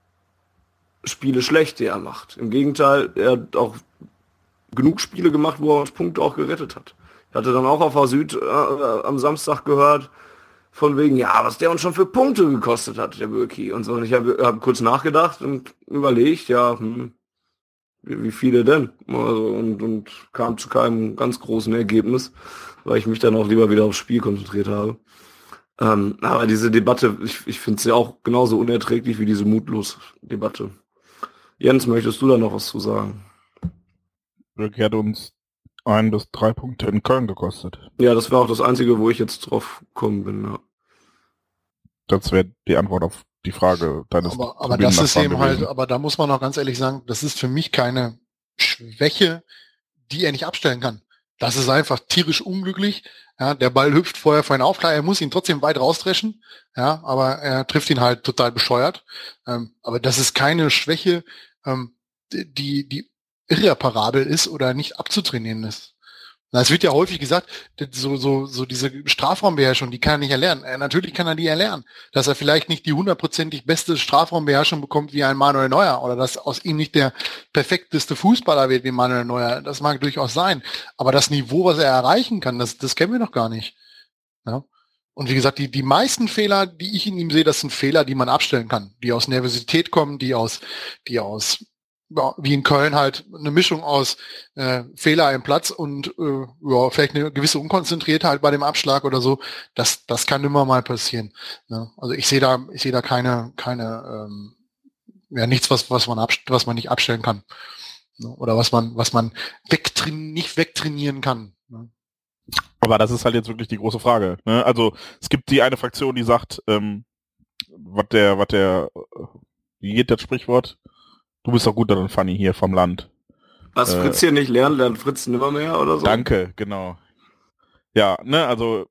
Spiele schlecht, die er macht. Im Gegenteil, er hat auch genug Spiele gemacht, wo er uns Punkte auch gerettet hat. Ich hatte dann auch auf A Süd äh, am Samstag gehört, von wegen, ja, was der uns schon für Punkte gekostet hat, der Bürki und so. Und ich habe hab kurz nachgedacht und überlegt, ja, hm, wie, wie viele denn? Also, und, und kam zu keinem ganz großen Ergebnis, weil ich mich dann auch lieber wieder aufs Spiel konzentriert habe. Ähm, aber diese Debatte, ich, ich finde sie auch genauso unerträglich wie diese Mutlos-Debatte. Jens, möchtest du da noch was zu sagen?
Bürki hat uns ein bis drei Punkte in Köln gekostet.
Ja, das war auch das Einzige, wo ich jetzt drauf gekommen bin, ja.
Das wäre die Antwort auf die Frage deines
Aber, aber das ist eben halt, aber da muss man auch ganz ehrlich sagen, das ist für mich keine Schwäche, die er nicht abstellen kann. Das ist einfach tierisch unglücklich. Ja, der Ball hüpft vorher vor ihn auf, klar, er muss ihn trotzdem weit rausdreschen, ja, aber er trifft ihn halt total bescheuert. Ähm, aber das ist keine Schwäche, ähm, die, die irreparabel ist oder nicht abzutrainieren ist. Es wird ja häufig gesagt, so, so, so diese Strafraumbeherrschung, die kann er nicht erlernen. Äh, natürlich kann er die erlernen. Dass er vielleicht nicht die hundertprozentig beste Strafraumbeherrschung bekommt wie ein Manuel Neuer oder dass aus ihm nicht der perfekteste Fußballer wird wie Manuel Neuer. Das mag durchaus sein. Aber das Niveau, was er erreichen kann, das, das kennen wir noch gar nicht. Ja? Und wie gesagt, die, die meisten Fehler, die ich in ihm sehe, das sind Fehler, die man abstellen kann. Die aus Nervosität kommen, die aus, die aus ja, wie in Köln halt eine Mischung aus äh, Fehler im Platz und äh, ja, vielleicht eine gewisse Unkonzentriertheit bei dem Abschlag oder so. Das das kann immer mal passieren. Ne? Also ich sehe da ich sehe da keine keine ähm, ja nichts was was man abst- was man nicht abstellen kann, ne? Oder was man was man wegtrain- nicht wegtrainieren kann. Ne?
Aber das ist halt jetzt wirklich die große Frage. Ne? Also es gibt die eine Fraktion, die sagt, ähm, was der was der wie geht das Sprichwort? Du bist doch gut darin, Fanny, hier vom Land.
Was
äh,
Fritz hier nicht lernt, lernt Fritz nimmer mehr oder so?
Danke, genau. Ja, ne, also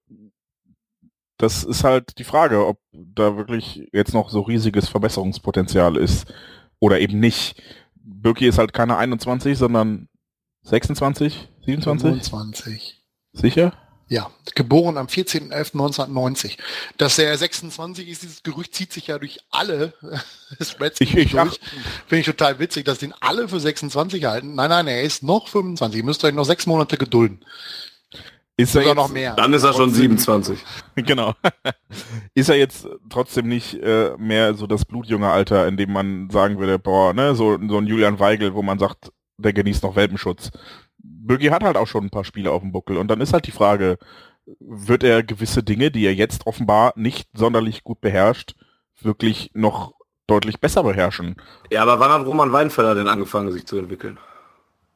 das ist halt die Frage, ob da wirklich jetzt noch so riesiges Verbesserungspotenzial ist oder eben nicht. Bürki ist halt keine einundzwanzig, sondern sechsundzwanzig, siebenundzwanzig?
fünfundzwanzig.
Sicher?
Ja, geboren am vierzehnten elften neunzehnhundertneunzig. Dass er sechsundzwanzig ist, dieses Gerücht zieht sich ja durch alle Spreads
ich, ich,
durch. Finde ich total witzig, dass den alle für sechsundzwanzig halten. Nein, nein, er ist noch fünfundzwanzig. Ihr müsst euch noch sechs Monate gedulden.
Ist er
Oder
jetzt,
noch mehr.
Dann ist er schon siebenundzwanzig.
Genau. Ist er jetzt trotzdem nicht äh, mehr so das blutjunge Alter, in dem man sagen würde, boah, ne, so, so ein Julian Weigl, wo man sagt, der genießt noch Welpenschutz. Bürki hat halt auch schon ein paar Spiele auf dem Buckel und dann ist halt die Frage, wird er gewisse Dinge, die er jetzt offenbar nicht sonderlich gut beherrscht, wirklich noch deutlich besser beherrschen?
Ja, aber wann hat Roman Weidenfeller denn angefangen, sich zu entwickeln?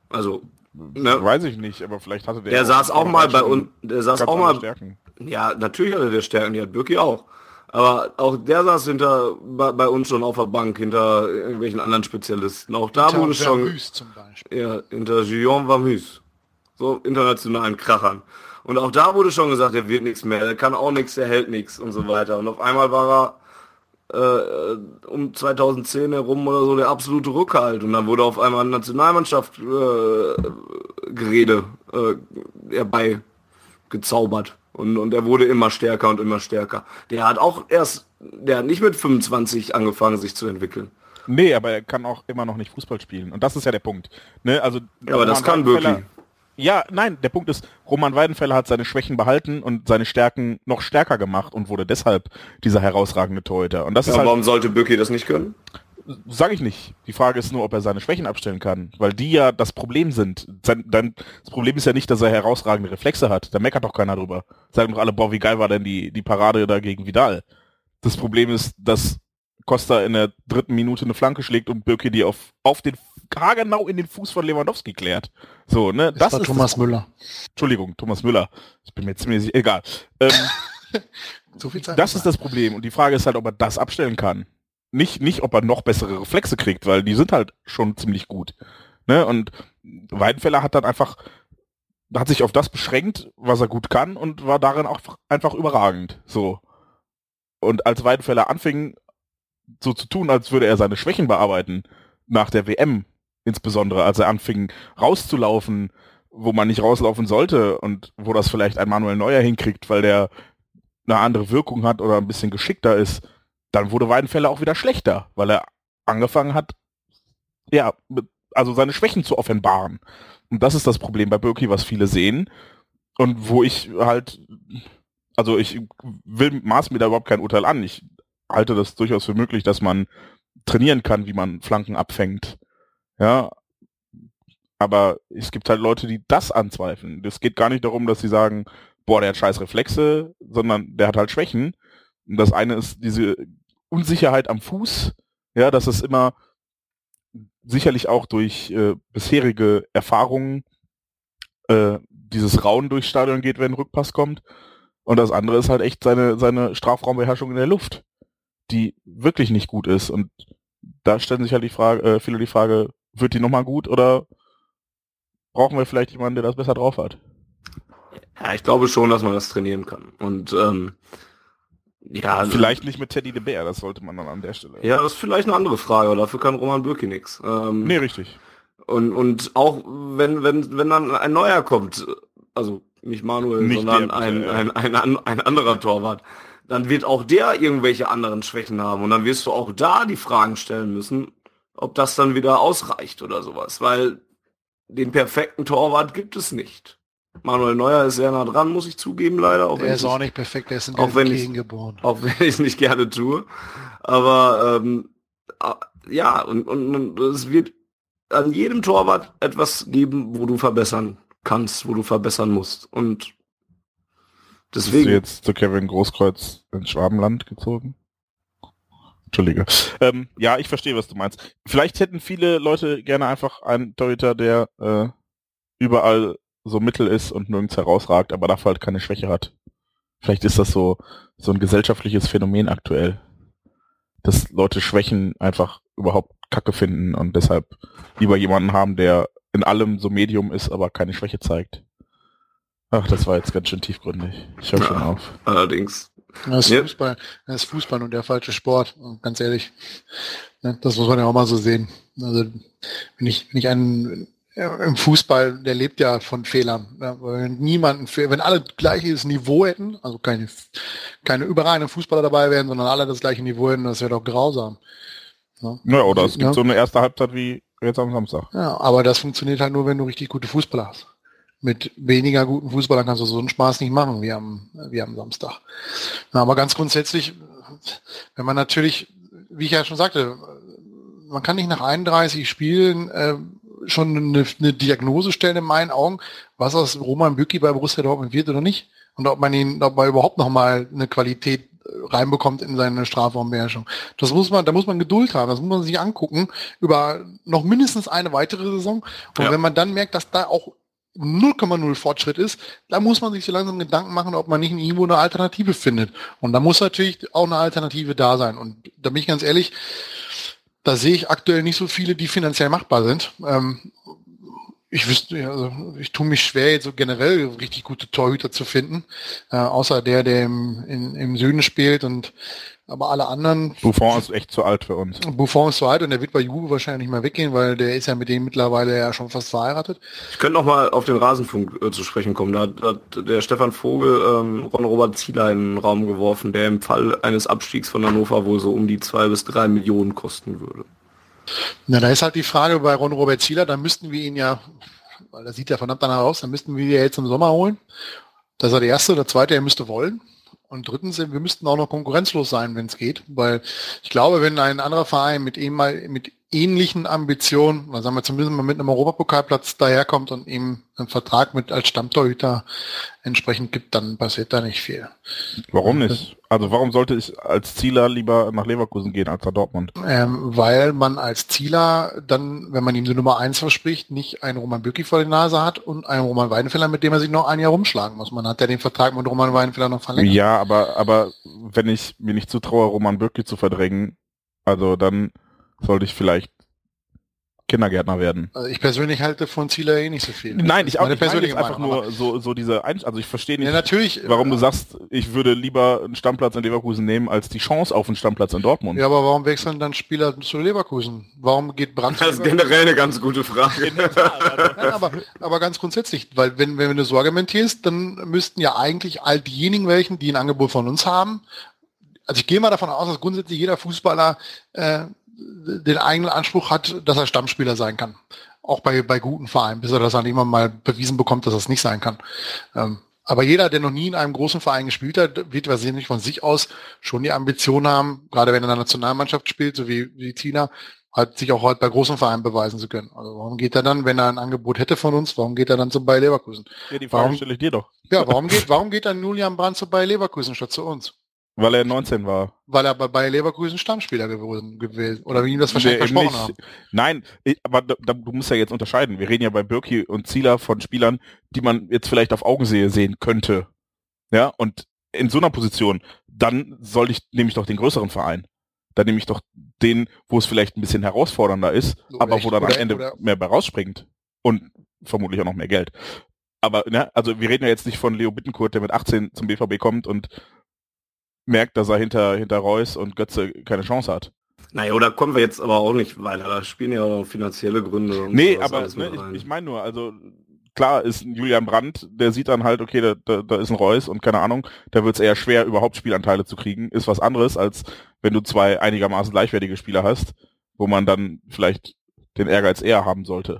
Also, ne?
Weiß ich nicht, aber vielleicht hatte der...
Der saß auch mal bei uns, der saß auch mal...
Stärken.
Ja, natürlich hatte der Stärken, die hat Birki auch. Aber auch der saß hinter bei, bei uns schon auf der Bank, hinter irgendwelchen anderen Spezialisten. Auch da
Hinter
wurde schon...
Vermüs zum Beispiel.
Ja, hinter Guillaume Vermüs. So internationalen Krachern. Und auch da wurde schon gesagt, der wird nichts mehr, der kann auch nichts, der hält nichts und so weiter. Und auf einmal war er äh, um zweitausendzehn herum oder so der absolute Rückhalt. Und dann wurde auf einmal eine Nationalmannschaft äh, Gerede äh, herbei gezaubert. Und, und er wurde immer stärker und immer stärker. Der hat auch erst, der hat nicht mit fünfundzwanzig angefangen, sich zu entwickeln.
Nee, aber er kann auch immer noch nicht Fußball spielen. Und das ist ja der Punkt. Ne? Also,
ja, aber das kann Birki.
Ja, nein, der Punkt ist, Roman Weidenfeller hat seine Schwächen behalten und seine Stärken noch stärker gemacht und wurde deshalb dieser herausragende Torhüter. Und das
ja,
ist halt,
warum sollte Birki das nicht können?
Sag ich nicht. Die Frage ist nur, ob er seine Schwächen abstellen kann, weil die ja das Problem sind. Sein, dann, das Problem ist ja nicht, dass er herausragende Reflexe hat. Da meckert doch keiner drüber. Sagen doch alle, boah, wie geil war denn die, die Parade da gegen Vidal. Das Problem ist, dass Costa in der dritten Minute eine Flanke schlägt und Birki die auf, auf den haargenau in den Fuß von Lewandowski klärt. So, ne? Das,
das war
ist
Thomas
das,
Müller.
Entschuldigung, Thomas Müller. Ich bin mir ziemlich sicher, egal. Ähm,
so viel Zeit
das ist das Problem. Und die Frage ist halt, ob er das abstellen kann. Nicht, nicht, ob er noch bessere Reflexe kriegt, weil die sind halt schon ziemlich gut. Ne? Und Weidenfeller hat dann einfach, hat sich auf das beschränkt, was er gut kann und war darin auch einfach überragend. So. Und als Weidenfeller anfing, so zu tun, als würde er seine Schwächen bearbeiten, nach der W M insbesondere, als er anfing rauszulaufen, wo man nicht rauslaufen sollte und wo das vielleicht ein Manuel Neuer hinkriegt, weil der eine andere Wirkung hat oder ein bisschen geschickter ist, dann wurde Weidenfeller auch wieder schlechter, weil er angefangen hat, ja, also seine Schwächen zu offenbaren. Und das ist das Problem bei Birki, was viele sehen und wo ich halt, also ich will, maß mir da überhaupt kein Urteil an. Ich halte das durchaus für möglich, dass man trainieren kann, wie man Flanken abfängt. Ja, aber es gibt halt Leute, die das anzweifeln. Es geht gar nicht darum, dass sie sagen, boah, der hat scheiß Reflexe, sondern der hat halt Schwächen. Und das eine ist diese Unsicherheit am Fuß, ja, dass es immer sicherlich auch durch äh, bisherige Erfahrungen äh, dieses Rauen durchs Stadion geht, wenn ein Rückpass kommt. Und das andere ist halt echt seine, seine Strafraumbeherrschung in der Luft, die wirklich nicht gut ist. Und da stellen sich halt die Frage, äh, viele die Frage, wird die nochmal gut oder brauchen wir vielleicht jemanden, der das besser drauf hat?
Ja, ich glaube schon, dass man das trainieren kann. Und ähm, ja,
vielleicht nicht mit Teddy de Beer, das sollte man dann an der Stelle.
Ja, das ist vielleicht eine andere Frage, aber dafür kann Roman Birki nichts. Ähm,
nee, richtig.
Und, und auch wenn, wenn, wenn dann ein neuer kommt, also nicht Manuel, nicht sondern der, ein, ein, ein, ein, ein anderer Torwart, dann wird auch der irgendwelche anderen Schwächen haben und dann wirst du auch da die Fragen stellen müssen, ob das dann wieder ausreicht oder sowas, weil den perfekten Torwart gibt es nicht. Manuel Neuer ist sehr nah dran, muss ich zugeben, leider. Auch
er ist auch nicht perfekt, er ist in
auch wenn ich,
geboren.
Auch wenn ich es nicht gerne tue. Aber ähm, ja, und, und, und es wird an jedem Torwart etwas geben, wo du verbessern kannst, wo du verbessern musst. Und deswegen...
Bist du jetzt zu Kevin Großkreuz ins Schwabenland gezogen? Entschuldige. Ähm, ja, ich verstehe, was du meinst. Vielleicht hätten viele Leute gerne einfach einen Torhüter, der äh, überall so mittel ist und nirgends herausragt, aber dafür halt keine Schwäche hat. Vielleicht ist das so so ein gesellschaftliches Phänomen aktuell, dass Leute Schwächen einfach überhaupt Kacke finden und deshalb lieber jemanden haben, der in allem so Medium ist, aber keine Schwäche zeigt. Ach, das war jetzt ganz schön tiefgründig. Ich höre ja, schon auf.
Allerdings.
Das ist, ja. Fußball, das ist Fußball und der falsche Sport, ganz ehrlich. Das muss man ja auch mal so sehen. Also wenn ich, wenn ich einen im Fußball, der lebt ja von Fehlern. Ja, wenn niemanden, wenn alle gleiches Niveau hätten, also keine, keine überragenden Fußballer dabei wären, sondern alle das gleiche Niveau hätten, das wäre doch grausam. Ja,
ja oder es gibt ja so eine erste Halbzeit wie jetzt am Samstag.
Ja, aber das funktioniert halt nur, wenn du richtig gute Fußballer hast. Mit weniger guten Fußballern kannst du so einen Spaß nicht machen wie am, wie am Samstag. Na, aber ganz grundsätzlich, wenn man natürlich, wie ich ja schon sagte, man kann nicht nach einunddreißig Spielen äh, schon eine, eine Diagnose stellen in meinen Augen, was aus Roman Birki bei Borussia Dortmund wird oder nicht. Und ob man ihn, ob man überhaupt noch mal eine Qualität reinbekommt in seine Strafraumbeherrschung. Das muss man, da muss man Geduld haben, das muss man sich angucken über noch mindestens eine weitere Saison. Und ja. wenn man dann merkt, dass da auch null Komma null Fortschritt ist, da muss man sich so langsam Gedanken machen, ob man nicht irgendwo eine Alternative findet. Und da muss natürlich auch eine Alternative da sein. Und da bin ich ganz ehrlich, da sehe ich aktuell nicht so viele, die finanziell machbar sind. Ähm, ich wüsste, also ich tue mich schwer, jetzt so generell richtig gute Torhüter zu finden, äh, außer der, der im, in, im Süden spielt und aber alle anderen...
Buffon ist echt zu alt für uns.
Buffon ist zu alt und der wird bei Juve wahrscheinlich nicht mehr weggehen, weil der ist ja mit dem mittlerweile ja schon fast verheiratet.
Ich könnte noch mal auf den Rasenfunk äh, zu sprechen kommen. Da hat, hat der Stefan Vogel ähm, Ron-Robert Zieler in den Raum geworfen, der im Fall eines Abstiegs von Hannover wohl so um die zwei bis drei Millionen kosten würde.
Na, da ist halt die Frage bei Ron-Robert Zieler, da müssten wir ihn ja, weil das sieht ja verdammt danach aus, dann müssten wir ihn ja jetzt im Sommer holen. Das ist der erste, der zweite, er müsste wollen. Und drittens, wir müssten auch noch konkurrenzlos sein, wenn es geht, weil ich glaube, wenn ein anderer Verein mit ihm mal mit ähnlichen Ambitionen, oder sagen wir zumindest mal mit einem Europapokalplatz daherkommt und ihm einen Vertrag mit als Stammtorhüter entsprechend gibt, dann passiert da nicht viel.
Warum nicht? Also warum sollte ich als Zieler lieber nach Leverkusen gehen als nach Dortmund?
Ähm, weil man als Zieler dann, wenn man ihm die Nummer eins verspricht, nicht einen Roman Bürki vor der Nase hat und einen Roman Weidenfeller, mit dem er sich noch ein Jahr rumschlagen muss. Man hat ja den Vertrag mit Roman Weidenfeller noch verlängert.
Ja, aber aber wenn ich mir nicht zutraue, Roman Bürki zu verdrängen, also dann sollte ich vielleicht Kindergärtner werden.
Also ich persönlich halte von Zieler eh nicht so viel.
Nein, ich auch
nicht.
Persönlich einfach nur so so diese Einsch- also ich verstehe nicht,
ja, natürlich,
warum
äh,
du sagst, ich würde lieber einen Stammplatz in Leverkusen nehmen, als die Chance auf einen Stammplatz in Dortmund.
Ja, aber warum wechseln dann Spieler zu Leverkusen? Warum geht Brandt zu
Das ist generell eine ganz gute Frage.
Nein, aber, aber ganz grundsätzlich, weil wenn, wenn du so argumentierst, dann müssten ja eigentlich all diejenigen welchen, die ein Angebot von uns haben, also ich gehe mal davon aus, dass grundsätzlich jeder Fußballer äh, den eigenen Anspruch hat, dass er Stammspieler sein kann. Auch bei, bei guten Vereinen, bis er das dann irgendwann mal bewiesen bekommt, dass er es nicht sein kann. Ähm, aber jeder, der noch nie in einem großen Verein gespielt hat, wird wahrscheinlich von sich aus schon die Ambition haben, gerade wenn er in der Nationalmannschaft spielt, so wie, wie Tina, halt sich auch heute bei großen Vereinen beweisen zu können. Also warum geht er dann, wenn er ein Angebot hätte von uns, warum geht er dann zu Bayer Leverkusen?
Ja, die Frage
warum,
stelle ich dir doch.
Ja, warum geht, warum geht dann Julian Brandt zu Bayer Leverkusen statt zu uns?
Weil er neunzehn war.
Weil er bei Bayer Leverkusen Stammspieler gewesen, gewesen oder wie ihm das wahrscheinlich
Nee,
versprochen
nicht.
haben.
Nein, ich, aber da, da, du musst ja jetzt unterscheiden. Wir reden ja bei Bürki und Zieler von Spielern, die man jetzt vielleicht auf Augensehe sehen könnte. Ja, und in so einer Position, dann sollte ich, nehme ich doch den größeren Verein. Dann nehme ich doch den, wo es vielleicht ein bisschen herausfordernder ist,
So,
aber
echt?
wo dann
Oder-
am Ende
oder-
mehr bei rausspringt. Und vermutlich auch noch mehr Geld. Aber, ne, also wir reden ja jetzt nicht von Leo Bittencourt, der mit achtzehn zum B V B kommt und merkt, dass er hinter, hinter Reus und Götze keine Chance hat.
Naja, oder kommen wir jetzt aber auch nicht weiter. Da spielen ja auch noch finanzielle Gründe. Und
Nee,
sowas
aber
alles
ne,
mit rein.
ich, ich meine nur, also klar ist ein Julian Brandt, der sieht dann halt, okay, da, da, da ist ein Reus und keine Ahnung, da wird es eher schwer, überhaupt Spielanteile zu kriegen. Ist was anderes, als wenn du zwei einigermaßen gleichwertige Spieler hast, wo man dann vielleicht den Ehrgeiz eher haben sollte.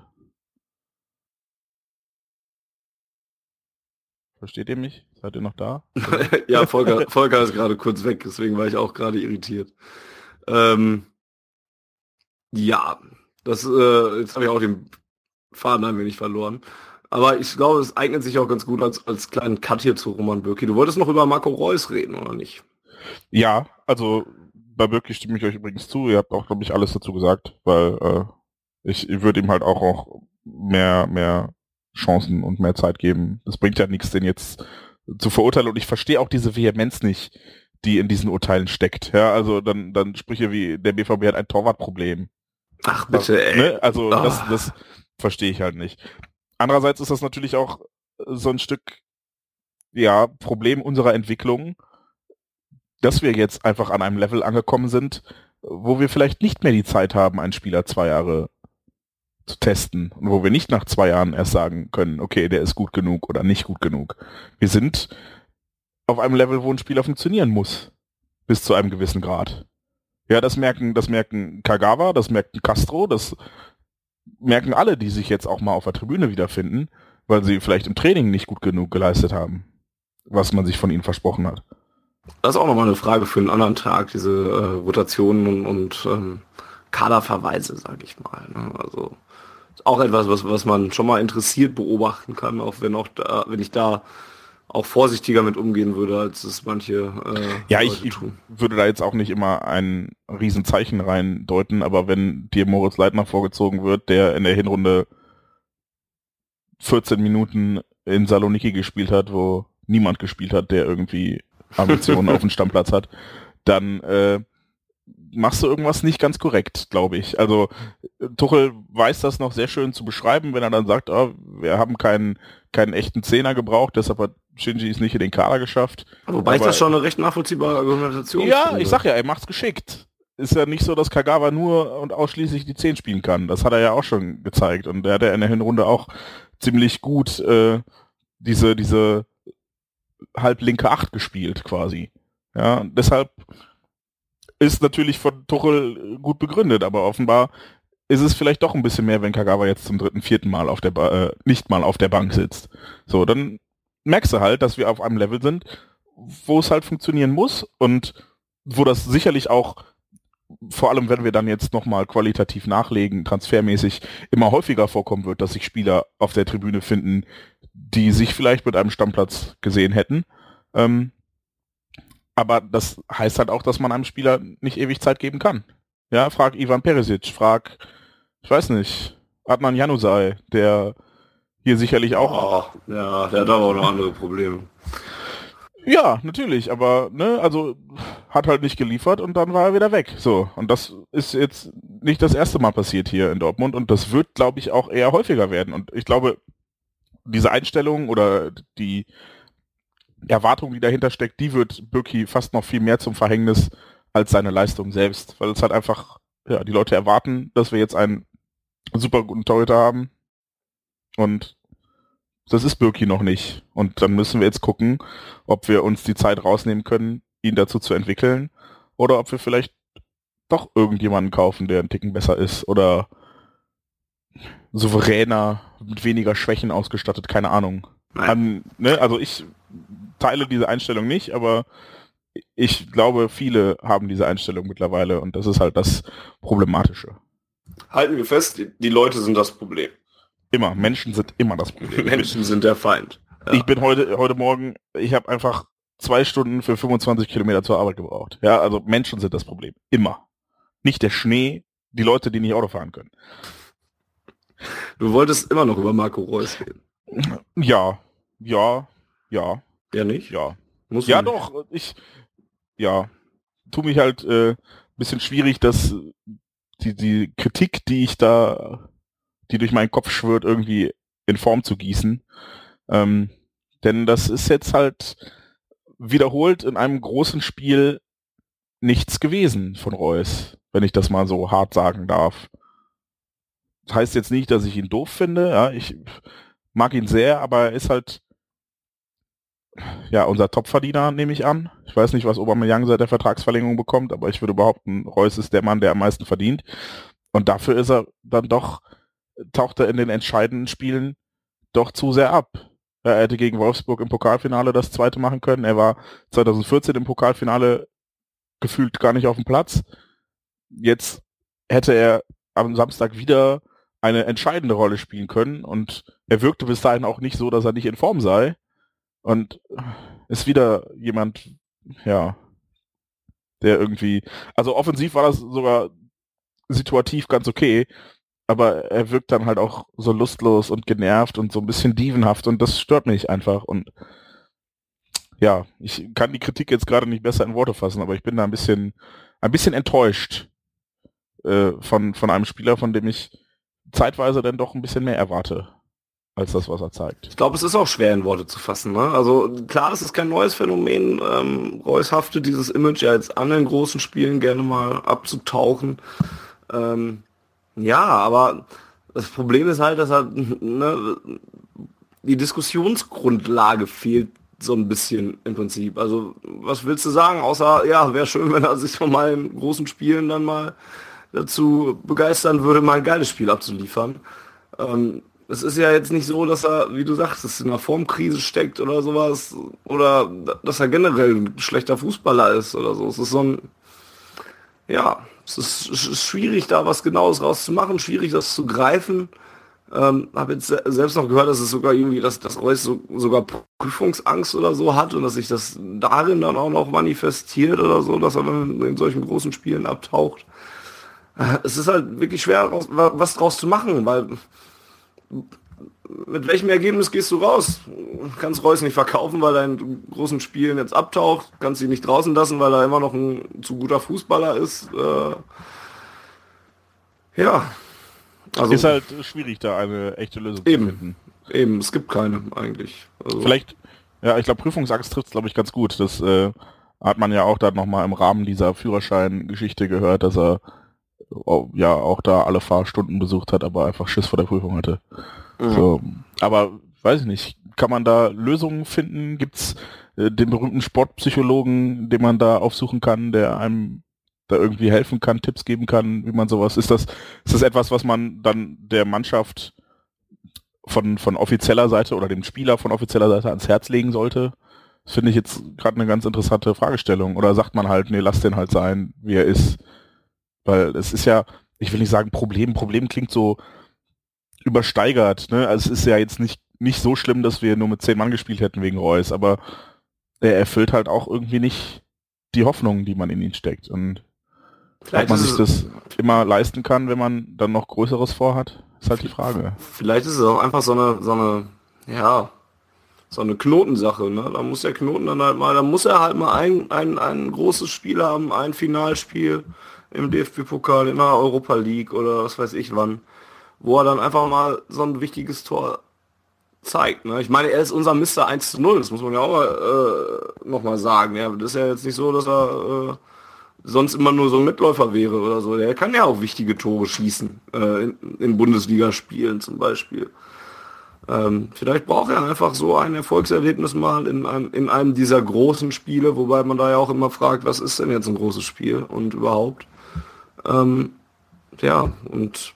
Versteht ihr mich? Seid ihr noch da?
Ja, Volker, Volker ist gerade kurz weg, deswegen war ich auch gerade irritiert. Ähm, ja, das äh, jetzt habe ich auch den Faden ein wenig verloren. Aber ich glaube, es eignet sich auch ganz gut als, als kleinen Cut hier zu Roman Bürki. Du wolltest noch über Marco Reus reden, oder nicht?
Ja, also bei Bürki stimme ich euch übrigens zu. Ihr habt auch, glaube ich, alles dazu gesagt, weil äh, ich, ich würde ihm halt auch, auch mehr, mehr Chancen und mehr Zeit geben. Das bringt ja nichts, den jetzt zu verurteilen. Und ich verstehe auch diese Vehemenz nicht, die in diesen Urteilen steckt. Ja, also dann, dann Sprüche wie, der B V B hat ein Torwartproblem.
Ach bitte, ey.
Ne? Also
Oh.
das, das verstehe ich halt nicht. Andererseits ist das natürlich auch so ein Stück, ja, Problem unserer Entwicklung, dass wir jetzt einfach an einem Level angekommen sind, wo wir vielleicht nicht mehr die Zeit haben, einen Spieler zwei Jahre zu testen und wo wir nicht nach zwei Jahren erst sagen können, okay, der ist gut genug oder nicht gut genug. Wir sind auf einem Level, wo ein Spieler funktionieren muss, bis zu einem gewissen Grad. Ja, das merken, das merken Kagawa, das merken Castro, das merken alle, die sich jetzt auch mal auf der Tribüne wiederfinden, weil sie vielleicht im Training nicht gut genug geleistet haben, was man sich von ihnen versprochen hat.
Das ist auch nochmal eine Frage für einen anderen Tag, diese äh, Rotationen und, und ähm, Kaderverweise, sage ich mal. Ne? Also auch etwas, was, was man schon mal interessiert beobachten kann, auch wenn auch da, wenn ich da auch vorsichtiger mit umgehen würde, als es manche äh,
Ja,
Leute
ich, ich
tun.
würde da jetzt auch nicht immer ein Riesenzeichen reindeuten, aber wenn dir Moritz Leitner vorgezogen wird, der in der Hinrunde vierzehn Minuten in Saloniki gespielt hat, wo niemand gespielt hat, der irgendwie Ambitionen auf dem Stammplatz hat, dann äh, machst du irgendwas nicht ganz korrekt, glaube ich. Also Tuchel weiß das noch sehr schön zu beschreiben, wenn er dann sagt, oh, wir haben keinen keinen echten Zehner gebraucht, deshalb hat Shinji es nicht in den Kader geschafft.
Wobei
Aber,
ich das schon eine recht nachvollziehbare Argumentation
ja,
finde.
ich sag ja, er macht's geschickt. Ist ja nicht so, dass Kagawa nur und ausschließlich die zehn spielen kann. Das hat er ja auch schon gezeigt. Und der hat ja in der Hinrunde auch ziemlich gut äh, diese diese halblinke acht gespielt quasi. Ja, und deshalb ist natürlich von Tuchel gut begründet, aber offenbar ist es vielleicht doch ein bisschen mehr, wenn Kagawa jetzt zum dritten, vierten Mal auf der ba- äh, nicht mal auf der Bank sitzt. So, dann merkst du halt, dass wir auf einem Level sind, wo es halt funktionieren muss und wo das sicherlich auch, vor allem wenn wir dann jetzt nochmal qualitativ nachlegen, transfermäßig, immer häufiger vorkommen wird, dass sich Spieler auf der Tribüne finden, die sich vielleicht mit einem Stammplatz gesehen hätten. Ähm, aber das heißt halt auch, dass man einem Spieler nicht ewig Zeit geben kann. Ja, frag Ivan Perisic, frag, ich weiß nicht, Adnan Januzaj, der hier sicherlich auch...
Oh, ja, der hat aber auch noch andere Probleme.
Ja, natürlich, aber ne, also hat halt nicht geliefert und dann war er wieder weg. So, und das ist jetzt nicht das erste Mal passiert hier in Dortmund und das wird, glaube ich, auch eher häufiger werden. Und ich glaube, diese Einstellung oder die Erwartung, die dahinter steckt, die wird Bürki fast noch viel mehr zum Verhängnis als seine Leistung selbst, weil es halt einfach, ja, die Leute erwarten, dass wir jetzt einen super guten Torhüter haben und das ist Bürki noch nicht. Und dann müssen wir jetzt gucken, ob wir uns die Zeit rausnehmen können, ihn dazu zu entwickeln oder ob wir vielleicht doch irgendjemanden kaufen, der einen Ticken besser ist oder souveräner, mit weniger Schwächen ausgestattet, keine Ahnung. An, ne, also ich teile diese Einstellung nicht, aber ich glaube, viele haben diese Einstellung mittlerweile und das ist halt das Problematische.
Halten wir fest, die, die Leute sind das Problem.
Immer. Menschen sind immer das Problem.
Menschen sind der Feind. Ja.
Ich bin heute, heute Morgen, ich habe einfach zwei Stunden für fünfundzwanzig Kilometer zur Arbeit gebraucht. Ja, also Menschen sind das Problem. Immer. Nicht der Schnee, die Leute, die nicht Auto fahren können.
Du wolltest immer noch über Marco Reus reden.
Ja, ja, ja.
Ja nicht?
Ja.
Muss
Ja,
nicht.
doch. Ich, ja, tu mich halt äh, ein bisschen schwierig, dass die, die Kritik, die ich da, die durch meinen Kopf schwirrt, irgendwie in Form zu gießen. Ähm, denn das ist jetzt halt wiederholt in einem großen Spiel nichts gewesen von Reus, wenn ich das mal so hart sagen darf. Das heißt jetzt nicht, dass ich ihn doof finde, ja, ich mag ihn sehr, aber er ist halt ja unser Topverdiener, nehme ich an. Ich weiß nicht, was Aubameyang seit der Vertragsverlängerung bekommt, aber ich würde behaupten, Reus ist der Mann, der am meisten verdient. Und dafür ist er dann doch, taucht er in den entscheidenden Spielen doch zu sehr ab. Ja, er hätte gegen Wolfsburg im Pokalfinale das zweite machen können. Er war zwanzig vierzehn im Pokalfinale gefühlt gar nicht auf dem Platz. Jetzt hätte er am Samstag wieder eine entscheidende Rolle spielen können und er wirkte bis dahin auch nicht so, dass er nicht in Form sei. Und ist wieder jemand, ja, der irgendwie, also offensiv war das sogar situativ ganz okay, aber er wirkt dann halt auch so lustlos und genervt und so ein bisschen dievenhaft und das stört mich einfach und ja, ich kann die Kritik jetzt gerade nicht besser in Worte fassen, aber ich bin da ein bisschen, ein bisschen enttäuscht äh, von, von einem Spieler, von dem ich zeitweise dann doch ein bisschen mehr erwarte als das, was er zeigt.
Ich glaube, es ist auch schwer in Worte zu fassen. Ne? Also klar, das ist kein neues Phänomen. Ähm, Reus haftet dieses Image ja jetzt an den großen Spielen gerne mal abzutauchen. Ähm, ja, aber das Problem ist halt, dass er, ne, die Diskussionsgrundlage fehlt so ein bisschen im Prinzip. Also was willst du sagen, außer, ja, wäre schön, wenn er sich von mal in großen Spielen dann mal dazu begeistern würde, mal ein geiles Spiel abzuliefern. Ähm, Es ist ja jetzt nicht so, dass er, wie du sagst, in einer Formkrise steckt oder sowas, oder dass er generell ein schlechter Fußballer ist oder so. Es ist so ein, ja, es ist, es ist schwierig, da was Genaues rauszumachen, schwierig, das zu greifen. Ähm, habe jetzt se- selbst noch gehört, dass es sogar irgendwie, dass, dass Reus so, sogar Prüfungsangst oder so hat und dass sich das darin dann auch noch manifestiert oder so, dass er dann in solchen großen Spielen abtaucht. Äh, Es ist halt wirklich schwer, raus- wa- was draus zu machen, weil mit welchem Ergebnis gehst du raus? Du kannst Reus nicht verkaufen, weil er in großen Spielen jetzt abtaucht, kannst ihn nicht draußen lassen, weil er immer noch ein zu guter Fußballer ist. Äh, ja. Also,
ist halt schwierig, da eine echte Lösung
Eben.
zu finden.
eben, es gibt keine eigentlich. Also,
Vielleicht, ja, ich glaube, Prüfungsangst trifft es, glaube ich, ganz gut. Das äh, hat man ja auch dann nochmal im Rahmen dieser Führerschein-Geschichte gehört, dass er oh, ja auch da alle Fahrstunden besucht hat, aber einfach Schiss vor der Prüfung hatte.
Mhm.
So, aber weiß ich nicht, kann man da Lösungen finden? Gibt's äh, den berühmten Sportpsychologen, den man da aufsuchen kann, der einem da irgendwie helfen kann, Tipps geben kann, wie man sowas, ist das, ist das etwas, was man dann der Mannschaft von, von offizieller Seite oder dem Spieler von offizieller Seite ans Herz legen sollte? Das finde ich jetzt gerade eine ganz interessante Fragestellung. Oder sagt man halt, nee, lass den halt sein, wie er ist? Weil es ist ja, ich will nicht sagen Problem, Problem klingt so übersteigert, ne? Also es ist ja jetzt nicht, nicht so schlimm, dass wir nur mit zehn Mann gespielt hätten wegen Reus, aber er erfüllt halt auch irgendwie nicht die Hoffnung, die man in ihn steckt. Und
Vielleicht
ob man
ist
sich
es-
das immer leisten kann, wenn man dann noch Größeres vorhat, ist halt die Frage.
Vielleicht ist es auch einfach so eine, so eine, ja, so eine Knotensache, ne? Da muss der Knoten dann halt mal, da muss er halt mal ein, ein, ein großes Spiel haben, ein Finalspiel im D F B-Pokal, in der Europa League oder was weiß ich wann, wo er dann einfach mal so ein wichtiges Tor zeigt, ne? Ich meine, er ist unser Mister eins zu null, das muss man ja auch mal, äh, noch mal sagen, ja? Das ist ja jetzt nicht so, dass er, äh, sonst immer nur so ein Mitläufer wäre oder so. Der kann ja auch wichtige Tore schießen, äh, in, in Bundesligaspielen zum Beispiel. Ähm, vielleicht braucht er einfach so ein Erfolgserlebnis mal in einem, in einem dieser großen Spiele, wobei man da ja auch immer fragt, was ist denn jetzt ein großes Spiel und überhaupt. Ähm, ja, und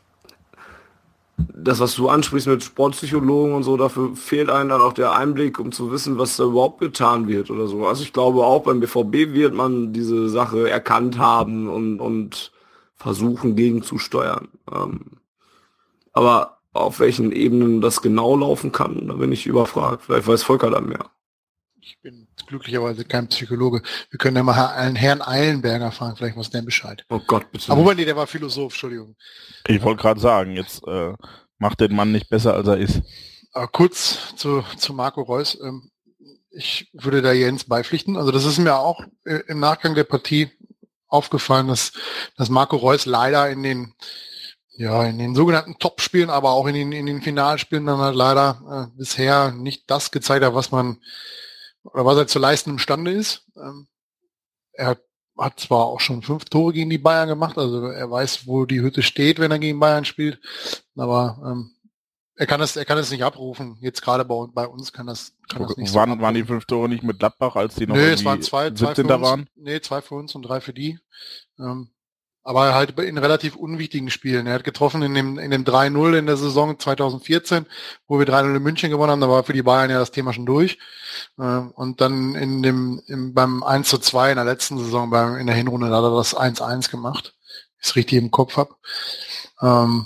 das, was du ansprichst mit Sportpsychologen und so, dafür fehlt einem dann auch der Einblick, um zu wissen, was da überhaupt getan wird oder so. Also ich glaube, auch beim B V B wird man diese Sache erkannt haben und, und versuchen gegenzusteuern. Ähm, aber auf welchen Ebenen das genau laufen kann, da bin ich überfragt. Vielleicht weiß Volker dann mehr.
Ich bin glücklicherweise kein Psychologe. Wir können ja mal einen Herrn Eilenberger fragen, vielleicht weiß der Bescheid.
Oh Gott, bitte.
Aber nee, der war Philosoph, Entschuldigung.
Ich wollte gerade sagen, jetzt äh, macht den Mann nicht besser, als er ist.
Aber kurz zu, zu Marco Reus. Ähm, ich würde da Jens beipflichten. Also das ist mir auch äh, im Nachgang der Partie aufgefallen, dass, dass Marco Reus leider in den ja, in den sogenannten Top-Spielen, aber auch in den, in den Finalspielen dann halt leider äh, bisher nicht das gezeigt hat, was man oder was er zu leisten imstande ist. Ähm, er hat, hat zwar auch schon fünf Tore gegen die Bayern gemacht, also er weiß, wo die Hütte steht, wenn er gegen Bayern spielt, aber ähm, er kann es, er kann es nicht abrufen. Jetzt gerade bei, bei uns kann das, kann das nicht
waren,
so
waren die fünf Tore nicht mit Gladbach, als die noch
Nö,
irgendwie
es waren zwei, zwei für
siebzehnter
uns.
waren?
Nee, zwei für uns und drei für die. Ähm, aber halt in relativ unwichtigen Spielen. Er hat getroffen in dem, in dem drei null in der Saison zwanzig vierzehn, wo wir drei null in München gewonnen haben. Da war für die Bayern ja das Thema schon durch. Ähm, und dann in dem, im, beim eins zu zwei in der letzten Saison, beim, in der Hinrunde, da hat er das eins eins gemacht. Ich es richtig im Kopf hab. Ähm,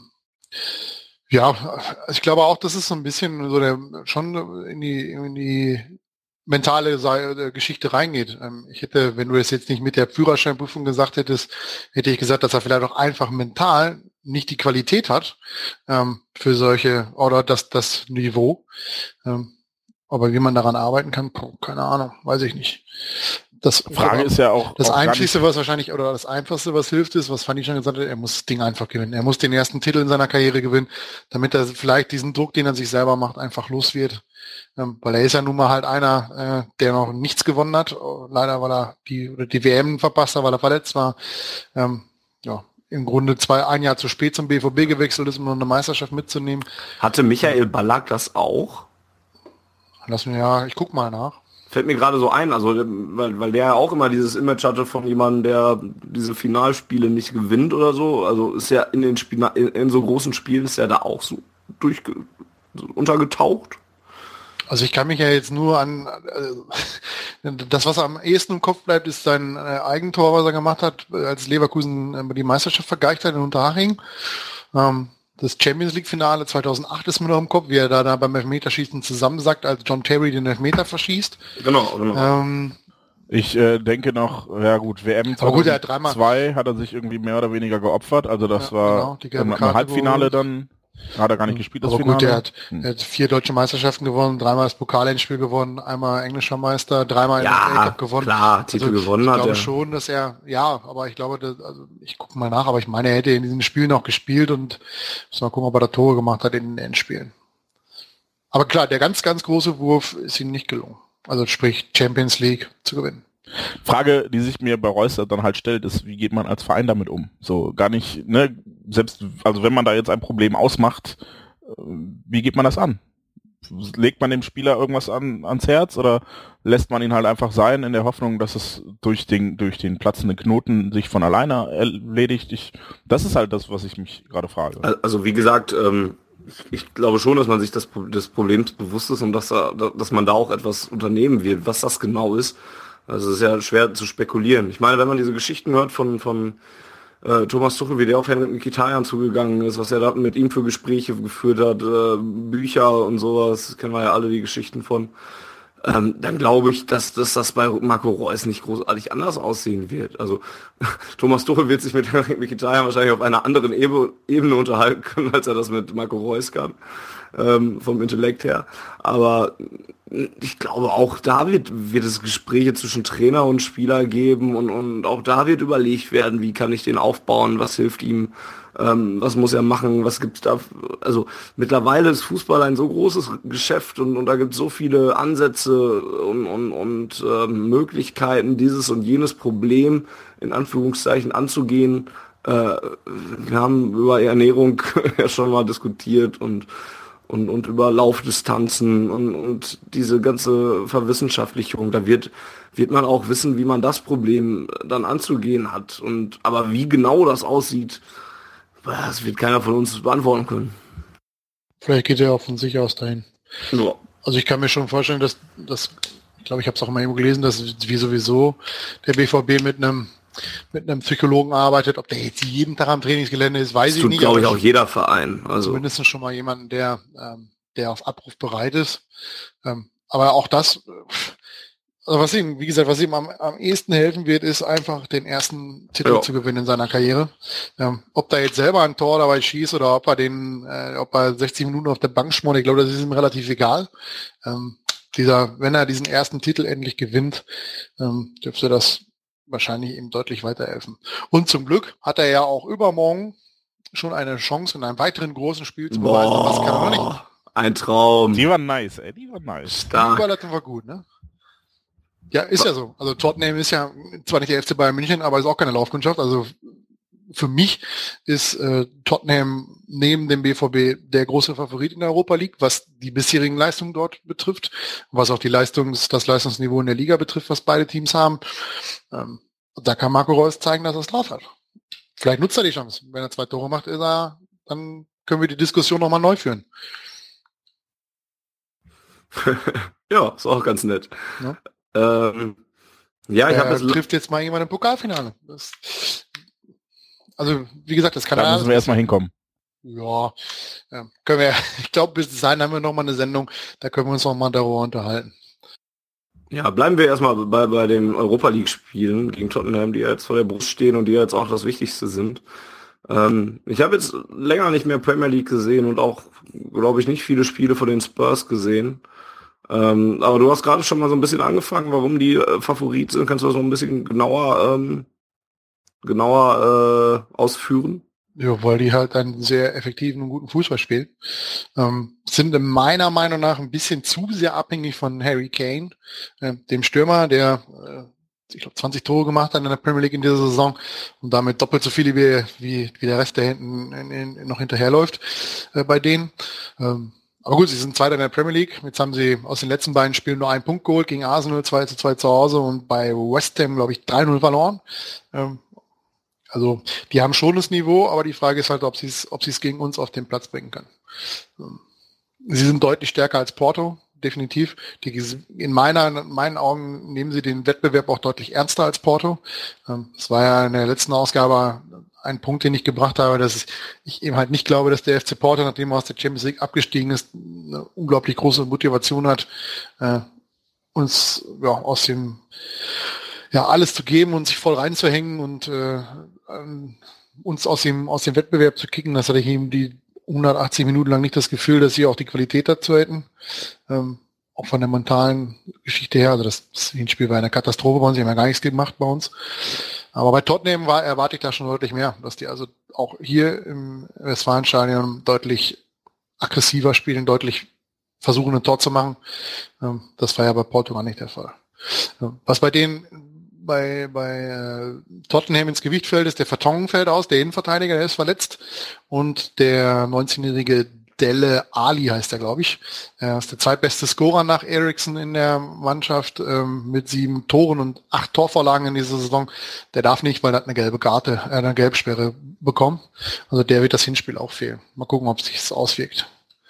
ja, ich glaube auch, das ist so ein bisschen so der, schon in die, in die mentale Seite, Geschichte reingeht. Ähm, ich hätte, wenn du das jetzt nicht mit der Führerscheinprüfung gesagt hättest, hätte ich gesagt, dass er vielleicht auch einfach mental nicht die Qualität hat ähm, für solche oder das, das Niveau. Ähm, aber wie man daran arbeiten kann, keine Ahnung, weiß ich nicht. Das
Frage ist ja auch,
das
auch gar
Einzigste,
nicht,
was wahrscheinlich, oder das Einfachste, was hilft, ist, was Fanny schon gesagt hat, er muss das Ding einfach gewinnen. Er muss den ersten Titel in seiner Karriere gewinnen, damit er vielleicht diesen Druck, den er sich selber macht, einfach los wird. Ähm, weil er ist ja nun mal halt einer, äh, der noch nichts gewonnen hat. Leider, weil er die, oder die W M verpasst hat, weil er verletzt war. Ähm, ja, im Grunde zwei, ein Jahr zu spät zum B V B gewechselt ist, um noch eine Meisterschaft mitzunehmen.
Hatte Michael Ballack das auch?
Lass mir ja, ich guck mal nach.
Fällt mir gerade so ein, also weil, weil der ja auch immer dieses Image hatte von jemandem, der diese Finalspiele nicht gewinnt oder so. Also ist ja in den Spiel, in, in so großen Spielen ist er da auch so durch so untergetaucht.
Also ich kann mich ja jetzt nur an äh, das, was am ehesten im Kopf bleibt, ist sein äh, Eigentor, was er gemacht hat, als Leverkusen äh, die Meisterschaft vergeigt hat in Unterhaching. Ähm, das Champions League Finale zweitausendacht ist mir noch im Kopf, wie er da, da beim Elfmeterschießen zusammensackt, als John Terry den Elfmeter verschießt.
Genau, genau.
Ähm,
Ich äh, denke noch, ja gut, W M
Aber gut, er hat dreimal-
zweitausendzwei hat er sich irgendwie mehr oder weniger geopfert, also das
Ja,
war
genau, die gelbe
im, im
Karte
Halbfinale
geholt.
dann, hat er gar nicht gespielt, das
aber
Finale.
gut, er hat,
Hm.
er hat vier deutsche Meisterschaften gewonnen, dreimal das Pokalendspiel gewonnen, einmal englischer Meister, dreimal
Ja,
den F A Cup gewonnen.
klar, Titel
Also,
gewonnen
ich
hat
glaube
er.
schon, dass er, ja, aber ich glaube, dass, also ich gucke mal nach, aber ich meine, er hätte in diesen Spielen noch gespielt und muss mal gucken, ob er da Tore gemacht hat in den Endspielen. Aber klar, der ganz, ganz große Wurf ist ihm nicht gelungen. Also sprich Champions League zu gewinnen.
Frage, die sich mir bei Reus dann halt stellt, ist, wie geht man als Verein damit um? So, gar nicht, ne, selbst, also wenn man da jetzt ein Problem ausmacht, äh, wie geht man das an? Legt man dem Spieler irgendwas an, ans Herz oder lässt man ihn halt einfach sein in der Hoffnung, dass es durch den, durch den platzenden Knoten sich von alleine erledigt? Ich, das ist halt das, was ich mich gerade frage.
Also wie gesagt, ähm, ich glaube schon, dass man sich das, des Problems bewusst ist und dass, er, dass man da auch etwas unternehmen wird. Was das genau ist, also es ist ja schwer zu spekulieren. Ich meine, wenn man diese Geschichten hört von, von äh, Thomas Tuchel, wie der auf Henrik Mkhitaryan zugegangen ist, was er da mit ihm für Gespräche geführt hat, äh, Bücher und sowas, kennen wir ja alle die Geschichten von, ähm, dann glaube ich, dass, dass das bei Marco Reus nicht großartig anders aussehen wird. Also Thomas Tuchel wird sich mit Henrik Mkhitaryan wahrscheinlich auf einer anderen Ebe- Ebene unterhalten können, als er das mit Marco Reus kann, ähm, vom Intellekt her. Aber ich glaube, auch da wird, wird es Gespräche zwischen Trainer und Spieler geben und, und auch da wird überlegt werden, wie kann ich den aufbauen, was hilft ihm, ähm, was muss er machen, was gibt's da. Also mittlerweile ist Fußball ein so großes Geschäft und, und da gibt es so viele Ansätze und, und, und ähm, Möglichkeiten, dieses und jenes Problem in Anführungszeichen anzugehen. Äh, wir haben über Ernährung ja schon mal diskutiert und Und, und über Laufdistanzen und, und diese ganze Verwissenschaftlichung, da wird, wird man auch wissen, wie man das Problem dann anzugehen hat. Und aber wie genau das aussieht, das wird keiner von uns beantworten können.
Vielleicht geht er auch von sich aus dahin.
Ja.
Also ich kann mir schon vorstellen, dass, dass ich glaube, ich habe es auch mal irgendwo gelesen, dass wie sowieso der B V B mit einem mit einem Psychologen arbeitet. Ob der jetzt jeden Tag am Trainingsgelände ist, weiß
Das
ich
tut,
nicht.
glaube ich,
aber
auch jeder Verein. Also
zumindest schon mal jemanden, der, ähm, der auf Abruf bereit ist. Ähm, aber auch das, also was ihm, wie gesagt, was ihm am, am ehesten helfen wird, ist einfach den ersten Titel
Ja.
zu gewinnen in seiner Karriere. Ähm, ob da jetzt selber ein Tor dabei schießt oder ob er den, äh, ob er sechzig Minuten auf der Bank schmort, ich glaube, das ist ihm relativ egal. Ähm, dieser, wenn er diesen ersten Titel endlich gewinnt, ähm, dürfte das wahrscheinlich ihm deutlich weiterhelfen. Und zum Glück hat er ja auch übermorgen schon eine Chance in einem weiteren großen Spiel zu beweisen, was kann er noch nicht.
boah, ein Traum.
Die war nice, ey, die war nice.
Die
Stark.
Überleitung war gut, ne? Ja, ist ja so. Also Tottenham ist ja zwar nicht der F C Bayern München, aber ist auch keine Laufkundschaft. Also für mich ist äh, Tottenham neben dem B V B der große Favorit in der Europa League, was die bisherigen Leistungen dort betrifft, was auch die Leistungs, das Leistungsniveau in der Liga betrifft, was beide Teams haben. Ähm, da kann Marco Reus zeigen, dass er es drauf hat. Vielleicht nutzt er die Chance. Wenn er zwei Tore macht, ist er, dann können wir die Diskussion nochmal neu führen.
Ja, ist auch ganz nett.
Ja.
Ähm, ja, ich
er
habe jetzt
trifft jetzt mal jemanden im Pokalfinale. Das, also, wie gesagt, das kann
Da
er
müssen wir erstmal hinkommen.
Ja, ja, können wir, ich glaube, bis dahin haben wir noch mal eine Sendung, da können wir uns noch mal darüber unterhalten.
Ja, bleiben wir erstmal bei, bei den Europa League Spielen gegen Tottenham, die jetzt vor der Brust stehen und die jetzt auch das Wichtigste sind. Ähm, ich habe jetzt länger nicht mehr Premier League gesehen und auch, glaube ich, nicht viele Spiele von den Spurs gesehen. Ähm, aber du hast gerade schon mal so ein bisschen angefangen, warum die äh, Favorit sind. Kannst du das noch ein bisschen genauer, ähm, genauer äh, ausführen?
Ja, weil die halt einen sehr effektiven und guten Fußball spielen. Ähm, sind meiner Meinung nach ein bisschen zu sehr abhängig von Harry Kane, äh, dem Stürmer, der äh, ich glaube zwanzig Tore gemacht hat in der Premier League in dieser Saison und damit doppelt so viele wie, wie, wie der Rest, der hinten in, in, noch hinterherläuft äh, bei denen. Ähm, aber gut, sie sind Zweiter in der Premier League. Jetzt haben sie aus den letzten beiden Spielen nur einen Punkt geholt, gegen Arsenal zwei zu zwei zu Hause und bei West Ham, glaube ich, drei null verloren. Ähm, Also die haben schon das Niveau, aber die Frage ist halt, ob sie es ob sie es gegen uns auf den Platz bringen können. Sie sind deutlich stärker als Porto, definitiv. Die, in, meiner, in meinen Augen nehmen sie den Wettbewerb auch deutlich ernster als Porto. Es war ja in der letzten Ausgabe, ein Punkt, den ich gebracht habe, dass ich eben halt nicht glaube, dass der F C Porto, nachdem er aus der Champions League abgestiegen ist, eine unglaublich große Motivation hat, äh, uns ja, aus dem ja alles zu geben und sich voll reinzuhängen und äh, ähm, uns aus dem aus dem Wettbewerb zu kicken. Das hatte ich eben die hundertachtzig Minuten lang nicht das Gefühl, dass sie auch die Qualität dazu hätten. Ähm, auch von der mentalen Geschichte her. Also das, das Hinspiel war eine Katastrophe bei uns. Sie haben ja gar nichts gemacht bei uns. Aber bei Tottenham war, erwarte ich da schon deutlich mehr, dass die also auch hier im Westfalenstadion deutlich aggressiver spielen, deutlich versuchen, ein Tor zu machen. Ähm, das war ja bei Porto gar nicht der Fall. Was bei denen bei, bei äh, Tottenham ins Gewicht fällt, ist der Vertongen fällt aus, der Innenverteidiger, der ist verletzt. Und der neunzehnjährige Dele Ali heißt er, glaube ich. Er ist der zweitbeste Scorer nach Eriksen in der Mannschaft ähm, mit sieben Toren und acht Torvorlagen in dieser Saison. Der darf nicht, weil er hat eine gelbe Karte, äh, eine Gelbsperre bekommen. Also der wird das Hinspiel auch fehlen. Mal gucken, ob es sich auswirkt.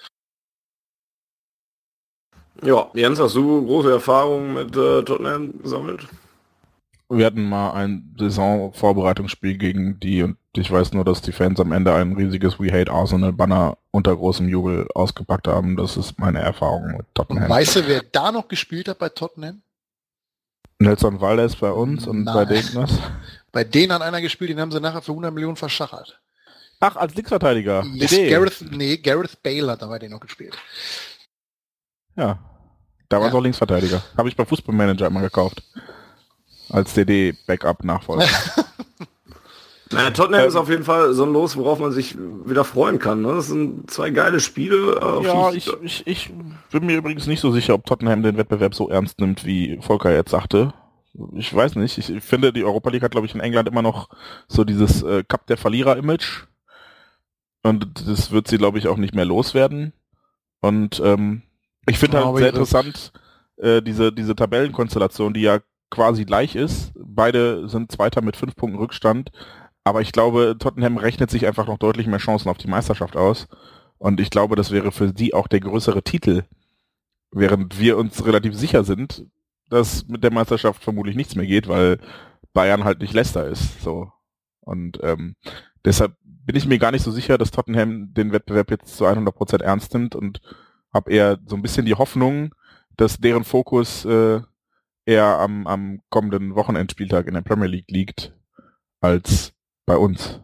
Ja, Jens, hast du große Erfahrungen mit äh, Tottenham gesammelt?
Wir hatten mal ein Saisonvorbereitungsspiel gegen die und ich weiß nur, dass die Fans am Ende ein riesiges We Hate Arsenal Banner unter großem Jubel ausgepackt haben. Das ist meine Erfahrung mit Tottenham.
Und weißt du, wer da noch gespielt hat bei Tottenham?
Nelson Valdez bei uns und
Nein.
bei denen was?
Bei denen hat einer gespielt, den haben sie nachher für hundert Millionen verschachert.
Ach, als Linksverteidiger.
Yes,
D D.
Gareth, nee, Gareth Bale hat da bei denen noch gespielt.
Ja, da war es
Ja.
auch Linksverteidiger. Habe ich bei Fußballmanager immer gekauft. Als D D-Backup-Nachfolger.
Naja, Tottenham
Ähm,
ist auf jeden Fall so ein Los, worauf man sich wieder freuen kann. Ne? Das sind zwei geile Spiele. Auf
Ja,
die
ich, ich, ich bin mir übrigens nicht so sicher, ob Tottenham den Wettbewerb so ernst nimmt, wie Volker jetzt sagte. Ich weiß nicht. Ich finde, die Europa League hat, glaube ich, in England immer noch so dieses äh, Cup der Verlierer-Image. Und das wird sie, glaube ich, auch nicht mehr loswerden. Und ähm, ich finde
Ja,
halt
aber
sehr
ihre-
interessant, äh, diese, diese Tabellenkonstellation, die ja quasi gleich ist. Beide sind Zweiter mit fünf Punkten Rückstand. Aber ich glaube, Tottenham rechnet sich einfach noch deutlich mehr Chancen auf die Meisterschaft aus. Und ich glaube, das wäre für sie auch der größere Titel. Während wir uns relativ sicher sind, dass mit der Meisterschaft vermutlich nichts mehr geht, weil Bayern halt nicht Leicester ist. So. Und ähm, deshalb bin ich mir gar nicht so sicher, dass Tottenham den Wettbewerb jetzt zu hundert Prozent ernst nimmt und habe eher so ein bisschen die Hoffnung, dass deren Fokus äh, eher am, am kommenden Wochenendspieltag in der Premier League liegt, als bei uns.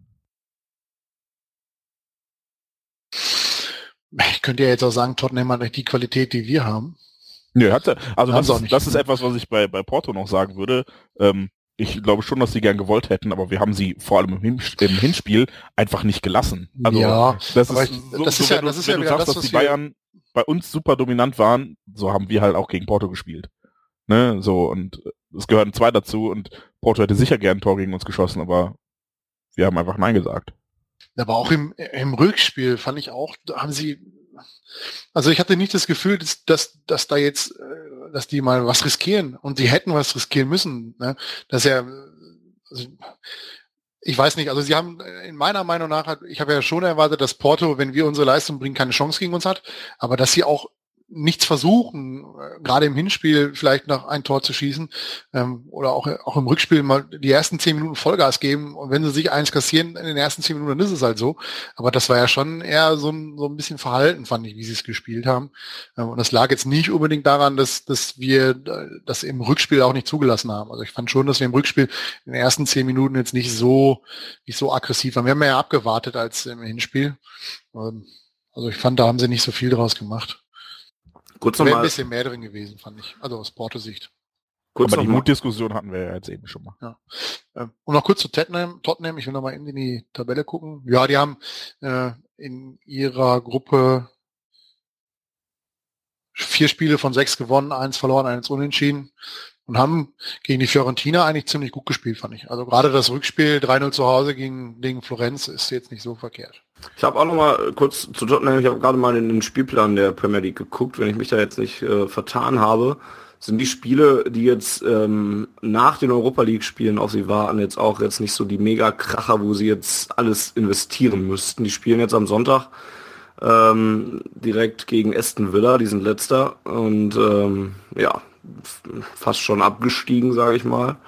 Ich könnte ja jetzt auch sagen, Tottenham hat nicht die Qualität, die wir haben.
Nö, hatte, also
Haben
das
sie auch
ist,
nicht.
das ist etwas, was ich bei, bei Porto noch sagen würde. Ähm, ich glaube schon, dass sie gern gewollt hätten, aber wir haben sie vor allem im, Hin im Hinspiel einfach nicht gelassen. Also
Ja,
das
aber
ist,
ich-
so,
das
so,
ist ja-
wenn du,
das ist
wenn
ja
du
wieder
sagst,
das,
dass
was
die
wir-
Bayern bei uns super dominant waren, so haben wir halt auch gegen Porto gespielt. Ne, so, und es gehören zwei dazu und Porto hätte sicher gern ein Tor gegen uns geschossen, aber wir haben einfach Nein gesagt.
Aber auch im, im Rückspiel fand ich auch, da haben sie, also ich hatte nicht das Gefühl, dass, dass, dass da jetzt, äh, dass die mal was riskieren und sie hätten was riskieren müssen. Ne? Dass ja, also, ich weiß nicht, also sie haben in meiner Meinung nach, hat- ich habe ja schon erwartet, dass Porto, wenn wir unsere Leistung bringen, keine Chance gegen uns hat, aber dass sie auch nichts versuchen, äh, gerade im Hinspiel vielleicht noch ein Tor zu schießen ähm, oder auch, auch im Rückspiel mal die ersten zehn Minuten Vollgas geben und wenn sie sich eins kassieren in den ersten zehn Minuten, dann ist es halt so. Aber das war ja schon eher so ein, so ein bisschen verhalten, fand ich, wie sie es gespielt haben. Ähm, und das lag jetzt nicht unbedingt daran, dass, dass wir äh, das im Rückspiel auch nicht zugelassen haben. Also ich fand schon, dass wir im Rückspiel in den ersten zehn Minuten jetzt nicht so, nicht so aggressiv waren. Wir haben ja abgewartet als im Hinspiel. Ähm, also ich fand, da haben sie nicht so viel draus gemacht.
Kurz
Wäre ein
nochmal,
bisschen mehr drin gewesen, fand ich. Also aus Porto-Sicht.
kurz
aber die
noch mal,
Mutdiskussion hatten wir ja jetzt eben schon mal.
Ähm, Und noch kurz zu Tottenham. Tottenham, ich will noch mal in die Tabelle gucken. Ja, die haben äh, in ihrer Gruppe vier Spiele von sechs gewonnen, eins verloren, eins unentschieden und haben gegen die Fiorentina eigentlich ziemlich gut gespielt, fand ich. Also gerade das Rückspiel drei null zu Hause gegen, gegen Florenz ist jetzt nicht so verkehrt.
ich habe auch noch mal kurz zu Tottenham, ich habe gerade mal in den Spielplan der Premier League geguckt, wenn ich mich da jetzt nicht äh, vertan habe, sind die Spiele, die jetzt ähm, nach den Europa League Spielen auf sie warten, jetzt auch jetzt nicht so die Mega-Kracher, wo sie jetzt alles investieren müssten. Die spielen jetzt am Sonntag ähm, direkt gegen Aston Villa, die sind letzter und ähm, ja, f- fast schon abgestiegen, sage ich mal.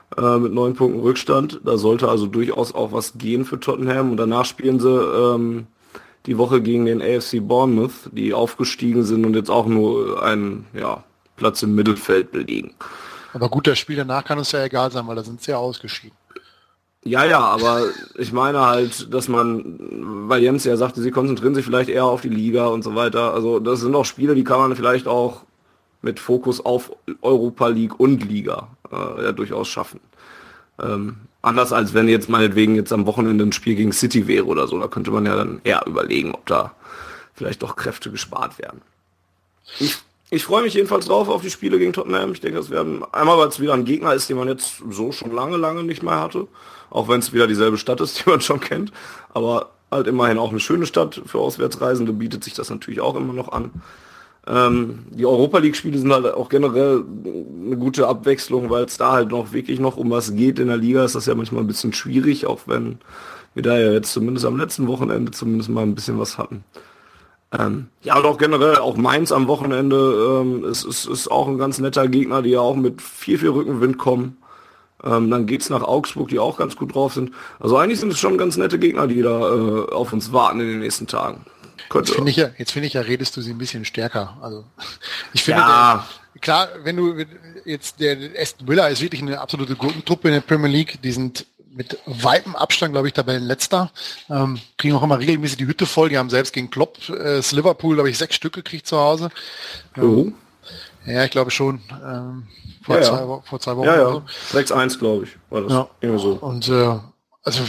äh, mit neun Punkten Rückstand. Da sollte also durchaus auch was gehen für Tottenham. Und danach spielen sie ähm, die Woche gegen den A F C Bournemouth, die aufgestiegen sind und jetzt auch nur einen ja, Platz im Mittelfeld belegen.
Aber gut, das Spiel danach kann uns ja egal sein, weil da sind sie ja ausgeschieden.
Ja, ja, aber ich meine halt, dass man, weil Jens ja sagte, sie konzentrieren sich vielleicht eher auf die Liga und so weiter. Also das sind auch Spiele, die kann man vielleicht auch mit Fokus auf Europa League und Liga äh, ja durchaus schaffen. Ähm, anders als wenn jetzt meinetwegen jetzt am Wochenende ein Spiel gegen City wäre oder so. Da könnte man ja dann eher überlegen, ob da vielleicht doch Kräfte gespart werden. Ich, ich freue mich jedenfalls drauf auf die Spiele gegen Tottenham. Ich denke, das werden einmal, weil es wieder ein Gegner ist, den man jetzt so schon lange, lange nicht mehr hatte. Auch wenn es wieder dieselbe Stadt ist, die man schon kennt. Aber halt immerhin auch eine schöne Stadt für Auswärtsreisende, bietet sich das natürlich auch immer noch an. Ähm, die Europa League-Spiele sind halt auch generell eine gute Abwechslung, weil es da halt noch wirklich noch um was geht. In der Liga ist das ja manchmal ein bisschen schwierig, auch wenn wir da ja jetzt zumindest am letzten Wochenende zumindest mal ein bisschen was hatten. Ähm, ja, und auch generell, auch Mainz am Wochenende ähm, ist, ist, ist auch ein ganz netter Gegner, die ja auch mit viel, viel Rückenwind kommen. Ähm, dann geht's nach Augsburg, die auch ganz gut drauf sind. Also eigentlich sind es schon ganz nette Gegner, die da äh, auf uns warten in den nächsten Tagen.
Könnte. Jetzt finde ich ja, jetzt finde ich ja, redest du sie ein bisschen stärker. Also ich finde,
ja.
der, klar, wenn du jetzt der Aston Villa ist wirklich eine absolute Gurkentruppe in der Premier League. Die sind mit weitem Abstand, glaube ich, Tabellenletzter. Ähm, kriegen auch immer regelmäßig die Hütte voll. Die haben selbst gegen Klopp, äh, Liverpool, glaube ich, sechs Stück gekriegt zu Hause. Ähm, oh. Ja, ich glaube schon. Ähm, vor,
ja,
zwei,
ja.
vor zwei Wochen.
Ja, ja.
Oder so.
sechs eins, glaube ich, war das.
Ja.
Irgendwie so.
Und äh, also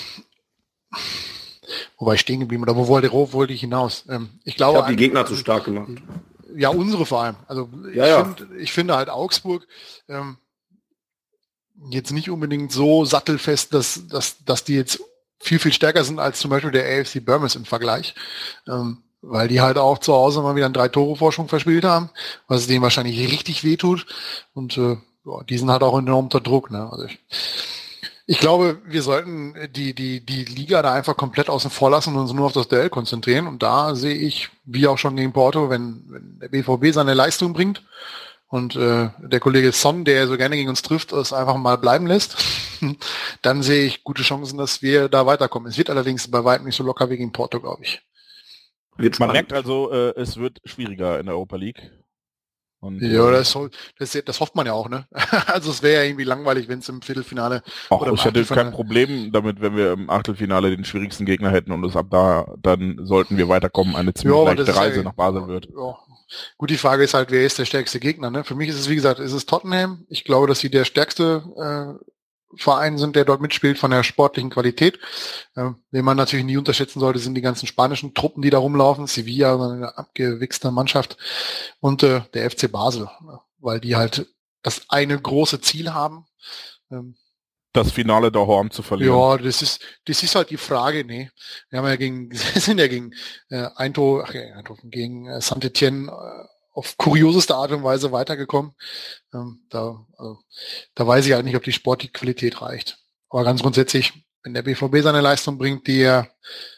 wo war ich stehen geblieben oder wo wollte, wo wollte ich hinaus? Ähm, ich glaube,
ich habe die Gegner zu stark gemacht.
Ja, unsere vor allem. Also ich,
ja, ja.
Find, ich finde halt Augsburg ähm, jetzt nicht unbedingt so sattelfest, dass, dass, dass die jetzt viel, viel stärker sind als zum Beispiel der A F C Bournemouth im Vergleich. Ähm, weil die halt auch zu Hause mal wieder einen Drei-Tore-Vorsprung verspielt haben, was denen wahrscheinlich richtig wehtut. Und äh, ja, die sind halt auch enorm unter Druck. Ne? Also ich, ich glaube, wir sollten die, die, die Liga da einfach komplett außen vor lassen und uns nur auf das Duell konzentrieren. Und da sehe ich, wie auch schon gegen Porto, wenn, wenn der B V B seine Leistung bringt und äh, der Kollege Son, der so gerne gegen uns trifft, es einfach mal bleiben lässt, dann sehe ich gute Chancen, dass wir da weiterkommen. Es wird allerdings bei weitem nicht so locker wie gegen Porto, glaube ich.
Wird Man merkt also, äh, es wird schwieriger in der Europa League. Und,
ja,
äh,
das, das, das hofft man ja auch, ne? Also es wäre ja irgendwie langweilig, wenn es im Viertelfinale...
Ach,
oder im
ich hätte
Achtelfinale-
kein Problem damit, wenn wir im Achtelfinale den schwierigsten Gegner hätten und es ab da, dann sollten wir weiterkommen, eine ziemlich
Ja, aber
leichte
das ist
Reise
ja-
nach Basel wird.
Ja. Gut, die Frage ist halt, wer ist der stärkste Gegner, ne? Für mich ist es, wie gesagt, ist es Tottenham. Ich glaube, dass sie der stärkste äh, Verein sind, der dort mitspielt von der sportlichen Qualität. Äh, den man natürlich nie unterschätzen sollte, sind die ganzen spanischen Truppen, die da rumlaufen. Sevilla, eine abgewichste Mannschaft. Und äh, der F C Basel, ne? Weil die halt das eine große Ziel haben. Ähm,
Das Finale der Horn zu verlieren.
Ja, das ist, das ist halt die Frage, nee. Wir haben ja gegen, sind ja gegen äh, Eindhoven, ach ja, Eindhoven, gegen äh, Saint-Étienne äh, auf kurioseste Art und Weise weitergekommen. Ähm, da, also, da weiß ich halt nicht, ob die sportliche Qualität reicht. Aber ganz grundsätzlich, wenn der B V B seine Leistung bringt, die er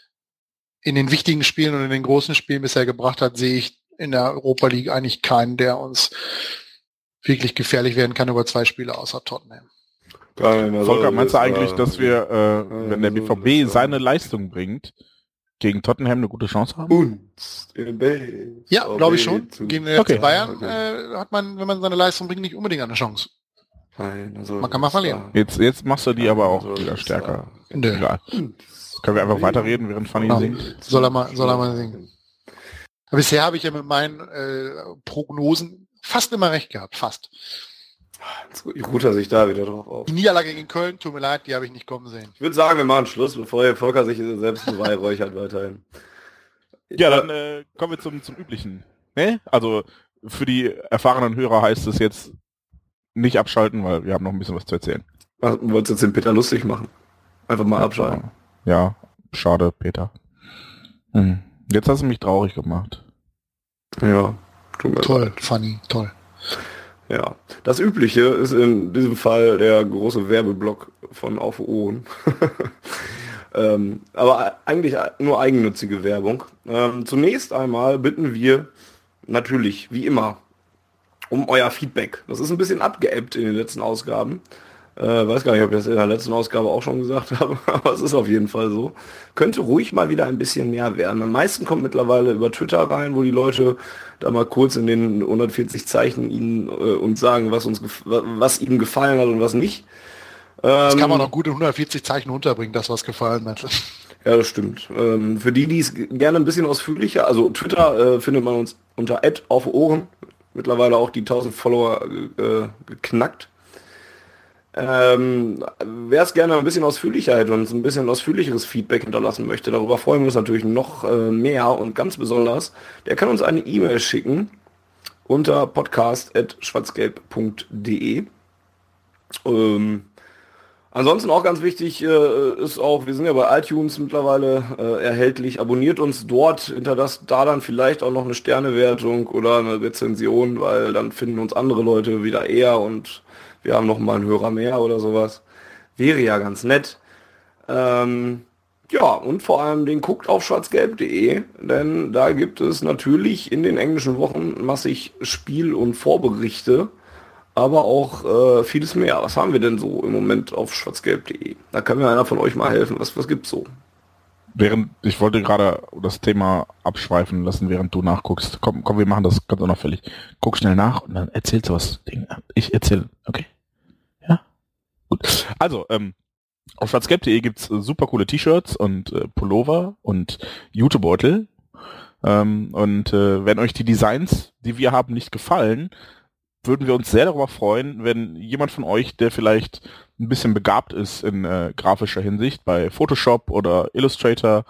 in den wichtigen Spielen und in den großen Spielen bisher gebracht hat, sehe ich in der Europa League eigentlich keinen, der uns wirklich gefährlich werden kann über zwei Spiele außer Tottenham.
Volker, meinst du eigentlich, dass wir, äh, wenn der B V B seine Leistung bringt, gegen Tottenham eine gute Chance haben?
Uns im B.
Ja, glaube ich schon. Gegen den
Okay.
F C Bayern äh, hat man, wenn man seine Leistung bringt, nicht unbedingt eine Chance. Man kann mal verlieren.
Jetzt, jetzt machst du die aber auch wieder stärker.
Nö.
Egal. Können wir einfach weiterreden, während Fanny
Ja.
singt?
Soll er mal, soll er mal singen. Aber bisher habe ich ja mit meinen äh, Prognosen fast immer recht gehabt, fast.
Ich ruhe sich da wieder drauf auf.
Die Niederlage gegen Köln, tut mir leid, die habe ich nicht kommen sehen.
Ich würde sagen, wir machen Schluss, bevor der Volker sich selbst beweihräuchert weiterhin.
Ja, dann äh, kommen wir zum, zum Üblichen. Ne? Also für die erfahrenen Hörer heißt es jetzt nicht abschalten, weil wir haben noch ein bisschen was zu erzählen.
Ach, du wolltest jetzt den Peter lustig machen. Einfach mal abschalten.
Ja, schade, Peter. Hm. Jetzt hast du mich traurig gemacht.
Ja, tut mir
Toll,
leid.
funny, toll.
Ja, das Übliche ist in diesem Fall der große Werbeblock von Auf Ohren. ähm, aber eigentlich nur eigennützige Werbung. Ähm, zunächst einmal bitten wir natürlich, wie immer, um euer Feedback. Das ist ein bisschen abgeebbt in den letzten Ausgaben. Äh, weiß gar nicht, ob ich das in der letzten Ausgabe auch schon gesagt habe, aber es ist auf jeden Fall so. Könnte ruhig mal wieder ein bisschen mehr werden. Am meisten kommt mittlerweile über Twitter rein, wo die Leute da mal kurz in den hundertvierzig Zeichen ihnen äh, uns sagen, was uns was ihnen gefallen hat und was nicht.
Das
Ähm,
kann man auch gut in hundertvierzig Zeichen unterbringen, das was gefallen hat.
Ja, das stimmt. Ähm, für die, die es gerne ein bisschen ausführlicher, also Twitter äh, findet man uns unter at auf Ohren, mittlerweile auch die tausend Follower äh, geknackt. Ähm, wer es gerne ein bisschen ausführlicher hätte und ein bisschen ausführlicheres Feedback hinterlassen möchte, darüber freuen wir uns natürlich noch äh, mehr und ganz besonders, der kann uns eine E-Mail schicken unter podcast at schwarzgelb punkt de. Ähm, ansonsten auch ganz wichtig äh, ist auch, wir sind ja bei iTunes mittlerweile äh, erhältlich, abonniert uns dort, hinterlasst da dann vielleicht auch noch eine Sternewertung oder eine Rezension, weil dann finden uns andere Leute wieder eher und wir haben noch mal einen Hörer mehr oder sowas. Wäre ja ganz nett. Ähm, ja, und vor allem den guckt auf schwarzgelb punkt de, denn da gibt es natürlich in den englischen Wochen massig Spiel- und Vorberichte, aber auch äh, vieles mehr. Was haben wir denn so im Moment auf schwarzgelb punkt de? Da kann mir einer von euch mal helfen. Was, was gibt's so?
Während, ich wollte gerade das Thema abschweifen lassen, während du nachguckst. Komm, komm, wir machen das ganz unauffällig. Guck schnell nach und dann erzählst du was. Ich erzähle, okay? Ja? Gut. Also, ähm, auf schwarzgelb punkt de gibt's super coole T-Shirts und äh, Pullover und Jutebeutel. Ähm, und äh, wenn euch die Designs, die wir haben, nicht gefallen, würden wir uns sehr darüber freuen, wenn jemand von euch, der vielleicht ein bisschen begabt ist in äh, grafischer Hinsicht bei Photoshop oder Illustrator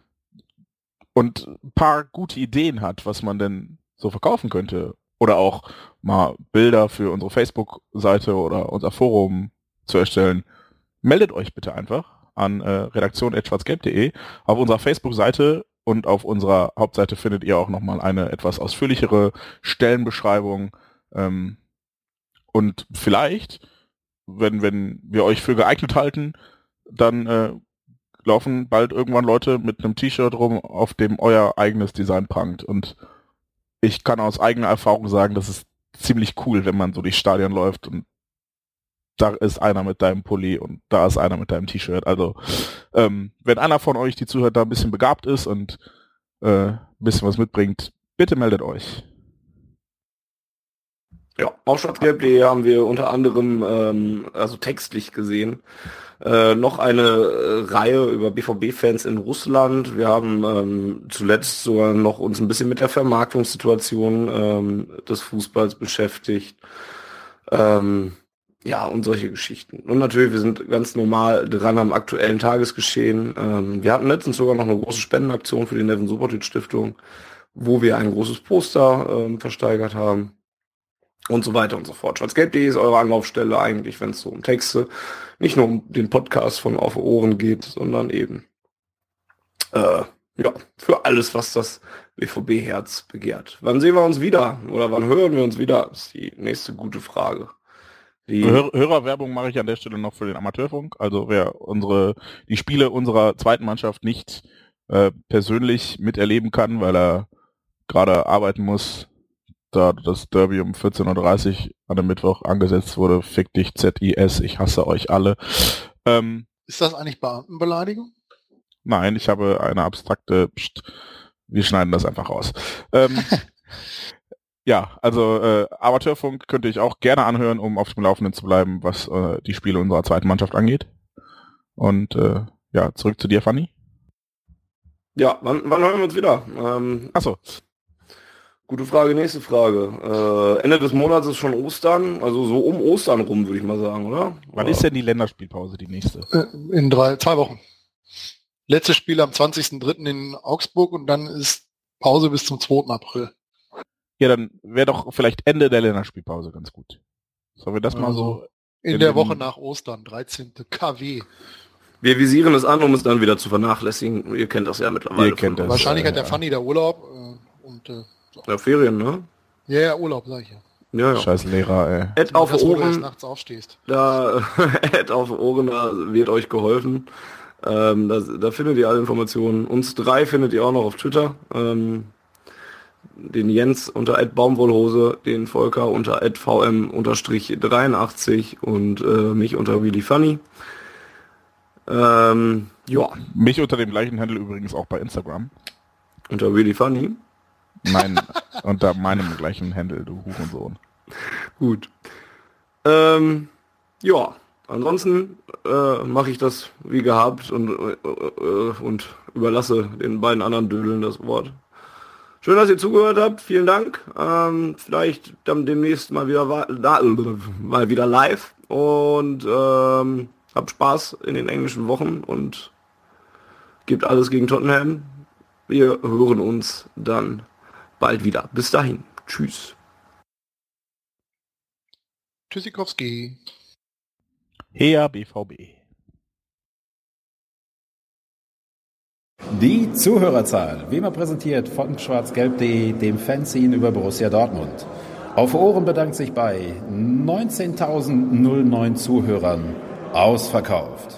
und ein paar gute Ideen hat, was man denn so verkaufen könnte oder auch mal Bilder für unsere Facebook-Seite oder unser Forum zu erstellen, meldet euch bitte einfach an äh, redaktion at schwarzgelb punkt de. Auf unserer Facebook-Seite und auf unserer Hauptseite findet ihr auch nochmal eine etwas ausführlichere Stellenbeschreibung. Ähm, und vielleicht, wenn, wenn wir euch für geeignet halten, dann äh, laufen bald irgendwann Leute mit einem T-Shirt rum, auf dem euer eigenes Design prangt. Und ich kann aus eigener Erfahrung sagen, das ist ziemlich cool, wenn man so durch Stadion läuft und da ist einer mit deinem Pulli und da ist einer mit deinem T-Shirt. Also ähm, wenn einer von euch, die zuhört, da ein bisschen begabt ist und äh, ein bisschen was mitbringt, bitte meldet euch.
Ja, auf schwarzgelb punkt de haben wir unter anderem, ähm, also textlich gesehen, äh, noch eine äh, Reihe über B V B-Fans in Russland. Wir haben ähm, zuletzt sogar noch uns ein bisschen mit der Vermarktungssituation ähm, des Fußballs beschäftigt. Ähm, ja, und solche Geschichten. Und natürlich, wir sind ganz normal dran am aktuellen Tagesgeschehen. Ähm, wir hatten letztens sogar noch eine große Spendenaktion für die Neven Subotic Stiftung, wo wir ein großes Poster ähm, versteigert haben. Und so weiter und so fort. schwarzgelb punkt de ist eure Anlaufstelle eigentlich, wenn es so um Texte, nicht nur um den Podcast von Auf Ohren geht, sondern eben äh, ja, für alles, was das B V B-Herz begehrt. Wann sehen wir uns wieder? Oder wann hören wir uns wieder? Das ist die nächste gute Frage. Die
Hör Hörerwerbung mache ich an der Stelle noch für den Amateurfunk. Also wer unsere die Spiele unserer zweiten Mannschaft nicht äh, persönlich miterleben kann, weil er gerade arbeiten muss, da das Derby um vierzehn Uhr dreißig an dem Mittwoch angesetzt wurde, fick dich Z I S, ich hasse euch alle. Ähm,
Ist das eigentlich Beamtenbeleidigung?
nein, ich habe eine abstrakte, pst, wir schneiden das einfach raus. Ähm, ja, also äh, Amateurfunk könnte ich auch gerne anhören, um auf dem Laufenden zu bleiben, was äh, die Spiele unserer zweiten Mannschaft angeht. Und äh, ja, zurück zu dir, Fanny.
Ja, wann, wann hören wir uns wieder? Ähm,
Achso.
Gute Frage, nächste Frage. Äh, Ende des Monats ist schon Ostern, also so um Ostern rum, würde ich mal sagen, oder?
Wann
oder?
ist denn die Länderspielpause, die nächste?
Äh, In drei, zwei Wochen. Letztes Spiel am zwanzigsten dritten in Augsburg und dann ist Pause bis zum zweiten April.
Ja, dann wäre doch vielleicht Ende der Länderspielpause ganz gut. Sollen wir das mal so...
In,
in
der
den-
Woche nach Ostern, dreizehnte K W.
Wir visieren es an, um es dann wieder zu vernachlässigen. Ihr kennt das ja mittlerweile.
Ihr kennt
von
das.
uns.
Wahrscheinlich
äh,
hat der
ja.
Fanny da Urlaub. Äh, und äh, so.
Ja, Ferien, ne?
Ja, ja, Urlaub, sag ich ja.
Ja, ja.
Scheiß Lehrer, ey.
Ad auf
das, wo du erst
Ohren,
nachts aufstehst.
da, Ad auf Ohren, da wird euch geholfen. Ähm, da, da findet ihr alle Informationen. Uns drei findet ihr auch noch auf Twitter. Ähm, den Jens unter at Baumwollhose, den Volker unter at v m dreiundachtzig und äh, mich unter really funny. Ähm, ja.
Mich unter dem gleichen Handle übrigens auch bei Instagram.
Unter really funny?
Nein, unter meinem gleichen Handle, du Hurensohn.
Gut. Ähm, ja, ansonsten äh, mache ich das wie gehabt und, äh, und überlasse den beiden anderen Dödeln das Wort. Schön, dass ihr zugehört habt. Vielen Dank. Ähm, vielleicht dann demnächst mal wieder, da, mal wieder live und ähm, habt Spaß in den englischen Wochen und gebt alles gegen Tottenham. Wir hören uns dann bald wieder. Bis dahin. Tschüss.
Tschüssikowski.
Hea B V B.
Die Zuhörerzahl, wie immer präsentiert von schwarz-gelb punkt de, dem Fanzine über Borussia Dortmund. Auf Ohren bedankt sich bei neunzehntausendneun Zuhörern ausverkauft.